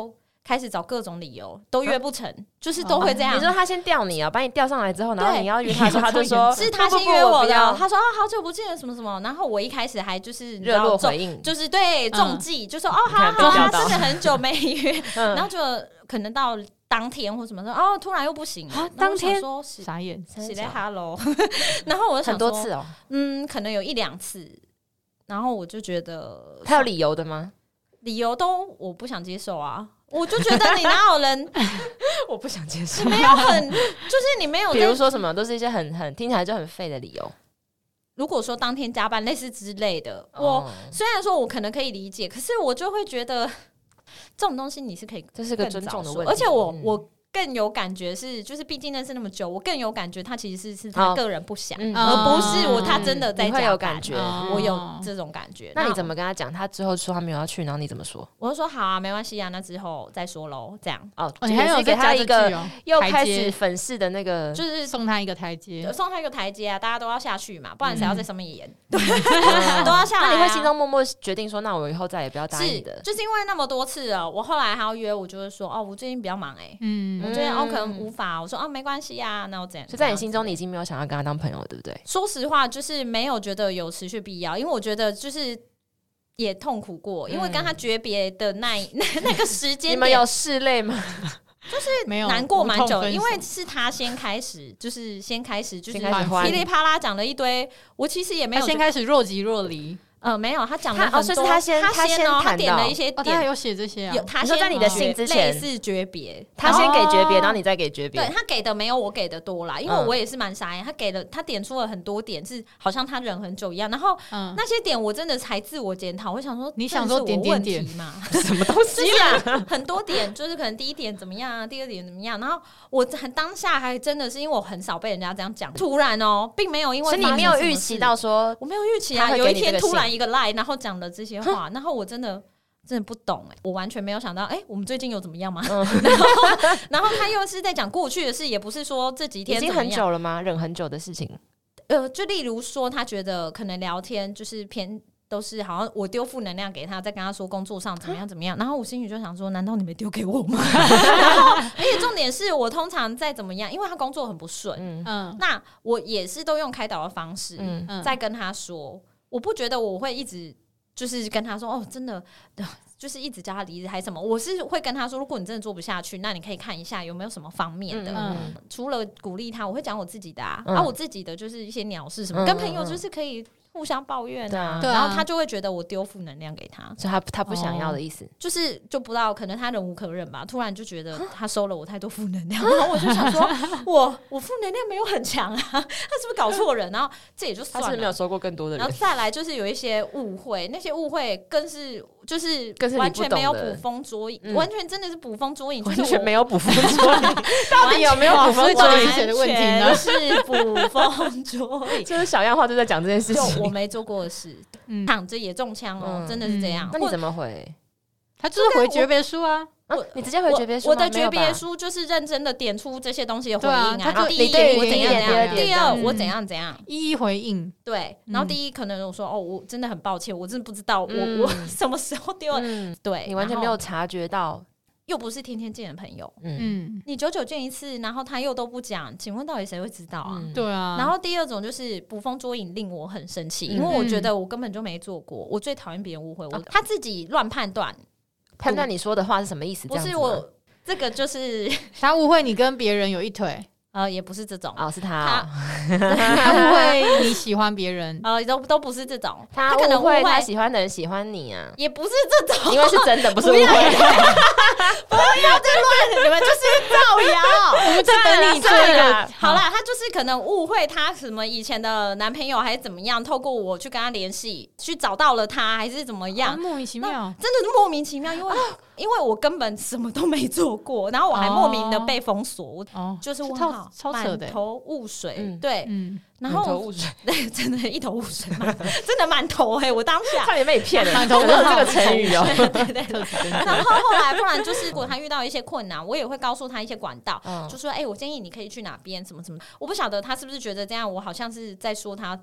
Speaker 2: 开始找各种理由，都约不成，就是都会这样。
Speaker 1: 你说他先钓你啊，把你钓上来之后，然后你要约他的时候，他就说
Speaker 2: 是他先约我的，他说啊好久不见了什么什么，然后我一开始还就是
Speaker 1: 热络回应，
Speaker 2: 就是对中计，就说哦好好啊，真的很久没约，然后就可能到当天或什么说哦，突然又不行了，
Speaker 3: 当天
Speaker 2: 说
Speaker 3: 傻眼，
Speaker 2: 洗嘞 hello， 然后我就想
Speaker 1: 很多次哦，
Speaker 2: 嗯，可能有一两次，然后我就觉得
Speaker 1: 他有理由的吗？
Speaker 2: 理由都我不想接受啊。我就觉得你哪有人
Speaker 1: 我不想接受，
Speaker 2: 你没有很就是你没有，
Speaker 1: 比如说什么都是一些很很听起来就很废的理由。
Speaker 2: 如果说当天加班类似之类的，哦、我虽然说我可能可以理解，可是我就会觉得这种东西你是可以，
Speaker 1: 这是个尊重的问题。
Speaker 2: 而且我、嗯、我更有感觉是，就是毕竟认识那么久，我更有感觉他其实是是他个人不想，哦、而不是我他真的在加班。
Speaker 1: 你会有感觉，
Speaker 2: 我有这种感觉。
Speaker 1: 那你怎么跟他讲？他之后说他没有要去，然后你怎么说？
Speaker 2: 我就说好啊，没关系啊，那之后再说喽。这样
Speaker 1: 哦，
Speaker 3: 你还有
Speaker 1: 给他一个又开
Speaker 3: 始
Speaker 1: 始粉饰的那个，
Speaker 2: 就是
Speaker 3: 送他一个台阶，
Speaker 2: 送他一个台阶啊！大家都要下去嘛，不然谁要在上面演？对，都要下来。
Speaker 1: 那你会心中默默决定说，那我以后再也不要答应的。
Speaker 2: 就是因为那么多次了，我后来还要约，我就会说哦，我最近比较忙哎，嗯，我最近哦可能无法。我说啊，没关系啊，那我怎样？
Speaker 1: 所以在你心中，你已经没有想要跟他当朋友了，对不对？
Speaker 2: 说实话，就是没有觉得有持续必要，因为我觉得就是也痛苦过，因为跟他诀别的那那那个时间点，
Speaker 1: 你们有拭泪吗？
Speaker 2: 就是难过蛮久的，因为是他先开始，就是先开始，就是噼里啪啦讲了一堆，我其实也没有
Speaker 3: 先开始若即若离。
Speaker 2: 呃，没有，他讲了很多，
Speaker 1: 哦，所以是他先，
Speaker 2: 他
Speaker 1: 先
Speaker 2: 哦，他点了一些点，
Speaker 3: 他有写这些啊。
Speaker 2: 有，他
Speaker 1: 说在你的信之前，
Speaker 2: 类似诀别，
Speaker 1: 他先给诀别，然后你再给诀别。
Speaker 2: 对，他给的没有我给的多啦，因为我也是蛮傻眼，他给了，他点出了很多点，是好像他忍很久一样。然后那些点我真的才自我检讨，我想说，
Speaker 3: 你想说点点点
Speaker 2: 嘛？
Speaker 1: 什么东西啦？
Speaker 2: 很多点就是可能第一点怎么样啊，第二点怎么样？然后我很当下还真的是因为我很少被人家这样讲，突然哦，并没有因为，
Speaker 1: 所以你没有预期到说，
Speaker 2: 我没有预期啊，有一天突然一个 line， 然后讲。讲的这些话，然后我真的真的不懂哎、欸，我完全没有想到哎、欸，我们最近有怎么样吗？嗯、然后然后他又是在讲过去的事，也不是说这几天
Speaker 1: 已经很久了吗？忍很久的事情。
Speaker 2: 呃，就例如说，他觉得可能聊天就是偏都是好像我丢负能量给他，再跟他说工作上怎么样怎么样，然后我心里就想说，难道你没丢给我吗？然后而且重点是我通常再怎么样，因为他工作很不顺，嗯，那我也是都用开导的方式，嗯，再跟他说，我不觉得我会一直。就是跟他说哦，真的，就是一直叫他离职还是什么？我是会跟他说，如果你真的做不下去，那你可以看一下有没有什么方面的。嗯、除了鼓励他，我会讲我自己的啊，嗯、啊，我自己的就是一些鸟事什么，嗯、跟朋友就是可以互相抱怨啊，
Speaker 3: 对啊，
Speaker 2: 然后他就会觉得我丢负能量给他，
Speaker 1: 所以他他不想要的意思，哦、
Speaker 2: 就是就不知道，可能他忍无可忍吧，突然就觉得他收了我太多负能量，然后我就想说，我我负能量没有很强啊，他是不是搞错人？然后这也就算了，
Speaker 1: 他是没有收过更多的人，
Speaker 2: 然后再来就是有一些误会，那些误会更是就是完全没有捕风捉影，完全真的是捕风捉影，
Speaker 1: 完全没有捕风捉影，到底有没有捕风捉影
Speaker 2: 的问题呢？是捕风捉影，
Speaker 1: 就是小样话就在讲这件事情，
Speaker 2: 我没做过的事，躺着也中枪哦，真的是这样。
Speaker 1: 那你怎么回？
Speaker 3: 他就是回诀别书啊。
Speaker 2: 我
Speaker 1: 你直接回诀别书，
Speaker 2: 我的诀别书就是认真的点出这些东西的回应啊。
Speaker 3: 他就
Speaker 2: 第一
Speaker 3: 点
Speaker 2: 我怎样怎样，第二
Speaker 3: 嗯
Speaker 2: 我怎样怎样，
Speaker 3: 一一回应。
Speaker 2: 对，然后第一可能我说哦，我真的很抱歉，我真的不知道我我什么时候丢了。对，
Speaker 1: 你完全没有察觉到，
Speaker 2: 又不是天天见的朋友。嗯，你久久见一次，然后他又都不讲，请问到底谁会知道啊？
Speaker 3: 对啊。
Speaker 2: 然后第二种就是捕风捉影，令我很生气，因为我觉得我根本就没做过，我最讨厌别人误会我，他自己乱判断。
Speaker 1: 判断你说的话是什么意思？
Speaker 2: 不是我。这个就是
Speaker 3: 他误会你跟别人有一腿，
Speaker 2: 呃，也不是这种
Speaker 1: 哦，是他，
Speaker 3: 他误会你喜欢别人，
Speaker 2: 呃，都都不是这种，
Speaker 1: 他可能误会他喜欢的人喜欢你啊，
Speaker 2: 也不是这种，
Speaker 1: 因为是真的，不是误会，不要
Speaker 2: 再乱，你们就是造谣，
Speaker 3: 我们在等你这个。
Speaker 2: 好啦，他就是可能误会他什么以前的男朋友还是怎么样，透过我去跟他联系，去找到了他，还是怎么样，
Speaker 3: 啊、莫名其妙，
Speaker 2: 真的是莫名其妙，因为。因为我根本什么都没做过，然后我还莫名的被封锁，哦、就是问号，
Speaker 3: 超扯的，
Speaker 2: 满头雾水，嗯、对，嗯，然后
Speaker 1: 满头雾水，
Speaker 2: 对，真的，一头雾水，真的满头哎、欸，我当下
Speaker 1: 差点被你骗了，满头雾水这个成语哦，
Speaker 2: 对对对。然后后来，不然就是如果他遇到一些困难，我也会告诉他一些管道，嗯、就说，哎、欸，我建议你可以去哪边，什么什么。我不晓得他是不是觉得这样，我好像是在说他。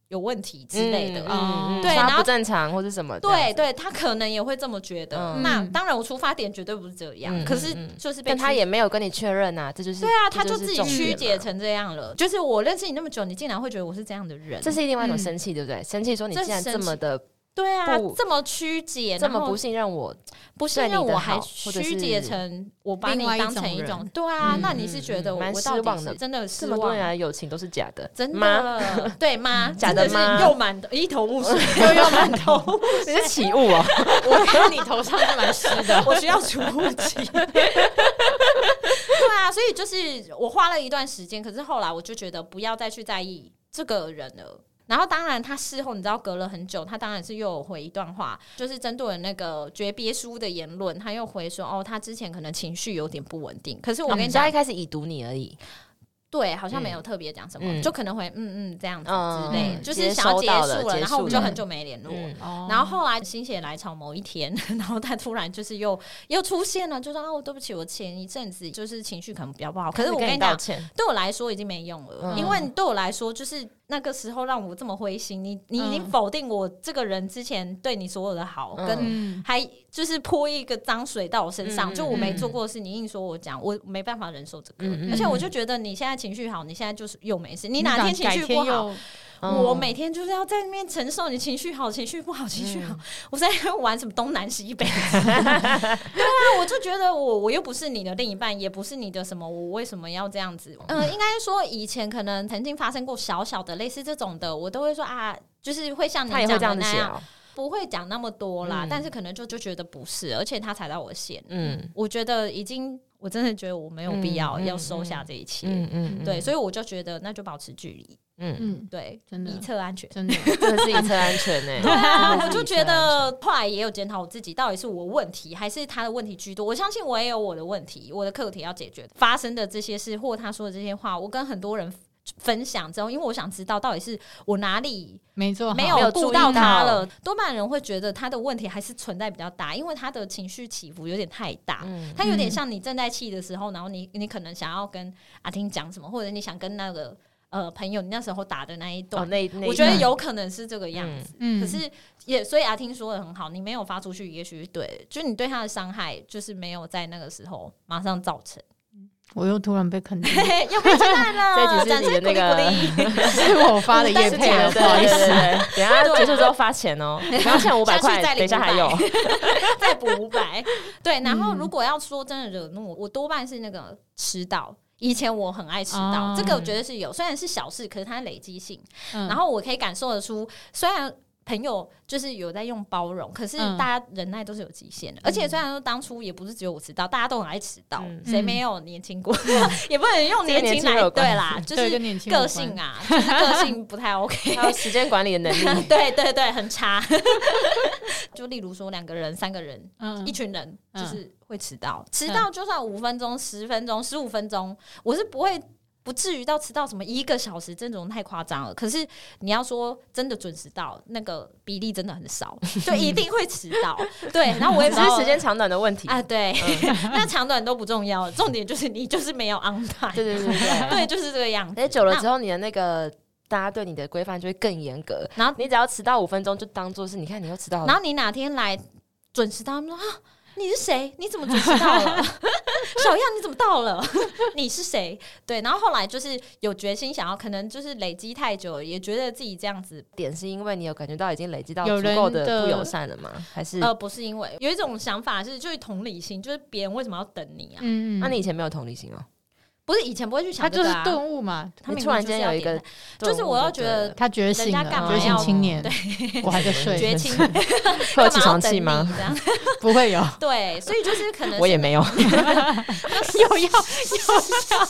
Speaker 2: 有问题之类的，
Speaker 1: 嗯嗯、对，然后不正常或是什么，
Speaker 2: 对对，他可能也会这么觉得。嗯、那当然，我出发点绝对不是这样，嗯、可是就是被，
Speaker 1: 但他也没有跟你确认啊，这就是
Speaker 2: 对啊，他就自己曲解成这样了。就是我认识你那么久，你竟然会觉得我是这样的人，
Speaker 1: 这是另外一种生气，嗯、对不对？生气说你竟然这么的。
Speaker 2: 对啊，这么曲解，
Speaker 1: 这么不信任我，
Speaker 2: 不信任我还曲解成我把你当成一种，对啊，嗯、那你是觉得我
Speaker 1: 蛮失望的，
Speaker 2: 真的失
Speaker 1: 望，这么多年来友情都是假的，
Speaker 2: 真的，对吗？
Speaker 1: 假的吗？
Speaker 2: 又满一头雾水，又要满头雾水，
Speaker 1: 你是起雾哦，
Speaker 3: 我看你头上是蛮湿的，
Speaker 2: 我需要除雾剂。对啊，所以就是我花了一段时间，可是后来我就觉得不要再去在意这个人了。然后当然他事后你知道隔了很久，他当然是又有回一段话，就是针对那个诀别书的言论，他又回说哦，他之前可能情绪有点不稳定，可是我跟你讲，
Speaker 1: 他一开始已读你而已。
Speaker 2: 对，好像没有特别讲什么，
Speaker 1: 嗯、
Speaker 2: 就可能会嗯嗯这样子之类，
Speaker 1: 嗯、
Speaker 2: 就是想要结束了，
Speaker 1: 了
Speaker 2: 然后我们就很久没联络。
Speaker 1: 嗯、
Speaker 2: 然后后来心血来潮某一天，然后他突然就是又又出现了，就说啊，我对不起，我前一阵子就是情绪可能比较不好，可是我跟你讲，对我来说已经没用了，嗯、因为对我来说就是那个时候让我这么灰心，你你已经否定我这个人之前对你所有的好，嗯、跟还就是泼一个脏水到我身上，嗯、就我没做过的事，你硬说我讲，我没办法忍受这个，嗯、而且我就觉得你现在情绪好，你现在就是又没事，你哪天情绪不好，我每天就是要在那边承受你情绪好，情绪不好，情绪好，嗯、我在玩什么东南西北？对啊，我就觉得我我又不是你的另一半，也不是你的什么，我为什么要这样子？嗯、呃，应该说以前可能曾经发生过小小的类似这种的，我都会说啊，就是会像你讲的那样。不会讲那么多啦，嗯、但是可能就就觉得不是，而且他踩到我的线，嗯，我觉得已经，我真的觉得我没有必要要收下这一切，嗯嗯，对，所以我就觉得那就保持距离，嗯嗯，对，真的以策安全，
Speaker 3: 真的
Speaker 1: 真的是以策安全呢。
Speaker 2: 对啊，我就觉得后来也有检讨我自己，到底是我问题还是他的问题居多。我相信我也有我的问题，我的课题要解决。发生的这些事或他说的这些话，我跟很多人分享之后，因为我想知道到底是我哪里
Speaker 3: 没做
Speaker 2: 没有顾到他了。多半人会觉得他的问题还是存在比较大，因为他的情绪起伏有点太大，嗯、他有点像你正在气的时候，然后你你可能想要跟阿婷讲什么，或者你想跟那个呃朋友你那时候打的那一段，哦、那那我觉得有可能是这个样子。嗯、可是也所以阿婷说的很好，你没有发出去，也许对，就你对他的伤害就是没有在那个时候马上造成。
Speaker 3: 我又突然被肯定，
Speaker 2: 又被称赞了。
Speaker 1: 这集是你的那个，
Speaker 3: 是我发的业配了，不好意思。
Speaker 1: 等一下结束之后发钱哦，然后欠五百块，等一下还有，
Speaker 2: 再补五百。对，然后如果要说真的惹怒我，我多半是那个迟到。以前我很爱迟到，哦、这个我觉得是有，虽然是小事，可是它累积性。嗯、然后我可以感受得出，虽然朋友就是有在用包容，可是大家忍耐都是有极限的。嗯、而且虽然说当初也不是只有我迟到，大家都很爱迟到，谁、嗯、没有年轻过？嗯、也不能用年轻来对啦，就是个性啊，就是个性不太 OK，
Speaker 1: 还有时间管理的能力，
Speaker 2: 对对对，很差。就例如说两个人、三个人、嗯、一群人，就是会迟到，迟到就算五分钟、十分钟、十五分钟，我是不会。不至于到迟到什么一个小时，这种太夸张了。可是你要说真的准时到，那个比例真的很少，就一定会迟到。对，然后我也
Speaker 1: 只是时间长短的问题
Speaker 2: 啊。对，嗯、那长短都不重要，重点就是你就是没有 on time。
Speaker 1: 对对对对，
Speaker 2: 对，就是这个样子。
Speaker 1: 而且久了之后，你的那个大家对你的规范就会更严格。然后你只要迟到五分钟，就当做是你看你又迟到了。
Speaker 2: 然后你哪天来准时到，他们说啊。你是谁？你怎么准时到了？小样，你怎么到了？你是谁？对，然后后来就是有决心想要，可能就是累积太久，也觉得自己这样子
Speaker 1: 点是因为你有感觉到已经累积到足够的不友善了吗？还是
Speaker 2: 呃不是因为有一种想法是就是同理心，就是别人为什么要等你啊？
Speaker 3: 嗯，
Speaker 1: 那你以前没有同理心哦？
Speaker 2: 不是以前不会去想、
Speaker 3: 这个啊，他就是顿悟嘛。
Speaker 2: 他
Speaker 1: 突然间有一个，
Speaker 2: 就是我要觉得
Speaker 3: 他觉醒了，
Speaker 2: 干嘛
Speaker 3: 觉醒青年。
Speaker 2: 对，
Speaker 3: 我还在睡，
Speaker 2: 觉醒
Speaker 1: 会有起床气吗？
Speaker 2: 这样
Speaker 3: 不会有。
Speaker 2: 对，所以就是可能
Speaker 1: 我也没有，
Speaker 2: 又要又要。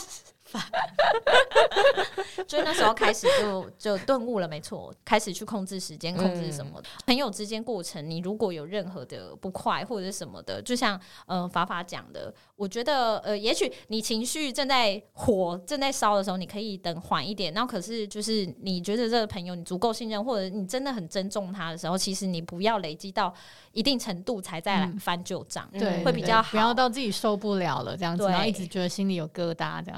Speaker 2: 所以那时候开始就就顿悟了，没错，开始去控制时间，控制什么的。嗯、朋友之间过程，你如果有任何的不快或者是什么的，就像呃法法讲的，我觉得呃，也许你情绪正在火正在烧的时候，你可以等缓一点。然后可是就是你觉得这个朋友你足够信任，或者你真的很珍重他的时候，其实你不要累积到一定程度才再来翻旧账，
Speaker 3: 对、嗯，
Speaker 2: 会比较好。
Speaker 3: 不要到自己受不了了这样子，然后一直觉得心里有疙瘩这样子。
Speaker 2: 对，因为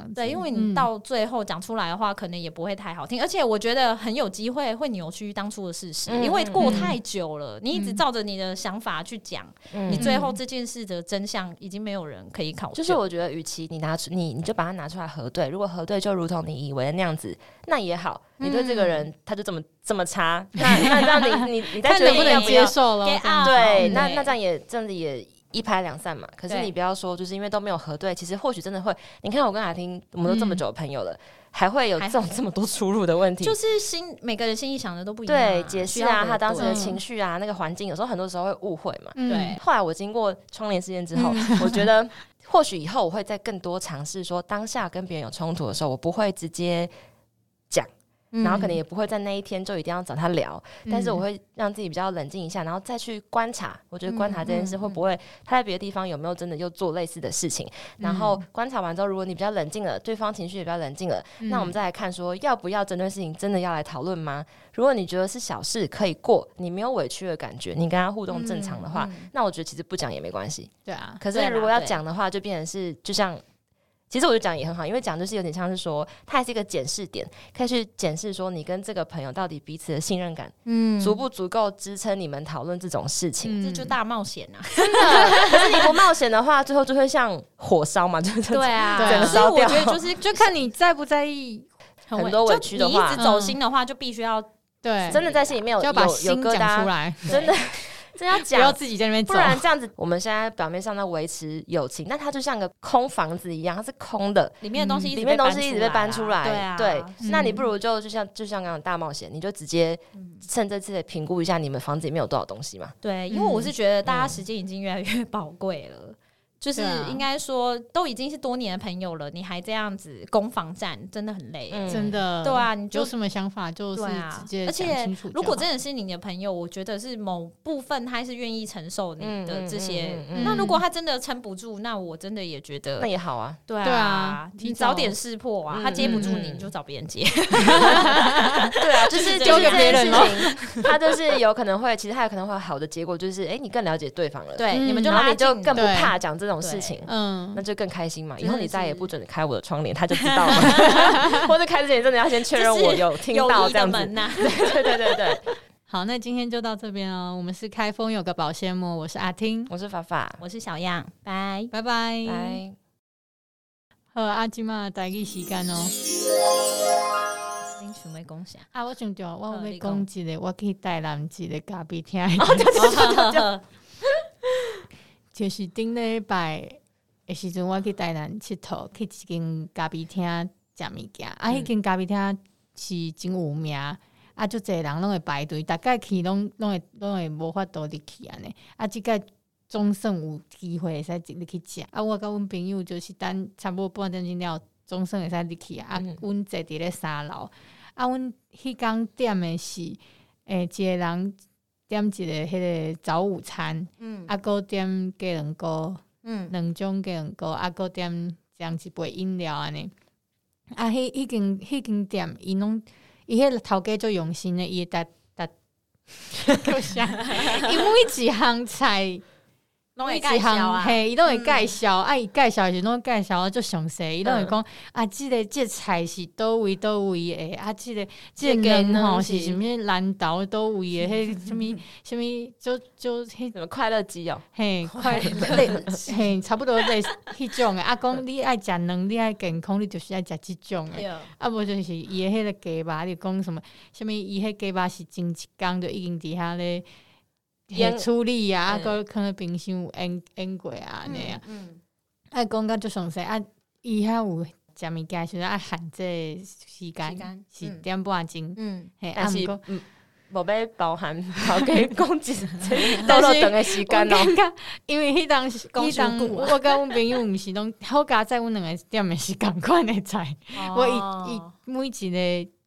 Speaker 2: 为你到最后讲出来的话，可能也不会太好听，而且我觉得很有机会会扭曲当初的事实，嗯、因为过太久了，嗯、你一直照着你的想法去讲，嗯、你最后这件事的真相已经没有人可以考究。
Speaker 1: 就是我觉得，与其你拿出你你就把它拿出来核对，如果核对就如同你以为的那样子，那也好。你对这个人、嗯、他就这么这么差，那那这样你你你再觉得
Speaker 3: 不能接受了，
Speaker 1: 对，那那这样也这样子也一拍两散嘛。可是你不要说，就是因为都没有核对，其实或许真的会。你看我跟阿婷，我们都这么久的朋友了。嗯，还会有这种这么多出入的问题，
Speaker 2: 就是心每个人心里想的都不一样、啊，
Speaker 1: 对，解释啊，他当时的情绪啊，嗯、那个环境，有时候很多时候会误会嘛。
Speaker 2: 嗯、对，
Speaker 1: 后来我经过窗帘事件之后，嗯、我觉得或许以后我会再更多尝试说，当下跟别人有冲突的时候，我不会直接讲。然后可能也不会在那一天就一定要找他聊、嗯、但是我会让自己比较冷静一下，然后再去观察。我觉得观察这件事会不会他在别的地方有没有真的又做类似的事情、嗯、然后观察完之后，如果你比较冷静了，对方情绪也比较冷静了、嗯、那我们再来看说要不要针对事情真的要来讨论吗？如果你觉得是小事可以过，你没有委屈的感觉，你跟他互动正常的话、嗯嗯、那我觉得其实不讲也没关系。
Speaker 3: 对啊，
Speaker 1: 可是如果要讲的话就变成是就像其实我就讲也很好，因为讲就是有点像是说它还是一个检视点，可以去检视说你跟这个朋友到底彼此的信任感嗯足不足够支撑你们讨论这种事情、
Speaker 2: 嗯、这就大冒险啊
Speaker 1: 真的可是你不冒险的话最后就会像火烧嘛，就是
Speaker 2: 对啊，
Speaker 1: 整个烧掉。
Speaker 2: 我觉得就是
Speaker 3: 就看你在不在意
Speaker 1: 很多委屈的话，
Speaker 2: 你一直走心的话就必须要、
Speaker 3: 嗯、对
Speaker 1: 真的在心里面有
Speaker 3: 就要把心讲出来，
Speaker 1: 真的真要讲，
Speaker 3: 不要自己在那边走，
Speaker 1: 不然这样子我们现在表面上在维持友情，那它就像个空房子一样，它是空的，
Speaker 2: 里面的东西
Speaker 1: 里面东西一直被搬出来，
Speaker 2: 对啊，
Speaker 1: 对、嗯、那你不如就就像就像刚刚大冒险，你就直接趁这次的评估一下你们房子里面有多少东西嘛。
Speaker 2: 对，因为我是觉得大家时间已经越来越宝贵了、嗯，就是应该说都已经是多年的朋友了，你还这样子攻防战，真的很累、嗯、
Speaker 3: 真的。
Speaker 2: 对啊，你就
Speaker 3: 有什么想法就是直接讲清楚、啊、
Speaker 2: 而且如果真的是你的朋友，我觉得是某部分他是愿意承受你的这些、嗯嗯嗯嗯、那如果他真的撑不住，那我真的也觉得
Speaker 1: 那也好啊。
Speaker 2: 对啊，
Speaker 3: 对啊，
Speaker 2: 你早点识破啊、嗯、他接不住你，你就找别人接
Speaker 1: 对啊，就是
Speaker 3: 丢给别人
Speaker 1: 哦。他就是有可能会其实他有可能会有好的结果，就是哎、欸，你更了解对方了，
Speaker 2: 对、
Speaker 1: 嗯、你们就拉你就更不怕讲这种事情，
Speaker 3: 嗯，
Speaker 1: 那就更开心嘛。以后你再也不准开我的窗帘，他就知道了。或者开之前真的要先确认我有听到这样子。对对对对。
Speaker 3: 好，那今天就到这边哦。我们是开封有个保鲜膜，我是阿听，
Speaker 1: 我是法法，
Speaker 2: 我是小样，拜
Speaker 3: 拜拜
Speaker 1: 拜。
Speaker 3: 好，阿今嘛台语时间哦。
Speaker 2: 你想要讲啥
Speaker 3: 啊？我想到我要讲一个，我去台南一个咖啡厅。
Speaker 1: 哦，对对对对。
Speaker 3: 就是顶礼拜的时阵，我去台南佚佗，去一间咖啡厅食物件。啊，迄间咖啡厅是真有名，啊，足侪人拢会排队，大概去拢拢会拢会无法度入去安尼。啊，即个总算有机会会使入去食。啊，我甲阮朋友就是等差不多半点钟了，总算会使入去啊。啊，阮坐伫咧三楼。啊，阮迄天点的是诶，一个人点一个迄个早午餐，嗯，啊，搁点鸡卵糕，嗯，两种鸡卵糕，啊，搁点将一杯饮料安尼。啊，迄迄间迄间店，伊拢伊迄个头家最用心的，伊搭搭，够啥？伊每一项菜。
Speaker 2: 拢会介绍啊，
Speaker 3: 嘿，伊拢会介绍，啊，伊介绍时拢介绍足详细，伊拢会讲啊，即个即菜是倒位倒位诶，啊，即个即个人吼是啥物蓝豆倒位诶，迄啥物啥物就就迄
Speaker 1: 什么快乐鸡哦，
Speaker 3: 嘿，快乐嘿，差不多类迄种诶。啊，讲你爱食卵，你爱健康，你就是爱食即种诶。啊，无就是伊诶迄个鸡肉，你讲什么啥物？伊迄鸡肉是前一工就已经伫遐咧。腌处理啊，啊，搁可能冰箱有腌腌过啊，安尼啊。啊，讲到足详细啊，伊遐有食物件，就是爱限这时间是点半钟。嗯，
Speaker 1: 嘿，但是嗯，无要包含头家讲一倒落长的时间咯。
Speaker 3: 因为迄当迄当我甲阮朋友毋是拢好加在阮两个点的是共款的菜。我伊伊每一个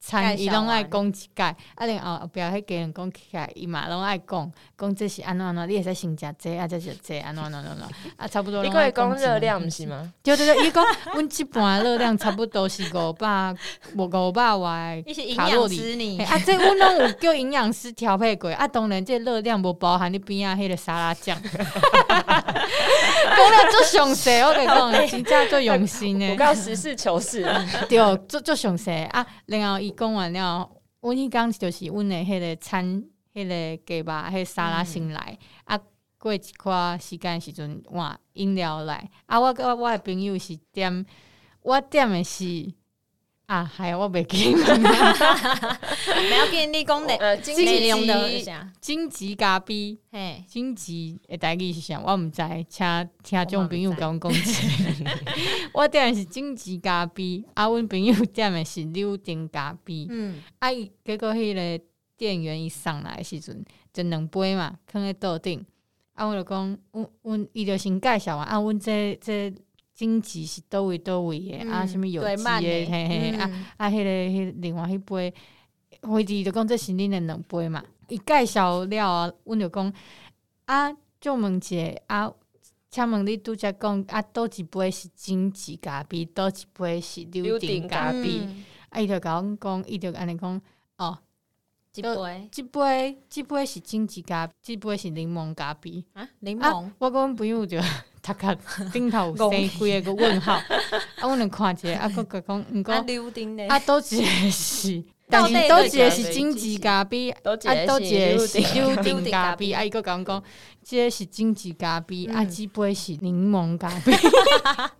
Speaker 3: 餐伊拢爱讲一届，啊，然后后壁迄家人讲起来，伊嘛拢爱讲，讲这是安怎安怎，你会使先食这，啊，这是这，安怎安怎安怎，啊，差不多。
Speaker 1: 你可以讲热量，不是吗？
Speaker 3: 对对对，伊讲，阮一半热量差不多是五百，无五百外卡路里。啊，这阮拢有叫营养师调配过，啊，当然这热量无包含你边啊迄个沙拉酱。讲了足详细，我跟你讲，真正最用心的。
Speaker 1: 我讲实事求是，
Speaker 3: 对，足足详细啊。然后伊讲完了，阮迄天就是阮的迄个餐，迄个鸡肉，迄沙拉先来、嗯、啊。过一寡时间时阵，换饮料来啊。我我我的朋友是点，我点的是。啊，还我袂记，
Speaker 2: 没有给你讲的，呃，内容的
Speaker 3: 荆棘咖啡，嘿，荆棘的台语是啥？我毋知，请听众朋友甲我讲一我点的是荆棘咖啡，啊，阮朋友点的是柳丁咖啡，嗯，啊，结果迄个店员一上来的时阵，就两杯嘛，放在桌顶，啊，我就讲，阮阮伊就先介绍完，啊，阮这这。荆棘是倒位倒位的、嗯、啊，什么有机的，嘿嘿、嗯、啊啊，迄、那个迄另外迄杯，回弟就讲这是恁的两杯嘛。伊介绍了啊，阮就讲啊，就问一下啊，请问你拄则讲啊，倒一杯是荆棘咖啡，倒一杯是柳丁咖啡？嗯、啊，伊就甲阮讲，伊就安尼讲哦，
Speaker 2: 一杯，
Speaker 3: 一杯，一杯是荆棘咖啡，一杯是柠檬咖啡
Speaker 2: 啊，柠檬。
Speaker 3: 啊、我讲朋友就。头壳顶头有生几个个问号，啊，阮就看者，啊，佮佮讲，毋讲，
Speaker 2: 柳丁呢？
Speaker 3: 啊，倒一个是，但是倒一个是荆棘咖啡，啊，倒一个是柳丁咖啡，啊，伊佮讲讲，这是荆棘咖啡，啊，这杯是柠檬咖啡。啊，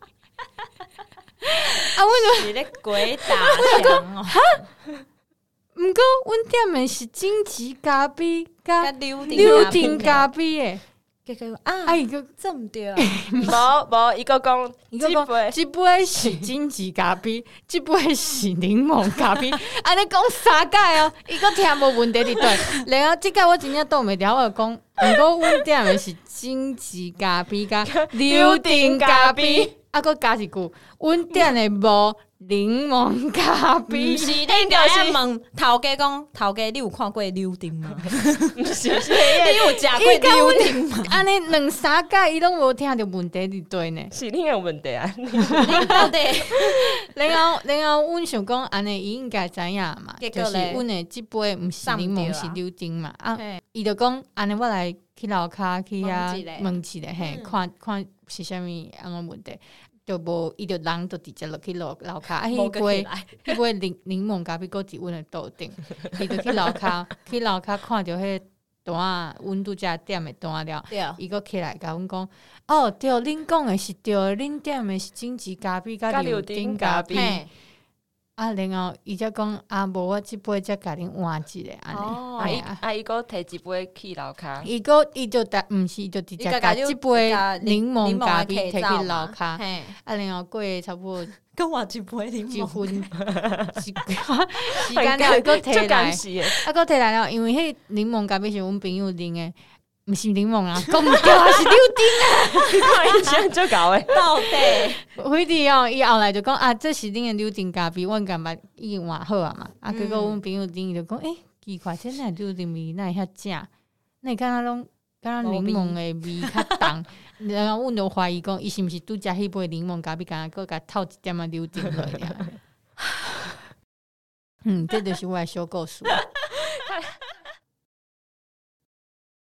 Speaker 2: 阮就是咧鬼打墙哦。
Speaker 3: 哈，毋过阮点的是荆棘咖啡加柳丁咖啡诶。
Speaker 2: 啊！哎，个这么对啊！
Speaker 1: 无无，一个讲，
Speaker 3: 一个讲，这杯是荆棘咖啡，这杯是柠檬咖啡。安尼讲三届哦，伊个听无问题伫对。然后这个我真正倒袂了，我就讲，毋过阮点的是荆棘咖啡加柳丁咖啡，啊，佮加一句，阮点的无。柠檬咖啡，
Speaker 2: 毋是恁着爱问头家讲，头家你有看过柳丁吗？
Speaker 1: 毋是，你有
Speaker 2: 食过柳丁吗？
Speaker 3: 安尼两三届伊拢无听着问题伫对呢，
Speaker 1: 是恁有问题啊？
Speaker 2: 恁到底？
Speaker 3: 然后然后阮想讲，安尼伊应该知影嘛，就是阮的即杯毋是柠檬是柳丁嘛，啊，伊就讲安尼我来去楼骹去遐问一下，嘿，看看是啥物安怎问题。就无，伊就人就直接落去楼楼骹，啊，迄杯迄杯柠柠檬咖啡搁伫阮的桌顶，伊就去楼骹，去楼骹看着迄单啊，阮拄则点的单了，伊搁起来甲阮讲，哦，对，恁讲的是对，恁点的是荆棘咖啡甲柳丁咖啡。啊，然后伊则讲啊，无我即杯则甲恁换一个安尼。
Speaker 1: 哦，啊伊啊伊搁摕一杯去楼骹。
Speaker 3: 伊搁伊就搭，毋是就直接甲即杯柠檬咖啡摕去楼骹。啊，然后过差不多，
Speaker 2: 搁换一杯柠檬。
Speaker 3: 分时间了，搁摕来，啊，搁摕来了，因为迄柠檬咖啡是阮朋友啉的。毋是柠檬啊，讲毋对啊，是柳丁啊！
Speaker 1: 你看伊这样就搞诶，
Speaker 2: 到底
Speaker 3: 回弟哦，伊后来就讲啊，这是恁诶柳丁咖啡，阮感觉已经换好啊嘛。啊，结果阮朋友啉伊就讲，诶、欸，奇怪，这哪柳丁味哪会遐正？那敢若拢敢若柠檬诶味较重。然后阮就怀疑讲，伊是毋是拄食迄杯柠檬咖啡，敢若佮甲透一点仔柳丁落去？嗯，这就是我诶小故事。